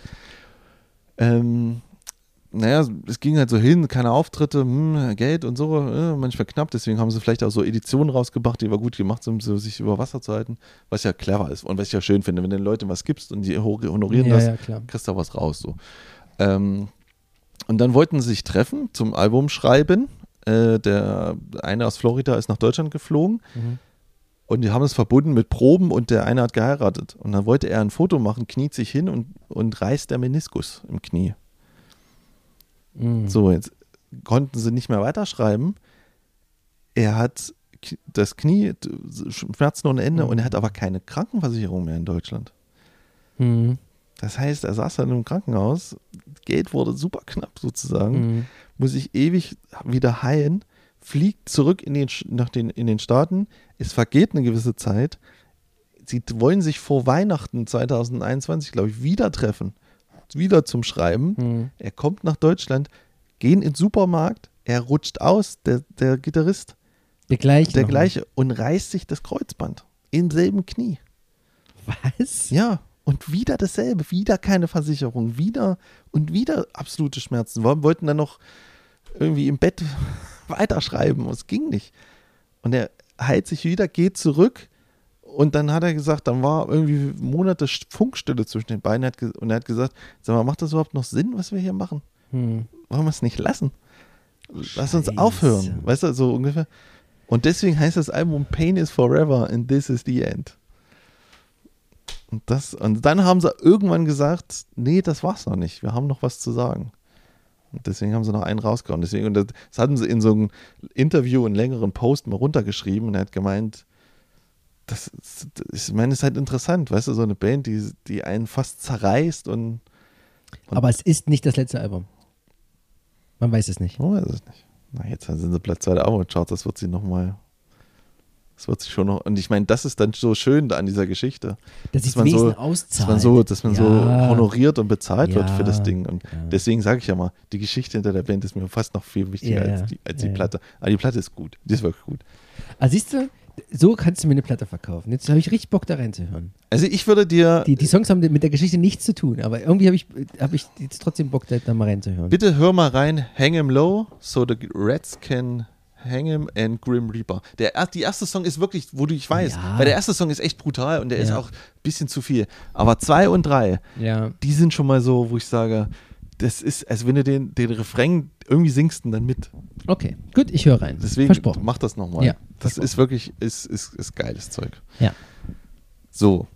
[SPEAKER 2] Ähm, naja, es ging halt so hin, keine Auftritte, hm, Geld und so, äh, manchmal knapp, deswegen haben sie vielleicht auch so Editionen rausgebracht, die war gut gemacht, um so sich über Wasser zu halten, was ja clever ist und was ich ja schön finde, wenn du den Leuten was gibst und die honorieren
[SPEAKER 1] Ja,
[SPEAKER 2] das,
[SPEAKER 1] ja, klar.
[SPEAKER 2] kriegst du da was raus. So. Ähm, und dann wollten sie sich treffen zum Album schreiben. Äh, der eine aus Florida ist nach Deutschland geflogen.
[SPEAKER 1] Mhm.
[SPEAKER 2] Und die haben es verbunden mit Proben und der eine hat geheiratet. Und dann wollte er ein Foto machen, kniet sich hin und, und reißt der Meniskus im Knie.
[SPEAKER 1] Mhm.
[SPEAKER 2] So, jetzt konnten sie nicht mehr weiterschreiben. Er hat das Knie, Schmerzen ohne Ende,
[SPEAKER 1] mhm.
[SPEAKER 2] und er hat aber keine Krankenversicherung mehr in Deutschland.
[SPEAKER 1] Mhm.
[SPEAKER 2] Das heißt, er saß dann im Krankenhaus, Geld wurde super knapp sozusagen,
[SPEAKER 1] Mhm.
[SPEAKER 2] muss sich ewig wieder heilen, fliegt zurück in den, nach den, in den Staaten, es vergeht eine gewisse Zeit, sie wollen sich vor Weihnachten zwanzig einundzwanzig, glaube ich, wieder treffen, wieder zum Schreiben,
[SPEAKER 1] Mhm.
[SPEAKER 2] er kommt nach Deutschland, gehen in den Supermarkt, er rutscht aus, der, der Gitarrist,
[SPEAKER 1] Der gleiche.
[SPEAKER 2] der
[SPEAKER 1] noch.
[SPEAKER 2] gleiche, und reißt sich das Kreuzband im selben Knie.
[SPEAKER 1] Was?
[SPEAKER 2] Ja, und wieder dasselbe, wieder keine Versicherung, wieder und wieder absolute Schmerzen. Wir wollten dann noch irgendwie im Bett weiterschreiben, es ging nicht. Und er heilt sich wieder, geht zurück und dann hat er gesagt, dann war irgendwie Monate Funkstille zwischen den beiden und er hat gesagt, sag mal, macht das überhaupt noch Sinn, was wir hier machen?
[SPEAKER 1] Hm.
[SPEAKER 2] Wollen wir es nicht lassen? Lass uns
[SPEAKER 1] Scheiße.
[SPEAKER 2] aufhören, weißt du, so ungefähr. Und deswegen heißt das Album Pain is Forever and This is the End. Und, das, und dann haben sie irgendwann gesagt, nee, das war's noch nicht, wir haben noch was zu sagen. Und deswegen haben sie noch einen rausgehauen. Deswegen, und das, das hatten sie in so einem Interview, einen längeren Post mal runtergeschrieben und er hat gemeint, das, das, ich meine, es ist halt interessant, weißt du, so eine Band, die, die einen fast zerreißt und, und
[SPEAKER 1] Aber es ist nicht das letzte Album. Man weiß es nicht.
[SPEAKER 2] oh, weiß es nicht. Na, jetzt sind sie Platz zwei der Album-Charts, das wird sie nochmal, das wird sie schon noch, und ich meine, das ist dann so schön da an dieser Geschichte.
[SPEAKER 1] Dass
[SPEAKER 2] Dass
[SPEAKER 1] sich
[SPEAKER 2] man
[SPEAKER 1] wenigstens
[SPEAKER 2] so-
[SPEAKER 1] auszahlt.
[SPEAKER 2] Dass man so, dass man so
[SPEAKER 1] Ja.
[SPEAKER 2] honoriert und bezahlt wird
[SPEAKER 1] Ja,
[SPEAKER 2] für das Ding. Und
[SPEAKER 1] ja.
[SPEAKER 2] deswegen sage ich ja mal, die Geschichte hinter der Band ist mir fast noch viel wichtiger
[SPEAKER 1] Ja,
[SPEAKER 2] als
[SPEAKER 1] ja.
[SPEAKER 2] die, als
[SPEAKER 1] Ja,
[SPEAKER 2] die
[SPEAKER 1] ja.
[SPEAKER 2] Platte. Aber die Platte ist gut. Die ist wirklich gut.
[SPEAKER 1] Ah, siehst du, so kannst du mir eine Platte verkaufen. Jetzt habe ich richtig Bock, da reinzuhören.
[SPEAKER 2] Also ich würde dir,
[SPEAKER 1] Die, die Songs haben mit der Geschichte nichts zu tun, aber irgendwie habe ich, hab ich jetzt trotzdem Bock, da, da mal reinzuhören.
[SPEAKER 2] bitte hör mal rein, Hang 'em Low, so the Rats can hang 'em and Grim Reaper. Der, er- die erste Song ist wirklich, wo du ich weiß,
[SPEAKER 1] Ja.
[SPEAKER 2] weil der erste Song ist echt brutal und der ist
[SPEAKER 1] Ja.
[SPEAKER 2] auch ein bisschen zu viel. Aber zwei und drei,
[SPEAKER 1] Ja.
[SPEAKER 2] die sind schon mal so, wo ich sage, das ist, als wenn du den, den Refrain irgendwie singst und dann mit.
[SPEAKER 1] Okay, gut, ich höre rein.
[SPEAKER 2] Deswegen
[SPEAKER 1] Versprochen.
[SPEAKER 2] mach das nochmal.
[SPEAKER 1] Ja,
[SPEAKER 2] das
[SPEAKER 1] versprochen.
[SPEAKER 2] ist wirklich, ist, ist, ist geiles Zeug.
[SPEAKER 1] Ja.
[SPEAKER 2] So.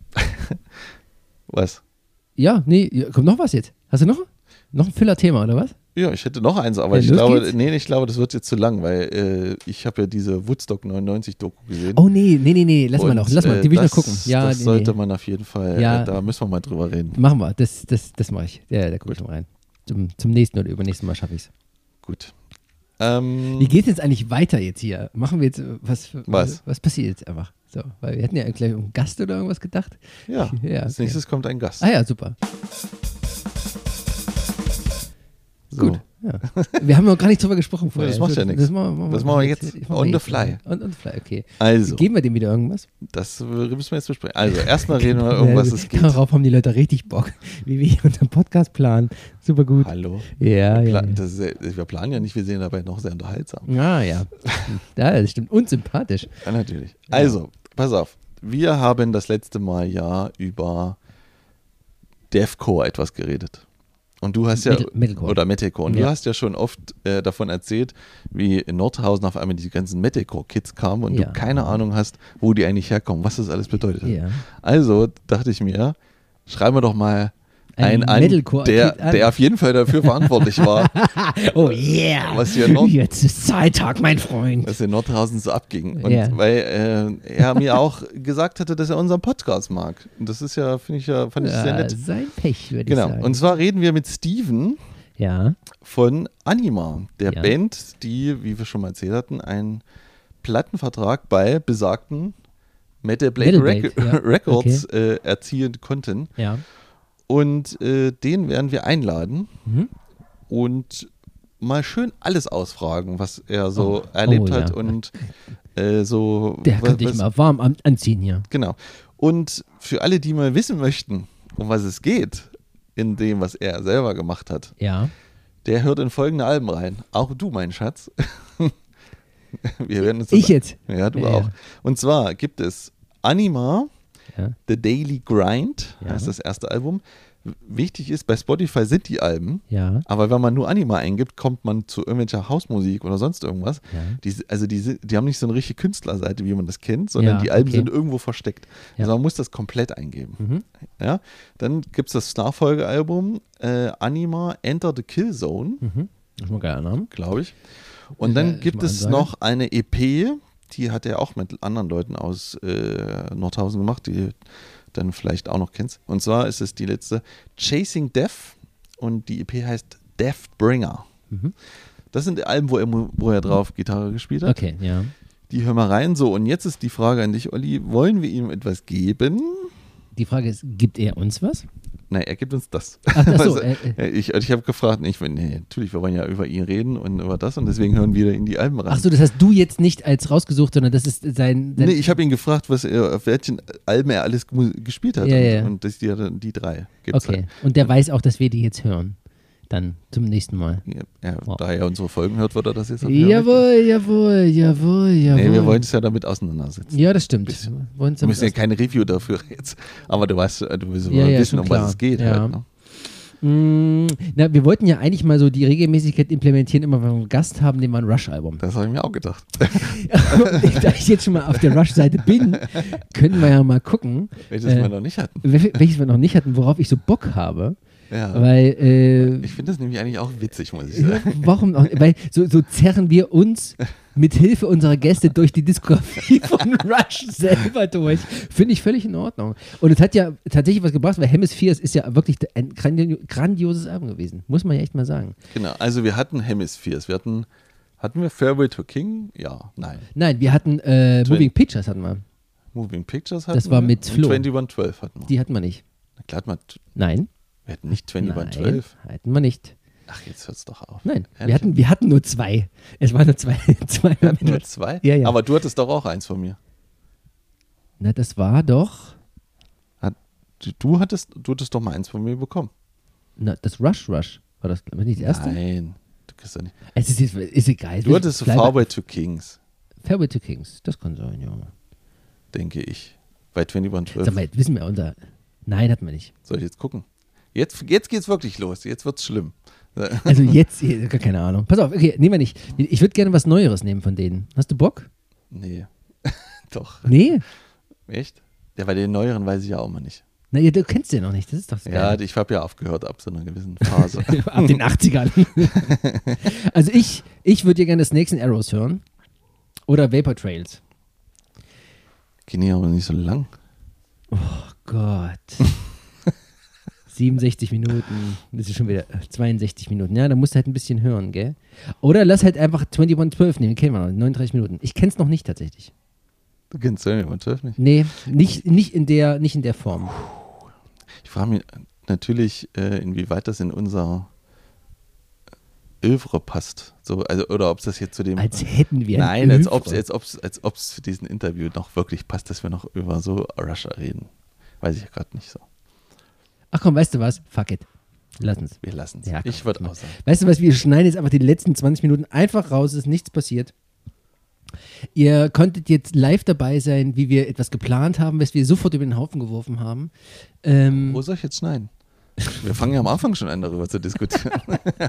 [SPEAKER 2] Was?
[SPEAKER 1] Ja, nee, ja, kommt noch was jetzt? Hast du noch? Noch ein Füller-Thema, oder was?
[SPEAKER 2] Ja, ich hätte noch eins, aber
[SPEAKER 1] Ja,
[SPEAKER 2] ich
[SPEAKER 1] los
[SPEAKER 2] glaube,
[SPEAKER 1] geht's.
[SPEAKER 2] nee, ich glaube, das wird jetzt zu lang, weil äh, ich habe ja diese Woodstock neunundneunzig Doku gesehen.
[SPEAKER 1] Oh nee, nee, nee, nee, lass mal
[SPEAKER 2] Und,
[SPEAKER 1] noch, lass mal,
[SPEAKER 2] äh,
[SPEAKER 1] die will ich
[SPEAKER 2] das,
[SPEAKER 1] noch gucken. Ja,
[SPEAKER 2] das
[SPEAKER 1] nee,
[SPEAKER 2] sollte
[SPEAKER 1] nee.
[SPEAKER 2] man auf jeden Fall,
[SPEAKER 1] Ja.
[SPEAKER 2] äh, da müssen wir mal drüber reden.
[SPEAKER 1] Machen wir, das, das, das mache ich. Ja, da gucke ich noch rein. Zum, zum nächsten oder übernächsten Mal schaffe ich es.
[SPEAKER 2] Gut. Ähm,
[SPEAKER 1] Wie geht es jetzt eigentlich weiter jetzt hier? Machen wir jetzt, äh, was,
[SPEAKER 2] Was?
[SPEAKER 1] was passiert jetzt einfach? So, weil wir hatten ja gleich um einen Gast oder irgendwas gedacht.
[SPEAKER 2] ja,
[SPEAKER 1] Ja,
[SPEAKER 2] als
[SPEAKER 1] okay.
[SPEAKER 2] nächstes kommt ein Gast.
[SPEAKER 1] Ah ja, super.
[SPEAKER 2] So.
[SPEAKER 1] Gut. Ja. Wir haben noch gar nicht drüber gesprochen vorher.
[SPEAKER 2] das macht ja
[SPEAKER 1] Also,
[SPEAKER 2] nichts.
[SPEAKER 1] Das machen wir,
[SPEAKER 2] Das machen wir jetzt
[SPEAKER 1] machen wir
[SPEAKER 2] on the
[SPEAKER 1] jetzt.
[SPEAKER 2] fly.
[SPEAKER 1] On, on the fly, okay.
[SPEAKER 2] Also,
[SPEAKER 1] Geben wir dem wieder irgendwas?
[SPEAKER 2] das müssen wir jetzt besprechen. Also, erstmal reden wir um was es geht.
[SPEAKER 1] Darauf haben die Leute richtig Bock, wie wir hier unseren Podcast planen. Super gut.
[SPEAKER 2] Hallo.
[SPEAKER 1] Ja,
[SPEAKER 2] Wir,
[SPEAKER 1] ja.
[SPEAKER 2] pla- das ist, wir planen ja nicht, wir sind dabei noch sehr unterhaltsam.
[SPEAKER 1] Ah, ja. Ja, das stimmt. Und sympathisch.
[SPEAKER 2] Ja, natürlich. Also, pass auf. Wir haben das letzte Mal ja über Deathcore etwas geredet. Und du hast ja,
[SPEAKER 1] Metal- Metalcore.
[SPEAKER 2] oder Metalcore, und
[SPEAKER 1] Ja.
[SPEAKER 2] du hast ja schon oft äh, davon erzählt, wie in Nordhausen auf einmal die ganzen Metalcore-Kids kamen und
[SPEAKER 1] Ja.
[SPEAKER 2] du keine Ahnung hast, wo die eigentlich herkommen, was das alles bedeutet.
[SPEAKER 1] Ja.
[SPEAKER 2] Also dachte ich mir, schreiben wir doch mal einen an,
[SPEAKER 1] Metalcore-Kid
[SPEAKER 2] der,
[SPEAKER 1] an.
[SPEAKER 2] der auf jeden Fall dafür verantwortlich war,
[SPEAKER 1] Oh yeah.
[SPEAKER 2] was hier noch
[SPEAKER 1] Jetzt ist Zeittag, mein Freund.
[SPEAKER 2] was in Nordhausen so abging. Und
[SPEAKER 1] Ja.
[SPEAKER 2] weil äh, er mir auch gesagt hatte, dass er unseren Podcast mag. Und das ist ja, finde ich ja, fand ich sehr
[SPEAKER 1] Ja,
[SPEAKER 2] nett.
[SPEAKER 1] sein Pech, würde ich
[SPEAKER 2] Genau.
[SPEAKER 1] sagen.
[SPEAKER 2] Und zwar reden wir mit Steven
[SPEAKER 1] ja.
[SPEAKER 2] von Anima, der
[SPEAKER 1] Ja.
[SPEAKER 2] Band, die, wie wir schon mal erzählt hatten, einen Plattenvertrag bei besagten Metal Blade,
[SPEAKER 1] Metal
[SPEAKER 2] Rec
[SPEAKER 1] Blade, ja.
[SPEAKER 2] Records äh, erzielen konnten.
[SPEAKER 1] Ja.
[SPEAKER 2] Und äh, den werden wir einladen
[SPEAKER 1] Mhm.
[SPEAKER 2] und mal schön alles ausfragen, was er so
[SPEAKER 1] Oh,
[SPEAKER 2] erlebt
[SPEAKER 1] oh,
[SPEAKER 2] hat
[SPEAKER 1] ja.
[SPEAKER 2] und äh, so.
[SPEAKER 1] Der
[SPEAKER 2] was-
[SPEAKER 1] könnte ich
[SPEAKER 2] was-
[SPEAKER 1] mal warm an anziehen hier.
[SPEAKER 2] Genau. Und für alle, die mal wissen möchten, um was es geht, in dem, was er selber gemacht hat,
[SPEAKER 1] Ja.
[SPEAKER 2] der hört in folgende Alben rein. Auch du, mein Schatz. Wir werden uns das
[SPEAKER 1] Ich jetzt.
[SPEAKER 2] Ja, du
[SPEAKER 1] Ja,
[SPEAKER 2] auch.
[SPEAKER 1] ja.
[SPEAKER 2] Und zwar gibt es Anima,
[SPEAKER 1] Ja.
[SPEAKER 2] The Daily Grind,
[SPEAKER 1] Ja.
[SPEAKER 2] heißt das erste Album. wichtig ist, bei Spotify sind die Alben,
[SPEAKER 1] Ja.
[SPEAKER 2] aber wenn man nur Anima eingibt, kommt man zu irgendwelcher Hausmusik oder sonst irgendwas.
[SPEAKER 1] Ja.
[SPEAKER 2] Die, also die, sind- die haben nicht so eine richtige Künstlerseite, wie man das kennt, sondern
[SPEAKER 1] Ja,
[SPEAKER 2] die Alben
[SPEAKER 1] okay.
[SPEAKER 2] sind irgendwo versteckt.
[SPEAKER 1] Ja.
[SPEAKER 2] Also man muss das komplett eingeben.
[SPEAKER 1] Mhm.
[SPEAKER 2] Ja? Dann gibt es das Nachfolgealbum äh, Anima Enter the Kill Zone,
[SPEAKER 1] Mhm. Das ist mal ein geiler Name.
[SPEAKER 2] glaube ich. Und
[SPEAKER 1] Ja,
[SPEAKER 2] dann
[SPEAKER 1] ich
[SPEAKER 2] gibt
[SPEAKER 1] mal
[SPEAKER 2] es
[SPEAKER 1] ansage.
[SPEAKER 2] noch eine E P, die hat er auch mit anderen Leuten aus äh, Nordhausen gemacht, die dann vielleicht auch noch kennst. Und zwar ist es die letzte Chasing Death und die E P heißt Deathbringer.
[SPEAKER 1] Mhm.
[SPEAKER 2] Das sind die Alben, wo er, wo er drauf Gitarre gespielt hat.
[SPEAKER 1] Okay, ja.
[SPEAKER 2] Die hören wir rein. So, und jetzt ist die Frage an dich, Olli. Wollen wir ihm etwas geben?
[SPEAKER 1] Die Frage ist, gibt er uns was?
[SPEAKER 2] Nein, er gibt uns das.
[SPEAKER 1] Ach, ach so,
[SPEAKER 2] Also,
[SPEAKER 1] äh, äh.
[SPEAKER 2] ich ich habe gefragt, nee, ich, nee, natürlich, wir wollen ja über ihn reden und über das und deswegen hören wir in die Alben rein.
[SPEAKER 1] Ach so, das hast du jetzt nicht als rausgesucht, sondern das ist sein... sein
[SPEAKER 2] Nee, ich habe ihn gefragt, was er, auf welchen Alben er alles mu- gespielt hat.
[SPEAKER 1] Ja,
[SPEAKER 2] und,
[SPEAKER 1] ja.
[SPEAKER 2] und das, die, die drei gibt's
[SPEAKER 1] okay,
[SPEAKER 2] halt.
[SPEAKER 1] und der weiß auch, dass wir die jetzt hören. Dann zum nächsten Mal.
[SPEAKER 2] Ja, ja,
[SPEAKER 1] Wow.
[SPEAKER 2] Da er unsere Folgen hört, wird er das jetzt auch hören.
[SPEAKER 1] Jawohl, jawohl, jawohl, jawohl.
[SPEAKER 2] Nee, wir wollen uns ja damit auseinandersetzen.
[SPEAKER 1] Ja, das stimmt.
[SPEAKER 2] Bisschen.
[SPEAKER 1] Wollen
[SPEAKER 2] Wir müssen ja keine Review dafür jetzt. Aber du weißt, du willst
[SPEAKER 1] Ja, ja,
[SPEAKER 2] wissen,
[SPEAKER 1] schon
[SPEAKER 2] um was
[SPEAKER 1] klar.
[SPEAKER 2] es geht.
[SPEAKER 1] Ja.
[SPEAKER 2] Halt, ne?
[SPEAKER 1] Mm, na, wir wollten ja eigentlich mal so die Regelmäßigkeit implementieren, immer wenn wir einen Gast haben, nehmen wir ein Rush-Album.
[SPEAKER 2] Das habe ich mir auch gedacht.
[SPEAKER 1] Da ich jetzt schon mal auf der Rush-Seite bin, können wir ja mal gucken,
[SPEAKER 2] Welches
[SPEAKER 1] Äh,
[SPEAKER 2] wir noch nicht hatten.
[SPEAKER 1] wel- welches wir noch nicht hatten, worauf ich so Bock habe.
[SPEAKER 2] Ja.
[SPEAKER 1] Weil, äh,
[SPEAKER 2] Ich finde das nämlich eigentlich auch witzig, muss ich sagen.
[SPEAKER 1] warum auch, weil so, so zerren wir uns mit Hilfe unserer Gäste durch die Diskografie von Rush selber durch. Finde ich völlig in Ordnung. Und es hat ja tatsächlich was gebracht, weil Hemispheres ist ja wirklich ein grandi- grandioses Album gewesen. Muss man ja echt mal sagen.
[SPEAKER 2] Genau, also wir hatten Hemispheres. Wir hatten, hatten wir Farewell to King? Ja, nein.
[SPEAKER 1] Nein, wir hatten äh,
[SPEAKER 2] Twin-
[SPEAKER 1] Moving Pictures hatten wir.
[SPEAKER 2] Moving Pictures hatten
[SPEAKER 1] Das war
[SPEAKER 2] wir.
[SPEAKER 1] mit
[SPEAKER 2] Und
[SPEAKER 1] Flo.
[SPEAKER 2] einundzwanzig zwölf hatten wir.
[SPEAKER 1] Die hatten wir nicht.
[SPEAKER 2] Na klar, hatten wir,
[SPEAKER 1] Nein.
[SPEAKER 2] wir hatten nicht
[SPEAKER 1] Nein,
[SPEAKER 2] einundzwanzig zwölf.
[SPEAKER 1] hatten wir nicht.
[SPEAKER 2] Ach, jetzt hört es doch auf.
[SPEAKER 1] Nein, wir
[SPEAKER 2] Ehrlich?
[SPEAKER 1] hatten, wir hatten nur zwei. Es waren nur zwei. zwei
[SPEAKER 2] Wir hatten nur zwei?
[SPEAKER 1] Ja, ja.
[SPEAKER 2] Aber du hattest doch auch eins von mir.
[SPEAKER 1] Na, das war doch
[SPEAKER 2] Hat, du, du, hattest, du hattest doch mal eins von mir bekommen.
[SPEAKER 1] na, das Rush Rush. War das war nicht das erste?
[SPEAKER 2] Nein, du kriegst doch nicht.
[SPEAKER 1] Es ist, ist, ist egal.
[SPEAKER 2] Du hattest
[SPEAKER 1] Bleib-
[SPEAKER 2] Farewell to Kings,
[SPEAKER 1] Farewell to Kings. Das kann sein, ja.
[SPEAKER 2] denke ich. Bei einundzwanzig zwölf.
[SPEAKER 1] Sag mal, jetzt wissen wir unser. Nein, hatten wir nicht.
[SPEAKER 2] Soll ich jetzt gucken? Jetzt, jetzt geht's wirklich los. Jetzt wird's schlimm.
[SPEAKER 1] Also jetzt, gar keine Ahnung. Pass auf, okay, nehmen wir nicht. Ich würde gerne was Neueres nehmen von denen. Hast du Bock?
[SPEAKER 2] Nee. Doch.
[SPEAKER 1] Nee?
[SPEAKER 2] Echt? Ja, bei den neueren weiß ich ja auch mal nicht.
[SPEAKER 1] Na, ja, du kennst den noch nicht. Das ist doch so
[SPEAKER 2] Ja,
[SPEAKER 1] geil.
[SPEAKER 2] ich habe ja aufgehört ab so einer gewissen Phase.
[SPEAKER 1] Ab den achtzigern. Also ich, ich würde ja gerne Snakes and Arrows hören. Oder Vapor Trails.
[SPEAKER 2] Gehen die aber nicht so lang.
[SPEAKER 1] Oh Gott. siebenundsechzig Minuten. Das ist schon wieder zweiundsechzig Minuten. Ja, da musst du halt ein bisschen hören, gell? Oder lass halt einfach einundzwanzig zwölf nehmen. Den kennen wir noch. neununddreißig Minuten. Ich kenn's noch nicht tatsächlich.
[SPEAKER 2] Du kennst einundzwanzig nicht?
[SPEAKER 1] Nee, nicht, nicht, in, der, nicht in der Form.
[SPEAKER 2] Ich frage mich natürlich, äh, inwieweit das in unser Övre passt. So, also, oder ob das jetzt zu dem.
[SPEAKER 1] Als hätten wir ein
[SPEAKER 2] Nein, als
[SPEAKER 1] Övre.
[SPEAKER 2] ob es als ob's, als ob's für diesen Interview noch wirklich passt, dass wir noch über so Rusher reden. Weiß ich ja gerade nicht so.
[SPEAKER 1] Ach komm, weißt du was? Fuck it. Lass uns.
[SPEAKER 2] Wir lassen es.
[SPEAKER 1] Ja, komm,
[SPEAKER 2] ich würde
[SPEAKER 1] komm.
[SPEAKER 2] auch sagen.
[SPEAKER 1] Weißt du was, wir schneiden jetzt einfach die letzten zwanzig Minuten einfach raus, es ist nichts passiert. Ihr konntet jetzt live dabei sein, wie wir etwas geplant haben, was wir sofort über den Haufen geworfen haben. Ähm,
[SPEAKER 2] Wo soll ich jetzt schneiden? Wir fangen ja am Anfang schon an, darüber zu diskutieren.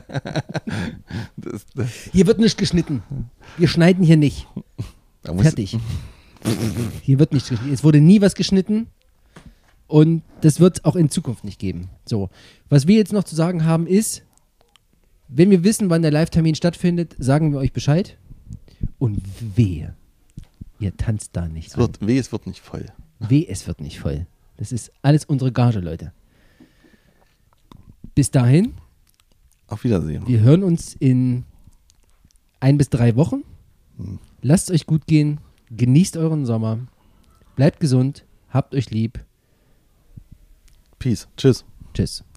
[SPEAKER 2] das, das,
[SPEAKER 1] hier wird nicht geschnitten. Wir schneiden hier nicht.
[SPEAKER 2] da muss,
[SPEAKER 1] Fertig. Hier wird nicht geschnitten. Es wurde nie was geschnitten und das wird es auch in Zukunft nicht geben. So, was wir jetzt noch zu sagen haben ist, wenn wir wissen, wann der Live-Termin stattfindet, sagen wir euch Bescheid. Und wehe, ihr tanzt da nicht
[SPEAKER 2] Es wird, weh, es wird nicht voll.
[SPEAKER 1] an. Wehe, es wird nicht voll. Das ist alles unsere Gage, Leute. Bis dahin,
[SPEAKER 2] Auf Wiedersehen.
[SPEAKER 1] wir hören uns in ein bis drei Wochen. Lasst es euch gut gehen. Genießt euren Sommer. Bleibt gesund. Habt euch lieb.
[SPEAKER 2] Peace. Tschüss.
[SPEAKER 1] Tschüss.